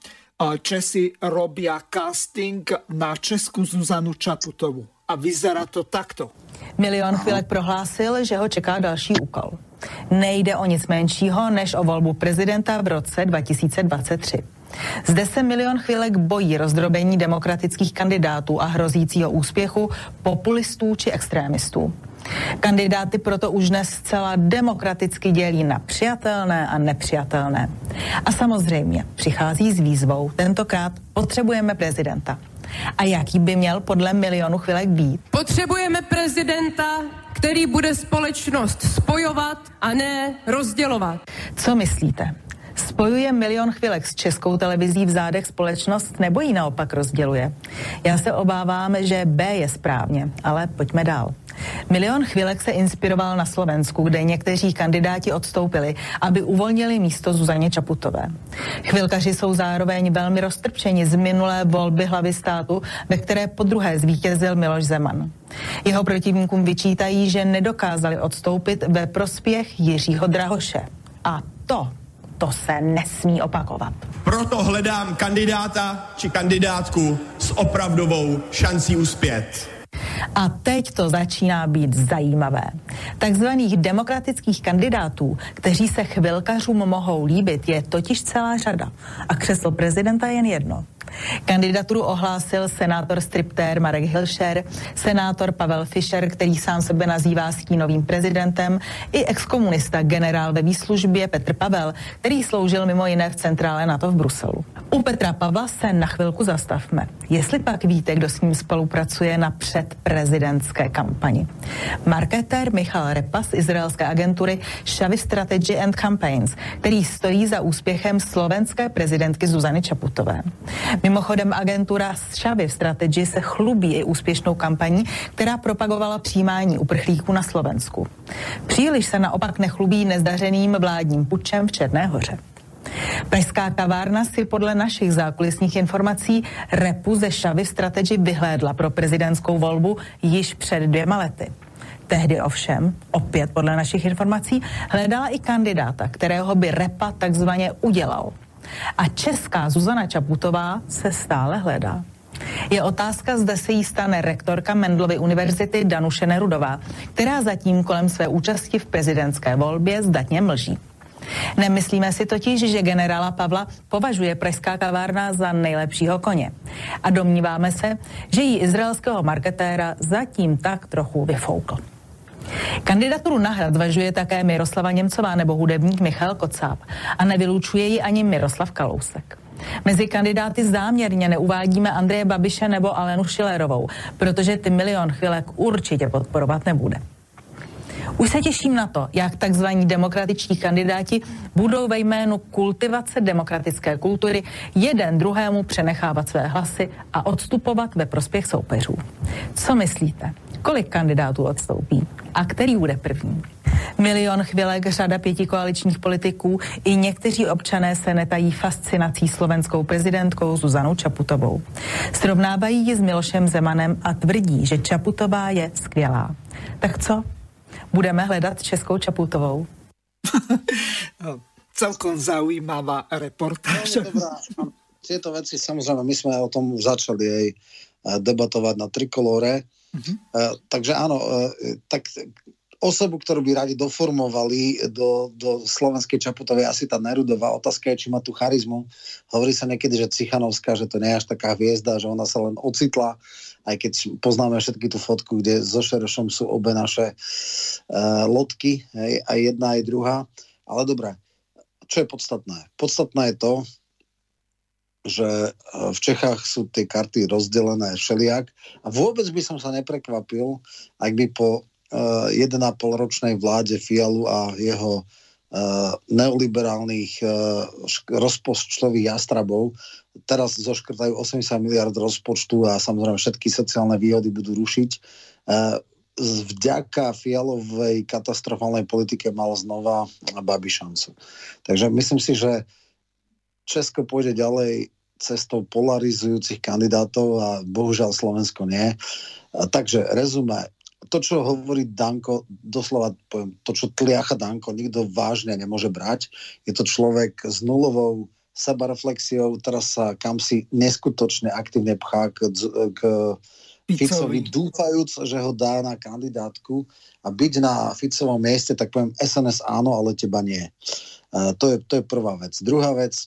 Česi robia casting na českú Zuzanu Čaputovú. A vyzerá to takto. Milion Chvilek prohlásil, že ho čeká další úkol. Nejde o nic menšího, než o volbu prezidenta v roce 2023. Zde se Milion Chvilek bojí rozdrobení demokratických kandidátů a hrozícího úspěchu populistů či extrémistů. Kandidáty proto už dnes zcela demokraticky dělí na přijatelné a nepřijatelné. A samozřejmě přichází s výzvou. Tentokrát potřebujeme prezidenta. A jaký by měl podle Milionu Chvilek být? Potřebujeme prezidenta, který bude společnost spojovat a ne rozdělovat. Co myslíte? Spojuje Milion Chvilek s Českou televizí v zádech společnost nebo ji naopak rozděluje? Já se obávám, že B je správně, ale pojďme dál. Milion Chvilek se inspiroval na Slovensku, kde někteří kandidáti odstoupili, aby uvolnili místo Zuzaně Čaputové. Chvilkaři jsou zároveň velmi roztrpčeni z minulé volby hlavy státu, ve které podruhé zvítězil Miloš Zeman. Jeho protivníkům vyčítají, že nedokázali odstoupit ve prospěch Jiřího Drahoše. A to se nesmí opakovat. Proto hledám kandidáta či kandidátku s opravdovou šancí uspět. A teď to začíná být zajímavé. Takzvaných demokratických kandidátů, kteří se chvilkařům mohou líbit, je totiž celá řada. A křeslo prezidenta jen jedno. Kandidaturu ohlásil senátor striptér Marek Hilšer, senátor Pavel Fischer, který sám sebe nazývá stínovým prezidentem, i exkomunista generál ve výslužbě Petr Pavel, který sloužil mimo jiné v centrále NATO v Bruselu. U Petra Pavla se na chvilku zastavme. Jestli pak víte, kdo s ním spolupracuje na předprezidentské kampani. Marketér Michal Repa z izraelské agentury Shavy Strategy and Campaigns, který stojí za úspěchem slovenské prezidentky Zuzany Čaputové. Mimochodem agentura Shavy Strategy se chlubí i úspěšnou kampaní, která propagovala přijímání uprchlíků na Slovensku. Příliš se naopak nechlubí nezdařeným vládním pučem v Černé Hoře. Pražská kavárna si podle našich zákulisních informací Repu ze Shavy Strategy vyhlédla pro prezidentskou volbu již před 2 lety. Tehdy ovšem, opět podle našich informací, hledala i kandidáta, kterého by Repa takzvaně udělal. A česká Zuzana Čaputová se stále hledá. Je otázka, zda se jí stane rektorka Mendelovy univerzity Danuše Nerudová, která zatím kolem své účasti v prezidentské volbě zdatně mlží. Nemyslíme si totiž, že generála Pavla považuje pražská kavárna za nejlepšího koně. A domníváme se, že jí izraelského marketéra zatím tak trochu vyfoukl. Kandidaturu na hrad zvažuje také Miroslava Němcová nebo hudebník Michal Kocáb a nevylučuje ji ani Miroslav Kalousek. Mezi kandidáty záměrně neuvádíme Andreje Babiše nebo Alenu Schillerovou, protože ty Milion chvilek určitě podporovat nebude. Už se těším na to, jak takzvaní demokratičtí kandidáti budou ve jménu kultivace demokratické kultury jeden druhému přenechávat své hlasy a odstupovat ve prospěch soupeřů. Co myslíte? Kolik kandidátů odstoupí? A který bude první? Milion chvilek, řada pětikoaličních politiků i někteří občané se netají fascinací slovenskou prezidentkou Zuzanou Čaputovou. Srovnávají ji s Milošem Zemanem a tvrdí, že Čaputová je skvělá. Tak co? Budeme hledat českou Čaputovou? Celkom zaujímavá reportáž. Tieto veci, samozrejme, my sme o tom už začali aj debatovať na Trikolóre. Takže áno, tak osobu, ktorú by radi doformovali do slovenskej Čaputovej, asi tá Nerudová. Otázka je, či má tú charizmu. Hovorí sa niekedy, že Cichanovská, že to nie je až taká hviezda, že ona sa len ocitla, aj keď poznáme všetky tú fotku, kde so Šerošom sú obe naše lodky, hej, aj jedna, aj druhá. Ale dobré, čo je podstatné? Podstatné je to, že v Čechách sú tie karty rozdelené všelijak a vôbec by som sa neprekvapil, ak by po 1,5 ročnej vláde Fialu a jeho neoliberálnych rozpočtových jastrabov teraz zoškrtajú 80 miliard rozpočtu a samozrejme všetky sociálne výhody budú rušiť. Vďaka Fialovej katastrofálnej politike mal znova Babiš šancu. Takže myslím si, že Česko pôjde ďalej cestou polarizujúcich kandidátov a bohužiaľ Slovensko nie. Takže rezume, to, čo hovorí Danko, doslova poviem, to, čo tliacha Danko, nikto vážne nemôže brať. Je to človek s nulovou sebareflexiou, teraz sa kamsi neskutočne aktívne pchá k Ficovi, dúfajúc, že ho dá na kandidátku a byť na Ficovom mieste, tak poviem SNS áno, ale teba nie. To je prvá vec. Druhá vec,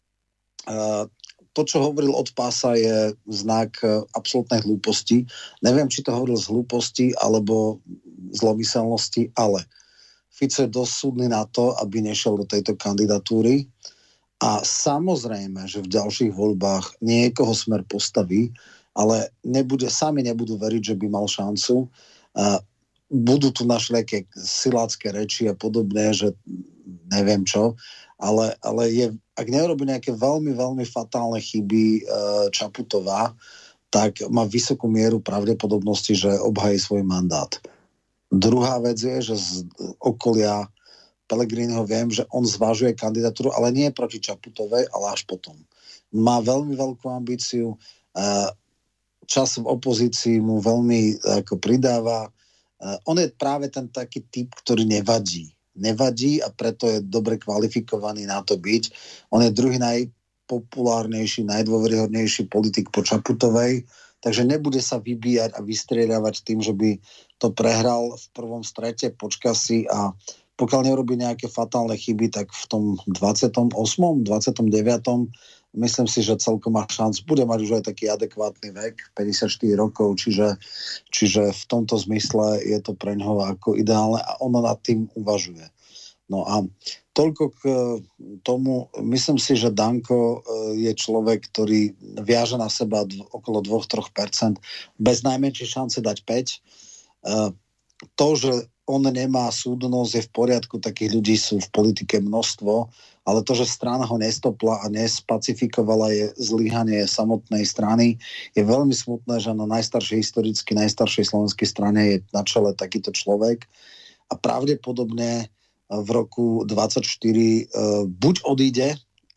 to, čo hovoril od pása, je znak absolútnej hlúposti. Neviem, či to hovoril z hlúposti alebo zlomyselnosti, ale Fico je dosť súdny na to, aby nešiel do tejto kandidatúry a samozrejme, že v ďalších voľbách niekoho Smer postaví, ale sami nebudú veriť, že by mal šancu. Budú tu našlijaké silácké reči a podobné, že neviem čo, ale ak nerobí nejaké veľmi, veľmi fatálne chyby Čaputová, tak má vysokú mieru pravdepodobnosti, že obhají svoj mandát. Druhá vec je, že z okolia Pellegriniho viem, že on zvažuje kandidatúru, ale nie proti Čaputovej, ale až potom. Má veľmi veľkú ambíciu, čas v opozícii mu veľmi pridáva. On je práve ten taký typ, ktorý nevadí a preto je dobre kvalifikovaný na to byť. On je druhý najpopulárnejší, najdôveryhodnejší politik po Čaputovej, takže nebude sa vybíjať a vystriedávať tým, že by to prehral v prvom strete, počká si a pokiaľ nerobí nejaké fatálne chyby, tak v tom 28., 29. myslím si, že celkom má šanc. Bude mať už aj taký adekvátny vek, 54 rokov, čiže v tomto zmysle je to pre ňoho ako ideálne a ono nad tým uvažuje. No a toľko k tomu, myslím si, že Danko je človek, ktorý viaže na seba okolo 2-3%, bez najmenšej šance dať 5%. To, že on nemá súdnosť, je v poriadku, takých ľudí sú v politike množstvo, ale to, že strana ho nestopla a nespacifikovala je zlyhanie samotnej strany, je veľmi smutné, že na historicky najstaršej slovenskej strane je na čele takýto človek a pravdepodobne v roku 2024 buď odíde,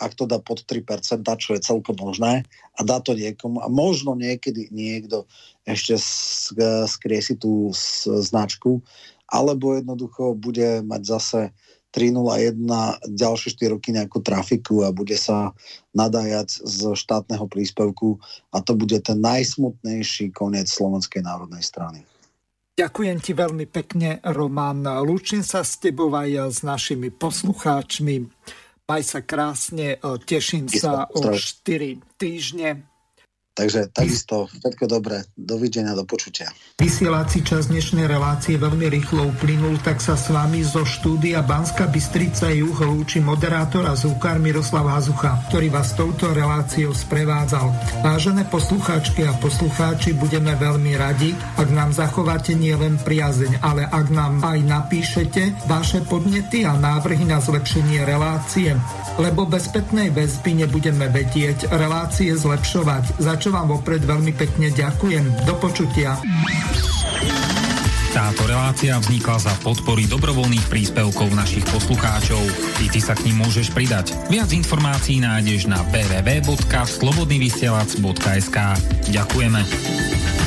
ak to dá pod 3%, čo je celkom možné, a dá to niekomu a možno niekedy niekto ešte skriesi tú značku, alebo jednoducho bude mať zase 301 ďalšie 4 roky nejakú trafiku a bude sa nadájať z štátneho príspevku a to bude ten najsmutnejší koniec Slovenskej národnej strany. Ďakujem ti veľmi pekne, Roman. Lúčim sa s tebou aj s našimi poslucháčmi. Maj sa krásne, teším sa o 4 týždne. Takže takisto všetko dobré. Dovidenia, do počutia. Vysielací čas dnešnej relácie veľmi rýchlo uplynul, tak sa s vami zo štúdia Banská Bystrica Juh lúči moderátor a zvukár Miroslav Hazucha, ktorý vás touto reláciou sprevádzal. Vážené poslucháčky a poslucháči, budeme veľmi radi, ak nám zachováte nielen priazeň, ale ak nám aj napíšete vaše podnety a návrhy na zlepšenie relácie, lebo bez spätnej väzby nebudeme vedieť relácie zlepšovať. Za čo vám vopred veľmi pekne ďakujem. Do počutia. Táto relácia vznikla za podpory dobrovoľných príspevkov našich poslucháčov. I ty sa k nim môžeš pridať. Viac informácií nájdeš na www.slobodnyvysielac.sk. Ďakujeme.